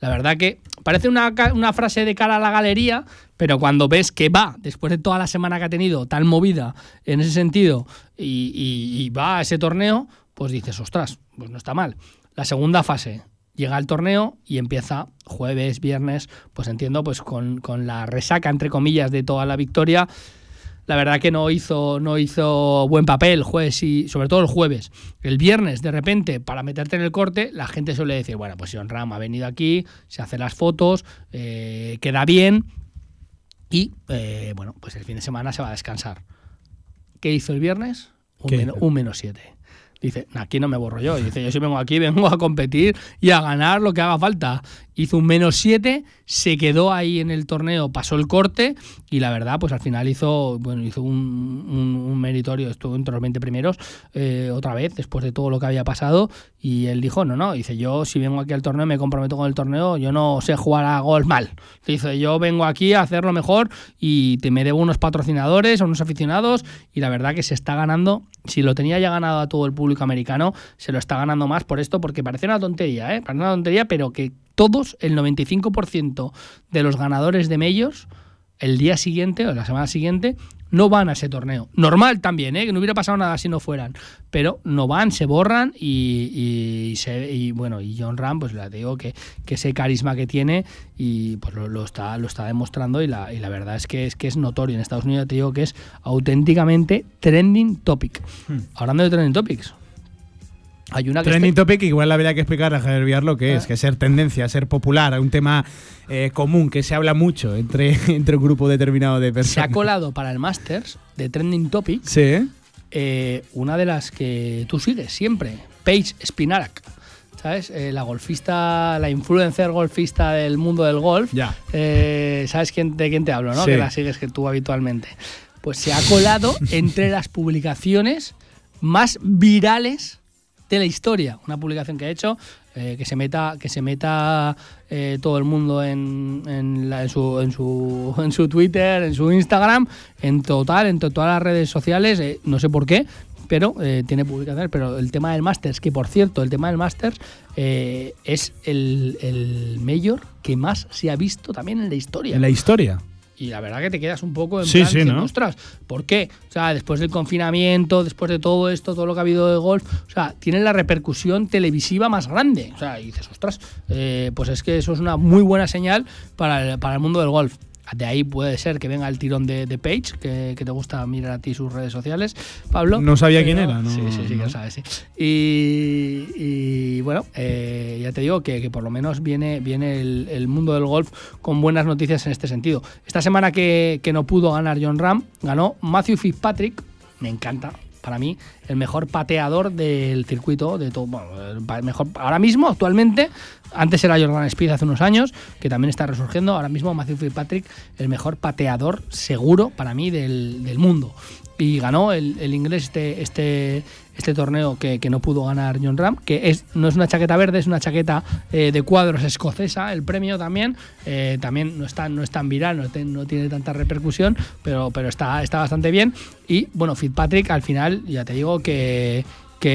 La verdad que parece una frase de cara a la galería, pero cuando ves que va, después de toda la semana que ha tenido tan movida en ese sentido, y va a ese torneo, pues dices, ostras, pues no está mal. La segunda fase, llega al torneo y empieza jueves, viernes, pues entiendo, pues con la resaca, entre comillas, de toda la victoria. La verdad que no hizo buen papel jueves y sobre todo el jueves. El viernes, de repente, para meterte en el corte, la gente suele decir, bueno, pues Jon Rahm ha venido aquí, se hace las fotos, queda bien y, bueno, pues el fin de semana se va a descansar. ¿Qué hizo el viernes? Un -7. Dice, aquí no me borro yo. Dice, yo si vengo aquí, vengo a competir y a ganar lo que haga falta. Hizo un -7, se quedó ahí en el torneo, pasó el corte y la verdad, pues al final hizo un meritorio, estuvo entre los 20 primeros otra vez, después de todo lo que había pasado, y él dijo, no, dice, yo si vengo aquí al torneo, me comprometo con el torneo, yo no sé jugar a golf mal. Dice, yo vengo aquí a hacerlo mejor y me debo unos patrocinadores, a unos aficionados, y la verdad que se está ganando, si lo tenía ya ganado a todo el público americano, se lo está ganando más por esto, porque parece una tontería, parece una tontería, pero que todos, el 95% de los ganadores de majors, el día siguiente o la semana siguiente, no van a ese torneo. Normal también, que no hubiera pasado nada si no fueran, pero no van, se borran y Jon Rahm, pues le digo que ese carisma que tiene y pues lo está demostrando y la verdad es que es notorio. En Estados Unidos te digo que es auténticamente trending topic. Hablando de trending topics, hay una trending topic, igual habría que explicar a Javier Villar lo que es, que ser tendencia, ser popular, un tema común, que se habla mucho entre un grupo determinado de personas. Se ha colado para el Masters de trending topic, sí, una de las que tú sigues siempre, Paige Spinarak, ¿sabes? La golfista, la influencer golfista del mundo del golf. Ya. ¿Sabes de quién te hablo, no? Sí. Que la sigues que tú habitualmente. Pues se ha colado entre las publicaciones más virales de la historia. Una publicación que ha hecho, que se meta todo el mundo en su Twitter, en su Instagram, en todas las redes sociales, no sé por qué, pero tiene publicaciones. Pero el tema del Masters, que por cierto, el tema del Masters es el major que más se ha visto también en la historia. ¿En la historia? Y la verdad que te quedas un poco en plan, sí, ¿no? Ostras, ¿por qué? O sea, después del confinamiento, después de todo esto, todo lo que ha habido de golf, o sea, tiene la repercusión televisiva más grande. O sea, y dices, ostras, pues es que eso es una muy buena señal para el mundo del golf. De ahí puede ser que venga el tirón de Paige, que te gusta mirar a ti sus redes sociales, Pablo. No sabía quién era, ¿no? Sí, que lo sabes, sí. Y bueno, ya te digo que por lo menos viene el mundo del golf con buenas noticias en este sentido. Esta semana que no pudo ganar Jon Rahm, ganó Matthew Fitzpatrick, me encanta. Para mí, el mejor pateador del circuito, de todo, bueno, el mejor ahora mismo, actualmente. Antes era Jordan Spieth hace unos años, que también está resurgiendo. Ahora mismo Matthew Fitzpatrick, el mejor pateador seguro para mí del mundo. Y ganó el inglés este torneo que no pudo ganar Jon Rahm, que no es una chaqueta verde, es una chaqueta de cuadros escocesa, el premio también. También no es tan viral, no tiene tanta repercusión, pero está bastante bien. Y bueno, Fitzpatrick al final, ya te digo que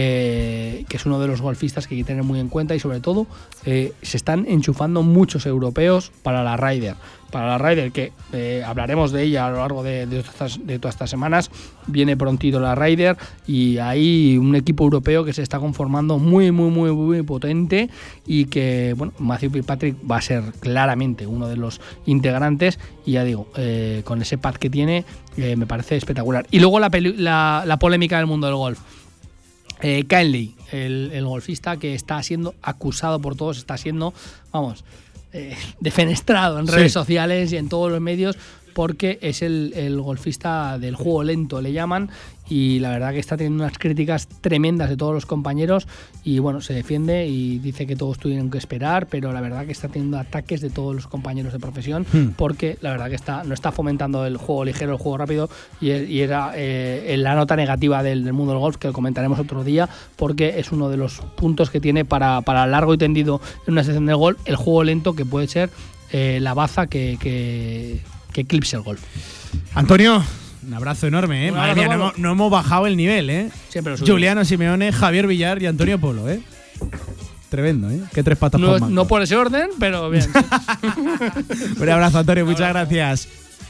es uno de los golfistas que hay que tener muy en cuenta, y sobre todo se están enchufando muchos europeos para la Ryder. Para la Ryder, que hablaremos de ella a lo largo de todas estas semanas. Viene prontito la Ryder y hay un equipo europeo que se está conformando muy, muy, muy, muy potente, y que, bueno, Matthew Fitzpatrick va a ser claramente uno de los integrantes, y ya digo, con ese pad que tiene, me parece espectacular. Y luego la polémica del mundo del golf. Kyle Lee, el golfista que está siendo acusado por todos, está siendo, defenestrado en redes sociales y en todos los medios, porque es el golfista del juego lento, le llaman, y la verdad que está teniendo unas críticas tremendas de todos los compañeros, y bueno, se defiende y dice que todos tuvieron que esperar, pero la verdad que está teniendo ataques de todos los compañeros de profesión, porque la verdad que no está fomentando el juego ligero, el juego rápido, y era la nota negativa del mundo del golf, que lo comentaremos otro día, porque es uno de los puntos que tiene para largo y tendido en una sección del golf, el juego lento, que puede ser la baza que eclipse el golf. Antonio, un abrazo enorme, ¿eh? Madre mía, no hemos bajado el nivel, ¿eh? Siempre lo subimos. Giuliano Simeone, Javier Villar y Antonio Polo, ¿eh? Tremendo, ¿eh? Qué tres patas por mango. No por ese orden, pero bien. Sí. Un abrazo, Antonio, muchas gracias.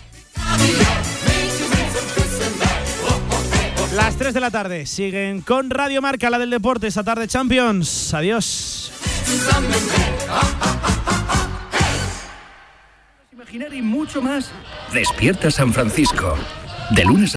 Las 3 de la tarde siguen con Radio Marca, la del deporte, esta tarde Champions. Adiós. Imaginar y mucho más. Despierta San Francisco. De lunes a